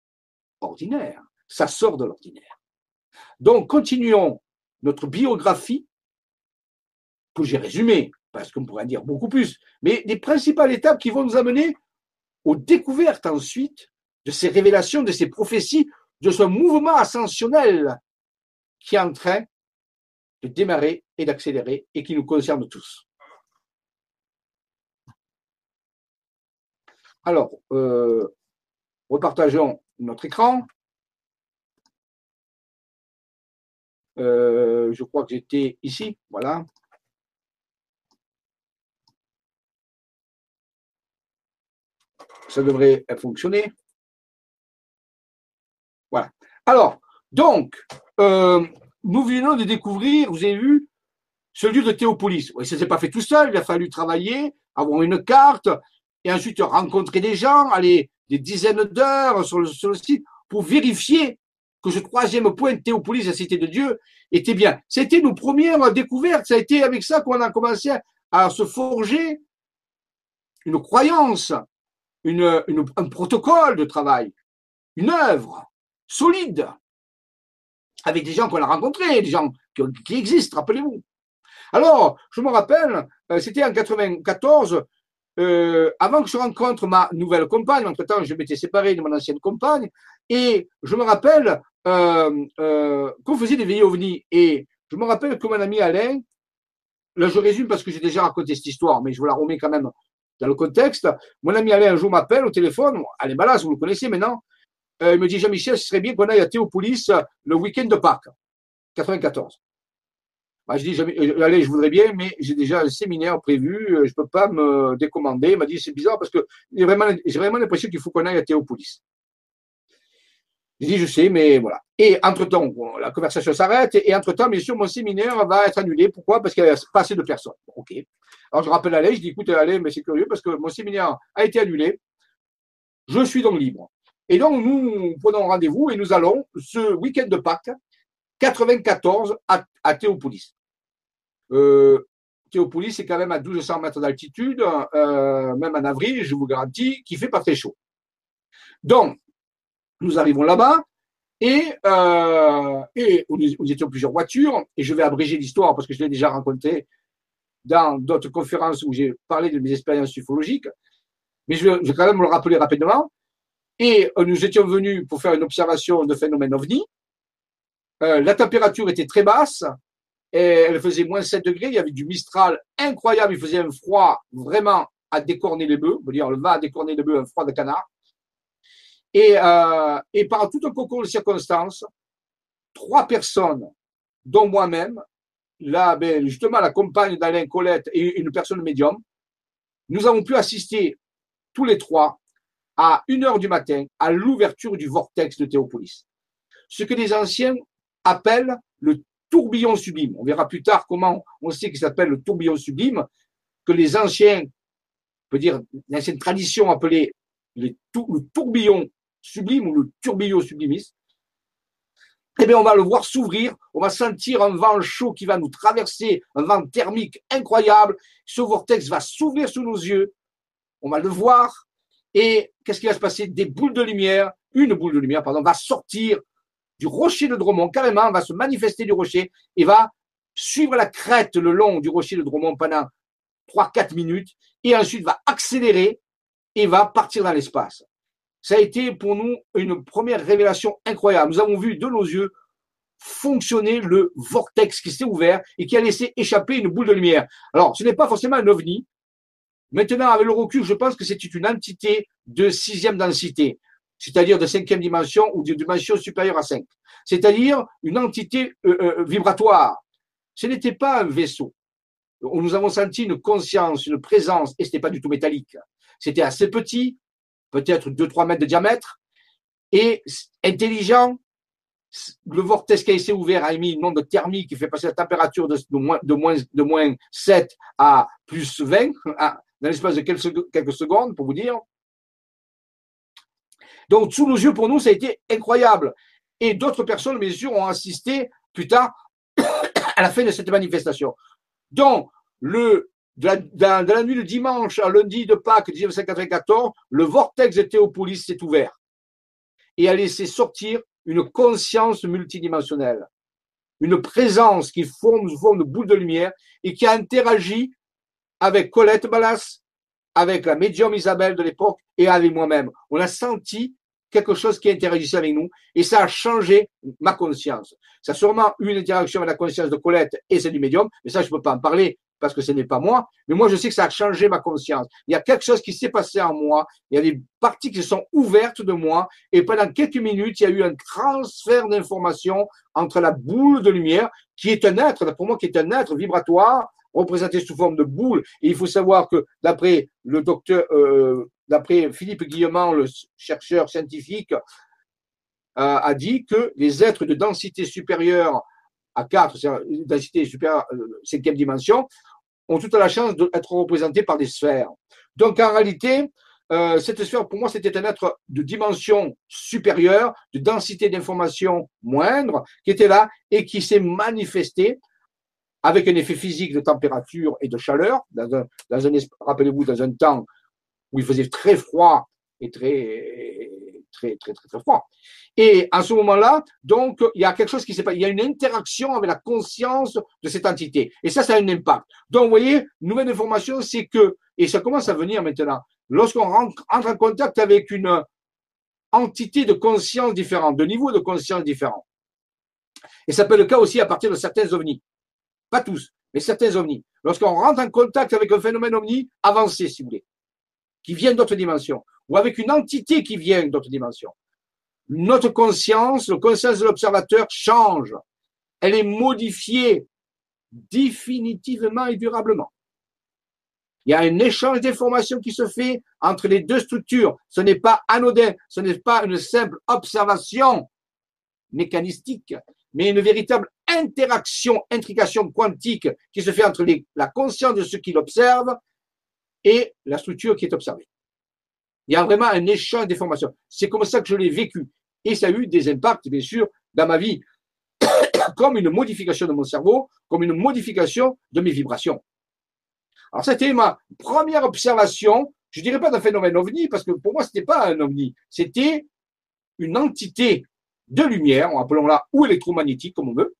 Ça sort de l'ordinaire. Donc, continuons notre biographie, que j'ai résumée, parce qu'on pourrait en dire beaucoup plus, mais les principales étapes qui vont nous amener aux découvertes ensuite de ces révélations, de ces prophéties, de ce mouvement ascensionnel qui est en train de démarrer et d'accélérer et qui nous concerne tous. Alors, euh, repartageons notre écran. Euh, je crois que j'étais ici, voilà. Ça devrait fonctionner. Voilà. Alors, donc, euh, nous venons de découvrir, vous avez vu, ce lieu de Théopolis. Oui, ça ne s'est pas fait tout seul, il a fallu travailler, avoir une carte, et ensuite rencontrer des gens, aller des dizaines d'heures sur le, sur le site pour vérifier que ce troisième point, Théopolis, la cité de Dieu, était bien. C'était nos premières découvertes, ça a été avec ça qu'on a commencé à se forger une croyance, une, une, un protocole de travail, une œuvre solide, avec des gens qu'on a rencontrés, des gens qui, qui existent, rappelez-vous. Alors, je me rappelle, c'était en quatre-vingt-quatorze, euh, avant que je rencontre ma nouvelle compagne, entre-temps, je m'étais séparé de mon ancienne compagne, et je me rappelle euh, euh, qu'on faisait des veillées ovnis, et je me rappelle que mon ami Alain, là je résume parce que j'ai déjà raconté cette histoire, mais je vous la remets quand même dans le contexte. Mon ami Alain un jour m'appelle au téléphone, Alain Ballas, vous le connaissez maintenant, euh, il me dit, Jean-Michel, ce serait bien qu'on aille à Théopolis le week-end de Pâques, quatre-vingt-quatorze. Bah, je dis, allez, je voudrais bien, mais j'ai déjà un séminaire prévu, je ne peux pas me décommander. Il m'a dit, c'est bizarre parce que j'ai vraiment, j'ai vraiment l'impression qu'il faut qu'on aille à Théopolis. J'ai dit, je sais, mais voilà. Et entre-temps, bon, la conversation s'arrête, et entre-temps, bien sûr, mon séminaire va être annulé. Pourquoi? Parce qu'il n'y a pas assez de personnes. Bon, ok. Alors, je rappelle Alain, je dis, écoute, Alain, mais c'est curieux parce que mon séminaire a été annulé. Je suis donc libre. Et donc, nous prenons rendez-vous et nous allons, ce week-end de Pâques, quatre-vingt-quatorze à, à Théopolis. Euh, Théopolis, c'est quand même à douze cents mètres d'altitude, euh, même en avril, je vous garantis, qu'il fait pas très chaud. Donc, nous arrivons là-bas et, euh, et nous étions plusieurs voitures, et je vais abréger l'histoire parce que je l'ai déjà raconté dans d'autres conférences où j'ai parlé de mes expériences ufologiques, mais je vais, je vais quand même le rappeler rapidement. Et euh, nous étions venus pour faire une observation de phénomène ovni. Euh, la température était très basse, et elle faisait moins sept degrés, il y avait du Mistral incroyable, il faisait un froid vraiment à décorner les bœufs, on peut dire le vent à décorner les bœufs, un froid de canard. Et, euh, et par tout un concours de circonstances, trois personnes, dont moi-même, là, ben, justement la compagne d'Alain Colette et une personne médium, nous avons pu assister tous les trois à une heure du matin à l'ouverture du vortex de Théopolis. Ce que les anciens appellent le tourbillon sublime. On verra plus tard comment on sait qu'il s'appelle le tourbillon sublime, que les anciens, on peut dire, l'ancienne tradition appelait les tour, le tourbillon sublime ou le tourbillon sublimiste. Eh bien, on va le voir s'ouvrir, on va sentir un vent chaud qui va nous traverser, un vent thermique incroyable. Ce vortex va s'ouvrir sous nos yeux, on va le voir, et qu'est-ce qui va se passer? Des boules de lumière, une boule de lumière, pardon, va sortir du rocher de Dromont, carrément, va se manifester du rocher et va suivre la crête le long du rocher de Dromont pendant trois quatre minutes, et ensuite va accélérer et va partir dans l'espace. Ça a été pour nous une première révélation incroyable. Nous avons vu de nos yeux fonctionner le vortex qui s'est ouvert et qui a laissé échapper une boule de lumière. Alors, ce n'est pas forcément un ovni. Maintenant, avec le recul, je pense que c'est une entité de sixième densité, c'est-à-dire de cinquième dimension ou de dimension supérieure à cinq. C'est-à-dire une entité euh, euh, vibratoire. Ce n'était pas un vaisseau. Nous avons senti une conscience, une présence, et ce n'était pas du tout métallique. C'était assez petit, peut-être deux trois mètres de diamètre, et intelligent. Le vortex qui s'est ouvert a émis une onde thermique qui fait passer la température de, de, moins, de, moins, de moins sept à plus vingt, à, dans l'espace de quelques, quelques secondes, pour vous dire. Donc, sous nos yeux, pour nous, ça a été incroyable. Et d'autres personnes, bien sûr, ont assisté plus tard à la fin de cette manifestation. Donc, le, de, la, de, de la nuit de dimanche à lundi de Pâques mille neuf cent quatre-vingt-quatorze, le vortex de Théopolis s'est ouvert et a laissé sortir une conscience multidimensionnelle, une présence qui forme sous forme de boule de lumière et qui a interagi avec Colette Ballas, avec la médium Isabelle de l'époque et avec moi-même. On a senti quelque chose qui interagissait avec nous et ça a changé ma conscience. Ça a sûrement eu une interaction avec la conscience de Colette et celle du médium, mais ça je ne peux pas en parler parce que ce n'est pas moi, mais moi je sais que ça a changé ma conscience. Il y a quelque chose qui s'est passé en moi, il y a des parties qui se sont ouvertes de moi, et pendant quelques minutes, il y a eu un transfert d'informations entre la boule de lumière, qui est un être, pour moi, qui est un être vibratoire, représenté sous forme de boule. Et il faut savoir que d'après le docteur, euh, d'après Philippe Guillemant, le chercheur scientifique, euh, a dit que les êtres de densité supérieure à quatre, c'est-à-dire une densité supérieure à la cinquième dimension, ont toute la chance d'être représentés par des sphères. Donc en réalité, euh, cette sphère, pour moi, c'était un être de dimension supérieure, de densité d'information moindre, qui était là et qui s'est manifesté avec un effet physique de température et de chaleur, dans un, dans un rappelez-vous, dans un temps où il faisait très froid et très, très, très, très, très froid. Et à ce moment-là, donc, il y a quelque chose qui s'est passé. Il y a une interaction avec la conscience de cette entité. Et ça, ça a un impact. Donc, vous voyez, nouvelle information, c'est que, et ça commence à venir maintenant, lorsqu'on rentre, entre en contact avec une entité de conscience différente, de niveau de conscience différent. Et ça peut être le cas aussi à partir de certains ovnis. Pas tous, mais certains ovnis. Lorsqu'on rentre en contact avec un phénomène ovni avancé, si vous voulez, qui vient d'autres dimensions, ou avec une entité qui vient d'autres dimensions, notre conscience, la conscience de l'observateur change. Elle est modifiée définitivement et durablement. Il y a un échange d'informations qui se fait entre les deux structures. Ce n'est pas anodin, ce n'est pas une simple observation mécanistique, mais une véritable interaction, intrication quantique qui se fait entre les, la conscience de ce qui l'observe et la structure qui est observée. Il y a vraiment un échange d'informations. C'est comme ça que je l'ai vécu. Et ça a eu des impacts, bien sûr, dans ma vie, comme une modification de mon cerveau, comme une modification de mes vibrations. Alors, c'était ma première observation, je ne dirais pas d'un phénomène ovni, parce que pour moi, ce n'était pas un ovni, c'était une entité de lumière, appelons-la ou électromagnétique, comme on veut,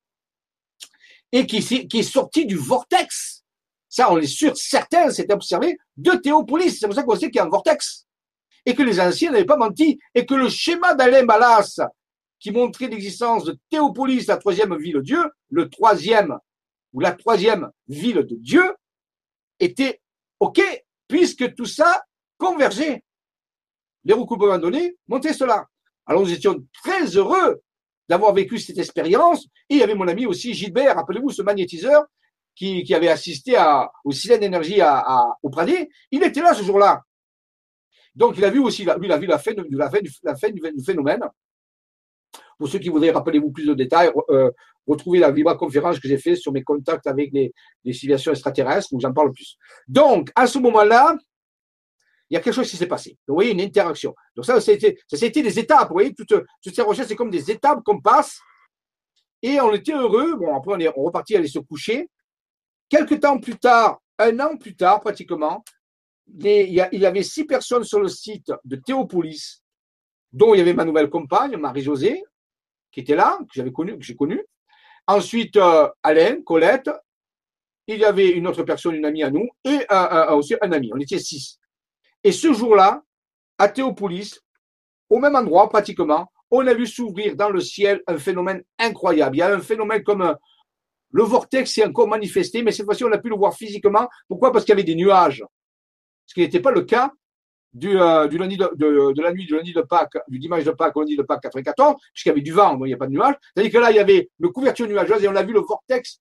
et qui, qui est sortie du vortex. Ça, on est sûr, certains s'étaient observés de Théopolis. C'est pour ça qu'on sait qu'il y a un vortex. Et que les anciens n'avaient pas menti, et que le schéma d'Alain Ballas, qui montrait l'existence de Théopolis, la troisième ville de Dieu, le troisième, ou la troisième ville de Dieu, était OK, puisque tout ça convergeait. Les recoupes abandonnés montraient cela. Alors nous étions très heureux d'avoir vécu cette expérience, et il y avait mon ami aussi Gilbert, rappelez-vous ce magnétiseur, qui, qui avait assisté à, au Silène d'énergie à, à, au Pradé, il était là ce jour-là. Donc, il a vu aussi, lui, il a vu la fin, de, la fin, du, la fin du, du phénomène. Pour ceux qui voudraient, rappelez-vous plus de détails, euh, retrouvez la vibra-conférence que j'ai faite sur mes contacts avec les, les civilisations extraterrestres, où j'en parle plus. Donc, à ce moment-là, il y a quelque chose qui s'est passé. Donc, vous voyez, une interaction. Donc, ça, ça a été, ça a été des étapes. Vous voyez, toutes, toutes ces recherches, c'est comme des étapes qu'on passe. Et on était heureux. Bon, après, on est on repartit aller se coucher. Quelques temps plus tard, un an plus tard, pratiquement, Les, il, y a, il y avait six personnes sur le site de Théopolis, dont il y avait ma nouvelle compagne, Marie-Josée, qui était là, que j'avais connue, que j'ai connue. Ensuite, euh, Alain, Colette. Il y avait une autre personne, une amie à nous, et euh, euh, aussi un ami. On était six. Et ce jour-là, à Théopolis, au même endroit, pratiquement, on a vu s'ouvrir dans le ciel un phénomène incroyable. Il y a un phénomène comme un, le vortex s'est encore manifesté, mais cette fois-ci, on a pu le voir physiquement. Pourquoi? Parce qu'il y avait des nuages. Ce qui n'était pas le cas du, euh, du lundi de, de, de la nuit du lundi de Pâques, du dimanche de Pâques au lundi de Pâques quatre-vingt-quatorze, puisqu'il y avait du vent, donc il n'y a pas de nuages. C'est-à-dire que là, il y avait une couverture nuageuse et on a vu le vortex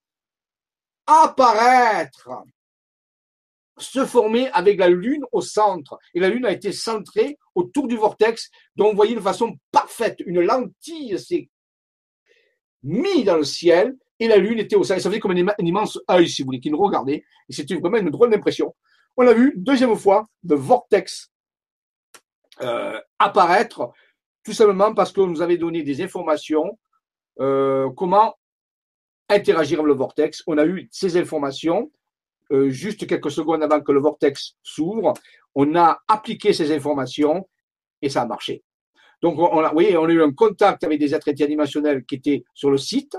apparaître, se former avec la Lune au centre. Et la Lune a été centrée autour du vortex, dont on voyait de façon parfaite. Une lentille s'est mise dans le ciel et la Lune était au centre. Et ça faisait comme un, un immense œil, si vous voulez, qui nous regardait. Et c'était vraiment une drôle d'impression. On a vu, deuxième fois, le vortex euh, apparaître, tout simplement parce qu'on nous avait donné des informations, euh, comment interagir avec le vortex. On a eu ces informations euh, juste quelques secondes avant que le vortex s'ouvre. On a appliqué ces informations et ça a marché. Donc, on a, vous voyez, on a eu un contact avec des êtres interdimensionnels qui étaient sur le site.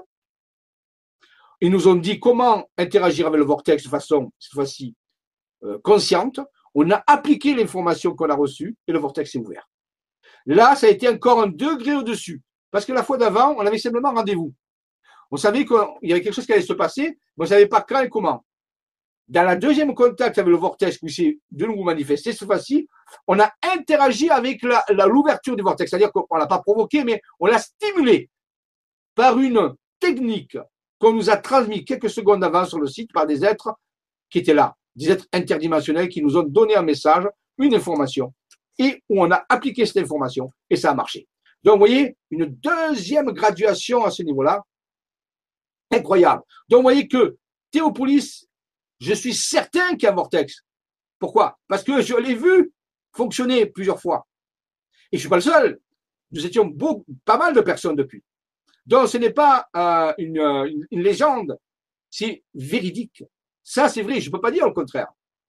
Ils nous ont dit comment interagir avec le vortex de façon, cette fois-ci, euh, consciente. On a appliqué l'information qu'on a reçue et le vortex s'est ouvert. Là, ça a été encore un degré au-dessus. Parce que la fois d'avant, on avait simplement rendez-vous. On savait qu'il y avait quelque chose qui allait se passer, mais on ne savait pas quand et comment. dans la deuxième contact avec le vortex, qui s'est de nouveau manifesté, cette fois-ci, on a interagi avec la, la, l'ouverture du vortex. C'est-à-dire qu'on ne l'a pas provoqué, mais on l'a stimulé par une technique qu'on nous a transmise quelques secondes avant sur le site par des êtres qui étaient là, des êtres interdimensionnels qui nous ont donné un message, une information, et où on a appliqué cette information, et ça a marché. Donc, vous voyez, une deuxième graduation à ce niveau-là, incroyable. Donc, vous voyez que Théopolis, je suis certain qu'il y a un vortex. Pourquoi? Parce que je l'ai vu fonctionner plusieurs fois. Et je ne suis pas le seul. Nous étions beaucoup, pas mal de personnes depuis. Donc, ce n'est pas euh, une, une, une légende, c'est véridique. Ça, c'est vrai, je ne peux pas dire le contraire.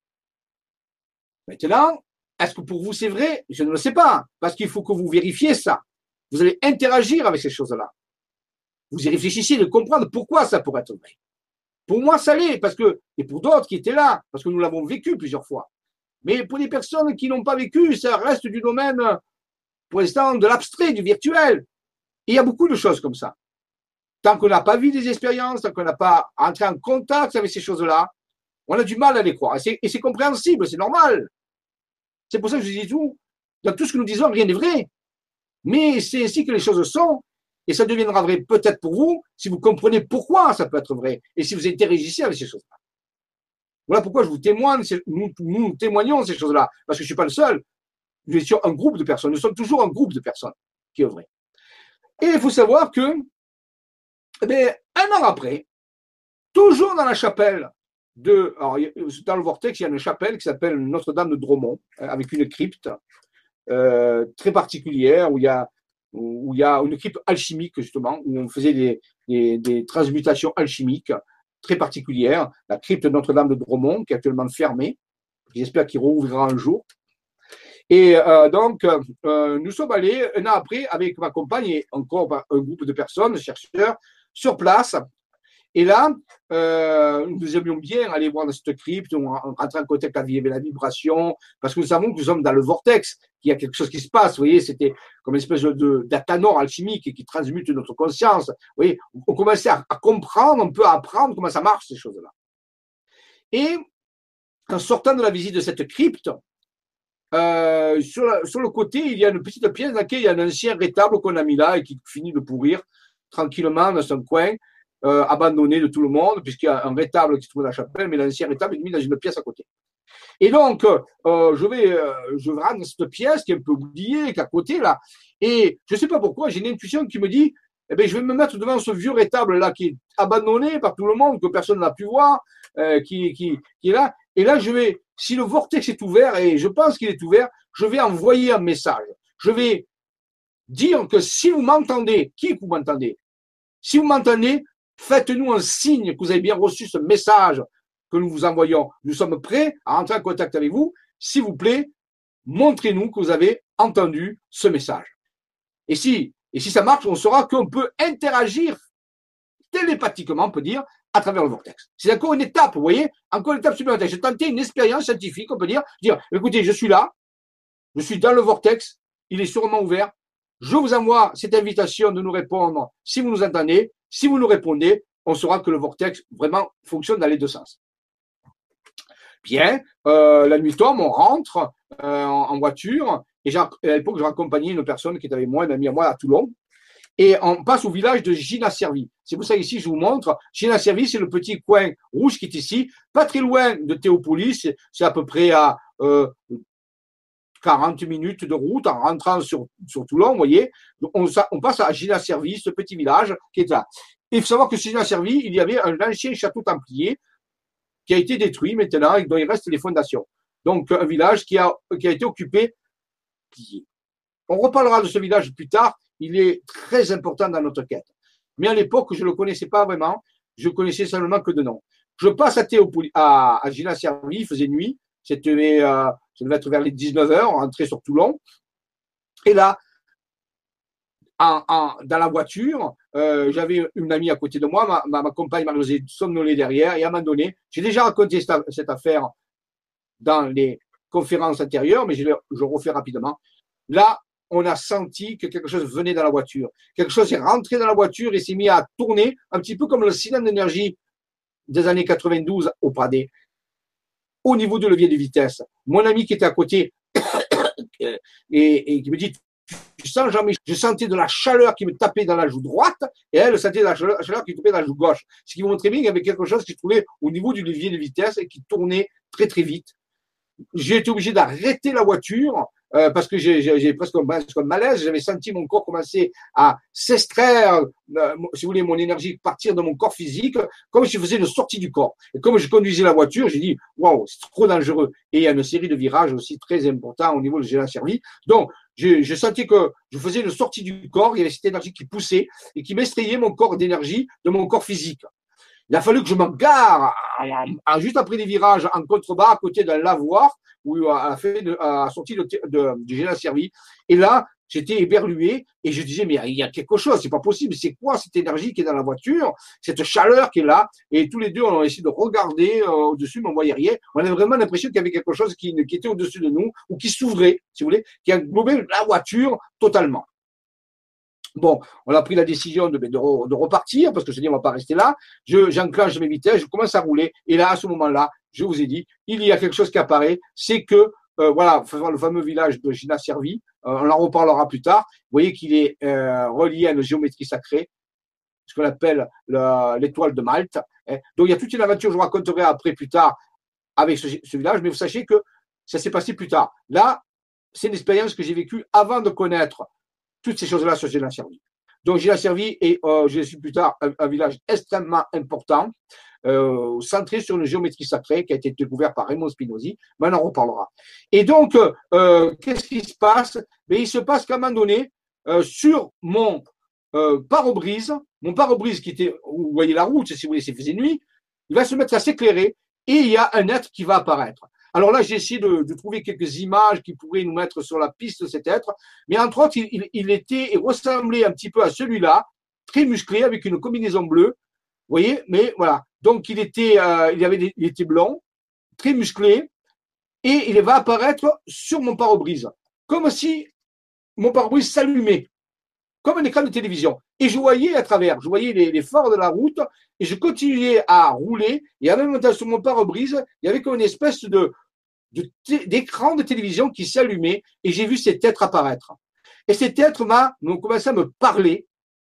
Maintenant, est-ce que pour vous c'est vrai? Je ne le sais pas, parce qu'il faut que vous vérifiez ça. Vous allez interagir avec ces choses-là. Vous y réfléchissez de comprendre pourquoi ça pourrait être vrai. Pour moi, ça l'est, parce que, et pour d'autres qui étaient là, parce que nous l'avons vécu plusieurs fois. Mais pour les personnes qui n'ont pas vécu, ça reste du domaine, pour l'instant, de l'abstrait, du virtuel. Et il y a beaucoup de choses comme ça. Tant qu'on n'a pas vu des expériences, tant qu'on n'a pas entré en contact avec ces choses-là, on a du mal à les croire. Et c'est, et c'est compréhensible, c'est normal. C'est pour ça que je dis tout. Dans tout ce que nous disons, rien n'est vrai. Mais c'est ainsi que les choses sont. Et ça deviendra vrai peut-être pour vous si vous comprenez pourquoi ça peut être vrai et si vous interagissez avec ces choses-là. Voilà pourquoi je vous témoigne, nous, nous, nous témoignons ces choses-là, parce que je ne suis pas le seul. Nous étions un groupe de personnes, nous sommes toujours un groupe de personnes qui œuvraient. Et il faut savoir que, eh bien, un an après, toujours dans la chapelle de, alors, dans le vortex, il y a une chapelle qui s'appelle Notre-Dame de Dromont, avec une crypte euh, très particulière où il y a où il y a une crypte alchimique, justement, où on faisait des, des, des transmutations alchimiques très particulières. La crypte Notre-Dame de Dromont, qui est actuellement fermée. J'espère qu'il rouvrira un jour. Et euh, donc, euh, nous sommes allés un an après avec ma compagne et encore un groupe de personnes, chercheurs, sur place. Et là, euh, nous aimions bien aller voir dans cette crypte, rentrer en contact avec la vibration, parce que nous savons que nous sommes dans le vortex, qu'il y a quelque chose qui se passe. Vous voyez, c'était comme une espèce de d'atanor alchimique qui transmute notre conscience. Vous voyez, on commençait à, à comprendre, on peut apprendre comment ça marche, ces choses-là. Et en sortant de la visite de cette crypte, euh, sur, la, sur le côté, il y a une petite pièce dans laquelle il y a un ancien rétable qu'on a mis là et qui finit de pourrir tranquillement dans son coin. Euh, abandonné de tout le monde, puisqu'il y a un rétable qui se trouve dans la chapelle, mais l'ancien rétable est mis dans une pièce à côté. Et donc, euh, je vais, euh, je vais rendre cette pièce qui est un peu oubliée, qui est à côté là, et je ne sais pas pourquoi, j'ai une intuition qui me dit, eh bien, je vais me mettre devant ce vieux rétable là qui est abandonné par tout le monde, que personne n'a pu voir, euh, qui, qui, qui est là, et là, je vais, si le vortex est ouvert, et je pense qu'il est ouvert, je vais envoyer un message. Je vais dire que si vous m'entendez, qui vous m'entendez? Si vous m'entendez, faites-nous un signe que vous avez bien reçu ce message que nous vous envoyons. Nous sommes prêts à entrer en contact avec vous. S'il vous plaît, montrez-nous que vous avez entendu ce message. Et si, et si ça marche, on saura qu'on peut interagir télépathiquement, on peut dire, à travers le vortex. C'est encore une étape, vous voyez, encore une étape supplémentaire. J'ai tenté une expérience scientifique, on peut dire, dire, écoutez, je suis là, je suis dans le vortex, il est sûrement ouvert. Je vous envoie cette invitation de nous répondre si vous nous entendez. Si vous nous répondez, on saura que le vortex vraiment fonctionne dans les deux sens. Bien, euh, la nuit tombe, on rentre euh, en, en voiture, et à l'époque, je raccompagnais une personne qui est avec moi, une amie à moi à Toulon, et on passe au village de Gina-Servi. C'est pour ça ici, je vous montre. Gina-Servi, c'est le petit coin rouge qui est ici, pas très loin de Théopolis, c'est à peu près à euh, quarante minutes de route en rentrant sur, sur Toulon, vous voyez. On, on passe à Gina-Servi, ce petit village qui est là. Et il faut savoir que chez Gina-Servi, il y avait un ancien château templier qui a été détruit maintenant et dont il reste les fondations. Donc, un village qui a, qui a été occupé. On reparlera de ce village plus tard. Il est très important dans notre quête. Mais à l'époque, je ne le connaissais pas vraiment. Je connaissais seulement que de nom. Je passe à Théopolis, à, à Gina-Servi, il faisait nuit. C'était, euh, ça devait être vers les dix-neuf heures, on rentrait sur Toulon. Et là, en, en, dans la voiture, euh, j'avais une amie à côté de moi, ma, ma, ma compagne m'a osé somnoler derrière, et à un moment donné, j'ai déjà raconté cette, cette affaire dans les conférences antérieures, mais je, je refais rapidement. Là, on a senti que quelque chose venait dans la voiture. Quelque chose est rentré dans la voiture et s'est mis à tourner, un petit peu comme le cylindre d'énergie des années quatre-vingt-douze au Pradé. au niveau de levier de vitesse. Mon ami qui était à côté et, et qui me dit, tu sens jamais, je sentais de la chaleur qui me tapait dans la joue droite et elle sentait de la chaleur, chaleur qui me tapait dans la joue gauche. Ce qui me montrait bien qu'il y avait quelque chose qui se trouvait au niveau du levier de vitesse et qui tournait très très vite. J'ai été obligé d'arrêter la voiture euh, parce que j'ai, j'ai, j'ai presque un, presque un malaise. J'avais senti mon corps commencer à s'extraire, euh, si vous voulez, mon énergie partir de mon corps physique, comme si je faisais une sortie du corps. Et comme je conduisais la voiture, j'ai dit waouh, c'est trop dangereux. Et il y a une série de virages aussi très importants au niveau de Géla Servi. Donc, j'ai, j'ai senti que je faisais une sortie du corps. Il y avait cette énergie qui poussait et qui m'extrayait mon corps d'énergie de mon corps physique. Il a fallu que je me gare juste après les virages en contrebas à côté d'un lavoir où a fait de, a sorti de, de, du Géla Servi. Et là, j'étais éberlué et je disais, mais il y a quelque chose, c'est pas possible. C'est quoi cette énergie qui est dans la voiture, cette chaleur qui est là? Et tous les deux, on a essayé de regarder euh, au-dessus, mais on voyait rien. On avait vraiment l'impression qu'il y avait quelque chose qui, qui était au-dessus de nous ou qui s'ouvrait, si vous voulez, qui englobait la voiture totalement. Bon, on a pris la décision de, de, de repartir parce que je dis on va pas rester là. Je, j'enclenche mes vitesses, je commence à rouler et là, à ce moment-là, je vous ai dit, il y a quelque chose qui apparaît, c'est que euh, voilà, le fameux village de Gina Servi, euh, on en reparlera plus tard. Vous voyez qu'il est euh, relié à une géométrie sacrée, ce qu'on appelle le, l'étoile de Malte. Hein. Donc il y a toute une aventure, je vous raconterai après plus tard avec ce, ce village, mais vous sachez que ça s'est passé plus tard. Là, c'est une expérience que j'ai vécue avant de connaître toutes ces choses-là sur Géla Servi. Donc, Géla Servi est, euh, je suis plus tard, un, un village extrêmement important, euh, centré sur une géométrie sacrée qui a été découvert par Raymond Spinozzi, mais on en reparlera. Et donc, euh, qu'est-ce qui se passe? Mais il se passe qu'à un moment donné, euh, sur mon euh, pare-brise, mon pare-brise qui était, vous voyez la route, si vous voulez, c'est faisait nuit, il va se mettre à s'éclairer et il y a un être qui va apparaître. Alors là, j'ai essayé de, de trouver quelques images qui pourraient nous mettre sur la piste de cet être. Mais entre autres, il, il, il était, il ressemblait un petit peu à celui-là, très musclé, avec une combinaison bleue. Vous voyez? Mais voilà. Donc, il était, euh, il avait des, il était blond, très musclé, et il va apparaître sur mon pare-brise. Comme si mon pare-brise s'allumait. Comme un écran de télévision. Et je voyais à travers, je voyais les, les phares de la route, et je continuais à rouler, et en même temps, sur mon pare-brise, il y avait comme une espèce de, de, d'écran de télévision qui s'allumait, et j'ai vu cet être apparaître. Et cet être m'a, m'a commencé à me parler,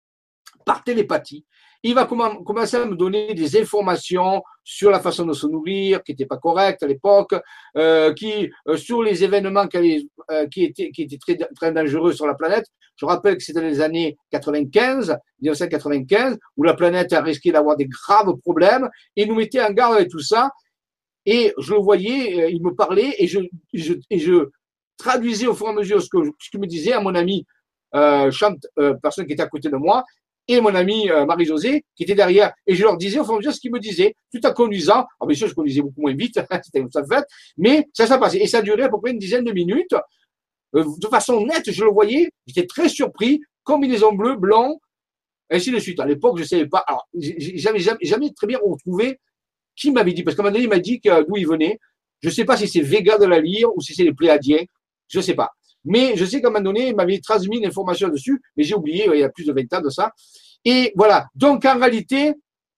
par télépathie. Il va commencer à me donner des informations sur la façon de se nourrir, qui n'était pas correcte à l'époque, euh, qui euh, sur les événements qui, allaient, euh, qui, étaient, qui étaient très, très dangereux sur la planète. Je rappelle que c'était les années quatre-vingt-quinze, mille neuf cent quatre-vingt-quinze, où la planète a risqué d'avoir des graves problèmes, et il nous mettait en garde avec tout ça. Et je le voyais, il me parlait, et je, je, et je traduisais au fur et à mesure ce que ce qu'il me disait à mon ami euh, Chante, euh, personne qui était à côté de moi, et mon ami euh, Marie-Josée, qui était derrière. Et je leur disais au fur et à mesure ce qu'ils me disaient, tout en conduisant. Alors bien sûr, je conduisais beaucoup moins vite, c'était une fête, mais ça, ça passait. Et ça durait à peu près une dizaine de minutes. Euh, de façon nette, je le voyais, j'étais très surpris, combinaison bleue, blanc, ainsi de suite. À l'époque, je ne savais pas. Alors, j'avais jamais, jamais très bien retrouvé qui m'avait dit, parce qu'à un moment donné, il m'a dit d'où il venait. Je ne sais pas si c'est Vega de la Lyre ou si c'est les Pléadiens, je ne sais pas. Mais je sais qu'à un moment donné, il m'avait transmis une information dessus, mais j'ai oublié, il y a plus de vingt ans de ça. Et voilà. Donc, en réalité,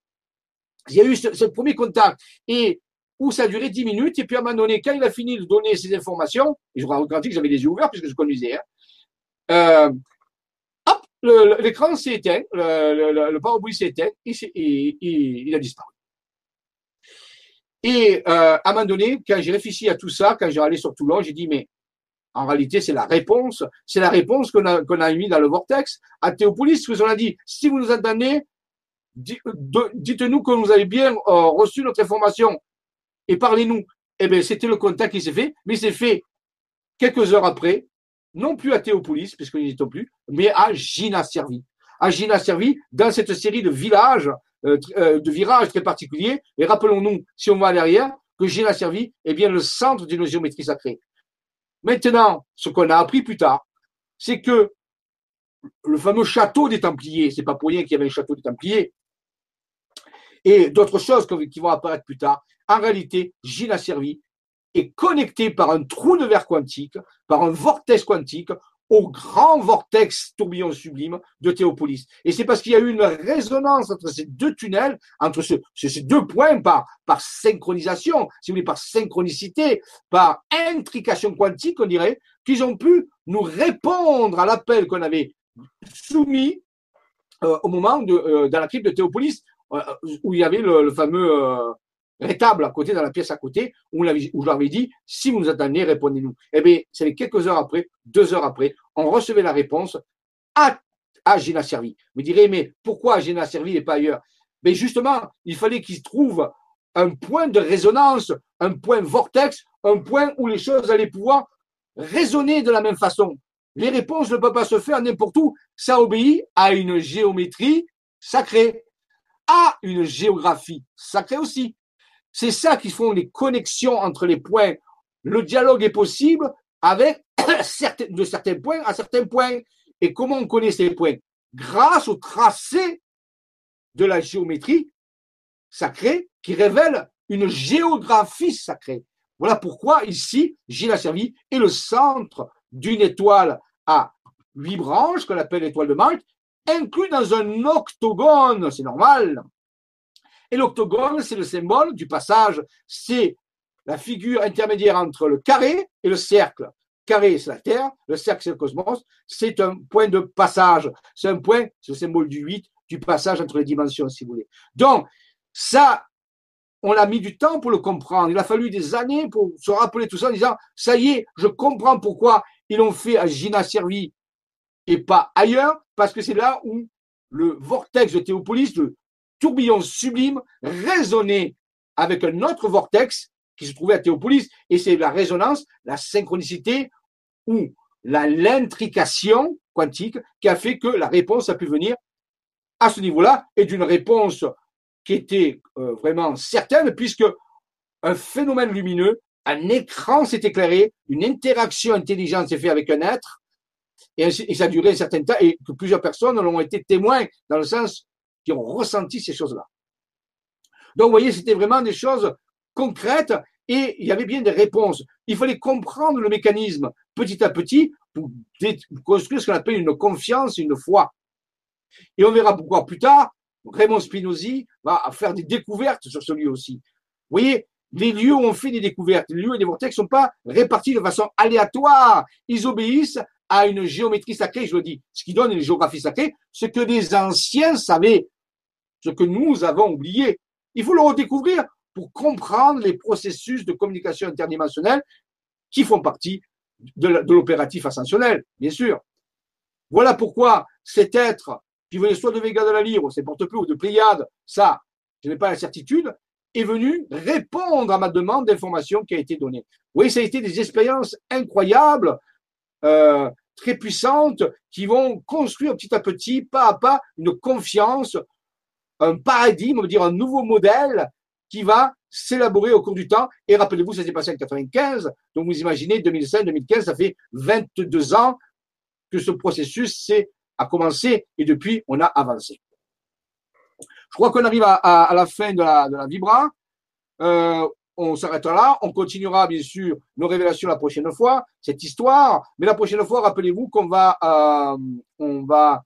il y a eu ce, ce premier contact, et où ça a duré dix minutes, et puis à un moment donné, quand il a fini de donner ces informations, et je vous raconte que j'avais les yeux ouverts puisque je conduisais, hein, euh, hop, le, le, l'écran s'est éteint, le, le, le pare-brise s'est éteint, et, et, et il a disparu. Et euh, à un moment donné, quand j'ai réfléchi à tout ça, quand j'ai allé sur Toulon, j'ai dit, mais en réalité, c'est la réponse, c'est la réponse qu'on a, qu'on a mis dans le vortex à Théopolis, parce qu'on a dit, si vous nous entendez, dites-nous que vous avez bien euh, reçu notre information et parlez-nous. Eh bien, c'était le contact qui s'est fait, mais il s'est fait quelques heures après, non plus à Théopolis, puisque nous n'y étions plus, mais à Gina Servi. À Gina Servi, dans cette série de villages, euh, de virages très particuliers, et rappelons-nous, si on va à l'arrière, que Gina Servi est bien le centre d'une géométrie sacrée. Maintenant, ce qu'on a appris plus tard, c'est que le fameux château des Templiers, c'est pas pour rien qu'il y avait un château des Templiers, et d'autres choses qui vont apparaître plus tard, en réalité, Gina Servi est connecté par un trou de verre quantique, par un vortex quantique, au grand vortex tourbillon sublime de Théopolis. Et c'est parce qu'il y a eu une résonance entre ces deux tunnels, entre ce, ces deux points par, par synchronisation, si vous voulez, par synchronicité, par intrication quantique, on dirait, qu'ils ont pu nous répondre à l'appel qu'on avait soumis euh, au moment de, euh, dans la crypte de Théopolis, euh, où il y avait le, le fameux euh, rétable à côté, dans la pièce à côté, où, où je leur avais dit, si vous nous attendez, répondez-nous. Eh bien, c'est quelques heures après, deux heures après, on recevait la réponse à, à Gina Servi. Vous me direz, mais pourquoi Gina Servi et pas ailleurs? Mais justement, il fallait qu'ils trouvent un point de résonance, un point vortex, un point où les choses allaient pouvoir résonner de la même façon. Les réponses ne peuvent pas se faire n'importe où. Ça obéit à une géométrie sacrée, à une géographie sacrée aussi. C'est ça qui font les connexions entre les points. Le dialogue est possible avec de certains points à certains points. Et comment on connaît ces points? Grâce au tracé de la géométrie sacrée qui révèle une géographie sacrée. Voilà pourquoi ici, Gilles Servi est le centre d'une étoile à huit branches, qu'on appelle l'étoile de Malte, inclus dans un octogone, c'est normal. Et l'octogone, c'est le symbole du passage, c'est la figure intermédiaire entre le carré et le cercle. Carré, c'est la Terre, le cercle, c'est le cosmos, c'est un point de passage, c'est un point, c'est le symbole du huit, du passage entre les dimensions, si vous voulez. Donc, ça, on a mis du temps pour le comprendre. Il a fallu des années pour se rappeler tout ça en disant, ça y est, je comprends pourquoi ils l'ont fait à Gina Servi et pas ailleurs, parce que c'est là où le vortex de Théopolis, le tourbillon sublime, résonnait avec un autre vortex qui se trouvait à Théopolis, et c'est la résonance, la synchronicité ou la l'intrication quantique qui a fait que la réponse a pu venir à ce niveau-là, et d'une réponse qui était euh, vraiment certaine, puisque un phénomène lumineux, un écran s'est éclairé, une interaction intelligente s'est faite avec un être, et, et ça a duré un certain temps, et que plusieurs personnes l'ont été témoins, dans le sens qui ont ressenti ces choses-là. Donc, vous voyez, c'était vraiment des choses concrètes, et il y avait bien des réponses. Il fallait comprendre le mécanisme petit à petit pour construire ce qu'on appelle une confiance, une foi. Et on verra pourquoi plus tard, Raymond Spinozzi va faire des découvertes sur ce lieu aussi. Vous voyez, les lieux où on fait des découvertes, les lieux et les vortex ne sont pas répartis de façon aléatoire. Ils obéissent à une géométrie sacrée, je le dis, ce qui donne une géographie sacrée, ce que les anciens savaient, ce que nous avons oublié. Il faut le redécouvrir pour comprendre les processus de communication interdimensionnelle qui font partie de l'opératif ascensionnel, bien sûr. Voilà pourquoi cet être qui venait soit de Vega de la Lyre, c'est Porte-Peu ou de Pléiade, ça, je n'ai pas la certitude, est venu répondre à ma demande d'information qui a été donnée. Oui, ça a été des expériences incroyables, euh, très puissantes, qui vont construire petit à petit, pas à pas, une confiance, un paradigme, on va dire un nouveau modèle qui va s'élaborer au cours du temps. Et rappelez-vous, ça s'est passé en quatre-vingt-quinze, donc vous imaginez, deux mille cinq, deux mille quinze, ça fait vingt-deux ans que ce processus s'est a commencé et depuis, on a avancé. Je crois qu'on arrive à, à, à la fin de la, de la Vibra. Euh, on s'arrêtera là. On continuera, bien sûr, nos révélations la prochaine fois, cette histoire. Mais la prochaine fois, rappelez-vous qu'on va, euh, on va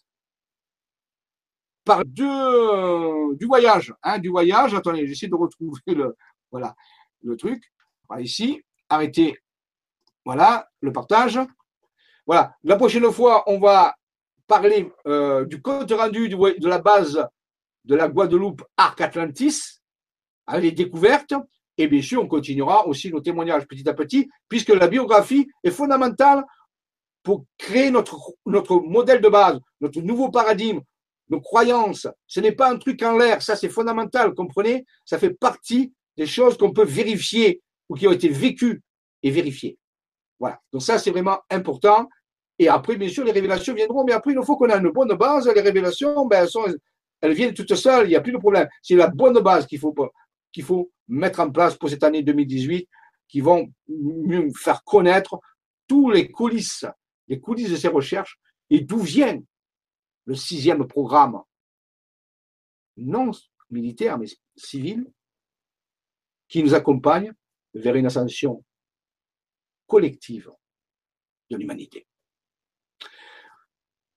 parler de, euh, du voyage. Hein, du voyage. Attendez, j'essaie de retrouver le, voilà, le truc. Voilà, ici. Arrêtez. Voilà, le partage. Voilà. La prochaine fois, on va parler euh, du compte rendu du, de la base de la Guadeloupe Arc Atlantis, avec les découvertes, et bien sûr, on continuera aussi nos témoignages petit à petit, puisque la biographie est fondamentale pour créer notre, notre modèle de base, notre nouveau paradigme, nos croyances. Ce n'est pas un truc en l'air, ça c'est fondamental, comprenez? Ça fait partie des choses qu'on peut vérifier ou qui ont été vécues et vérifiées. Voilà, donc ça c'est vraiment important. Et après, bien sûr, les révélations viendront, mais après, il faut qu'on ait une bonne base. Les révélations, ben, elles, sont, elles viennent toutes seules, il n'y a plus de problème. C'est la bonne base qu'il faut, qu'il faut mettre en place pour cette année deux mille dix-huit, qui vont mieux faire connaître tous les coulisses, les coulisses de ces recherches et d'où vient le sixième programme, non militaire, mais civil, qui nous accompagne vers une ascension collective de l'humanité.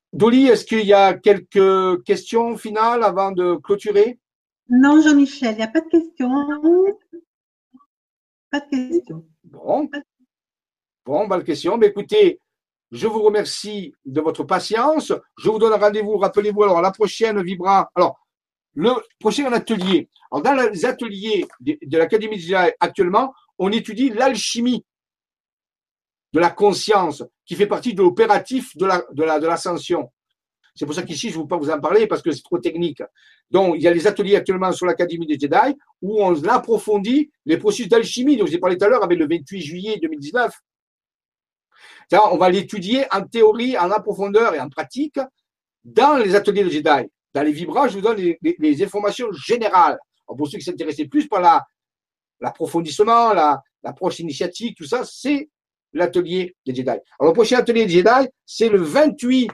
Dolly, est-ce qu'il y a quelques questions finales avant de clôturer? Non, Jean-Michel, il n'y a pas de questions. Pas de questions. Bon, bon, bonne question. Mais écoutez, je vous remercie de votre patience. Je vous donne rendez-vous. Rappelez-vous, alors, la prochaine Vibra. Alors, le prochain atelier. Alors, dans les ateliers de, de l'Académie Jedi actuellement, on étudie l'alchimie de la conscience qui fait partie de l'opératif de la, de la, de l'ascension. C'est pour ça qu'ici, je ne veux pas vous en parler parce que c'est trop technique. Donc, il y a les ateliers actuellement sur l'Académie des Jedi où on approfondit les processus d'alchimie dont je vous ai parlé tout à l'heure avec le vingt-huit juillet deux mille dix-neuf. C'est-à-dire, on va l'étudier en théorie, en profondeur et en pratique dans les ateliers de Jedi. Dans les Vibras, je vous donne les, les, les informations générales. Alors, pour ceux qui s'intéressaient plus par la, l'approfondissement, la, l'approche initiatique, tout ça, c'est l'atelier des Jedi. Alors, le prochain atelier des Jedi, c'est le vingt-huit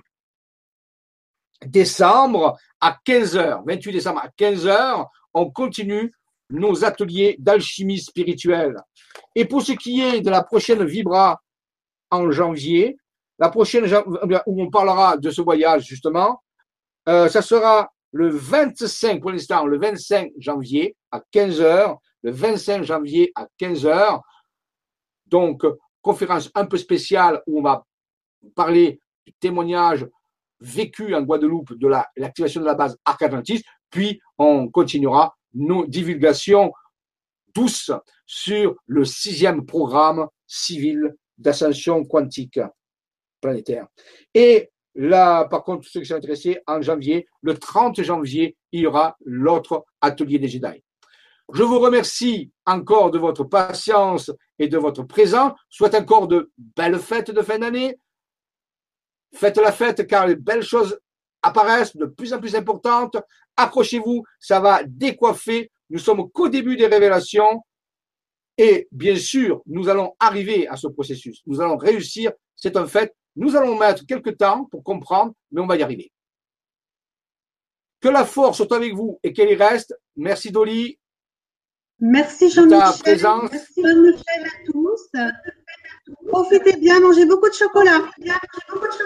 décembre à quinze heures. vingt-huit décembre à quinze heures, on continue nos ateliers d'alchimie spirituelle. Et pour ce qui est de la prochaine Vibra en janvier, la prochaine où on parlera de ce voyage justement, euh, ça sera le vingt-cinq, pour l'instant, le vingt-cinq janvier à quinze heures, le vingt-cinq janvier à quinze heures. Donc, conférence un peu spéciale où on va parler du témoignage vécu en Guadeloupe de la, l'activation de la base Arc Atlantis, puis on continuera nos divulgations douces sur le sixième programme civil d'ascension quantique planétaire. Et là, par contre, ceux qui sont intéressés, en janvier, le trente janvier, il y aura l'autre atelier des Jedi. Je vous remercie encore de votre patience et de votre présence. Souhaite encore de belles fêtes de fin d'année. Faites la fête car les belles choses apparaissent de plus en plus importantes. Accrochez-vous, ça va décoiffer. Nous sommes qu'au début des révélations. Et bien sûr, nous allons arriver à ce processus. Nous allons réussir, c'est un fait. Nous allons mettre quelques temps pour comprendre, mais on va y arriver. Que la force soit avec vous et qu'elle y reste. Merci Dolly. Merci Jean-Michel. Merci Jean-Michel à tous. Profitez bien, mangez beaucoup de chocolat. Mangez beaucoup de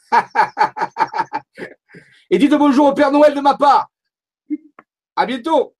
chocolat. Et dites bonjour au Père Noël de ma part. À bientôt.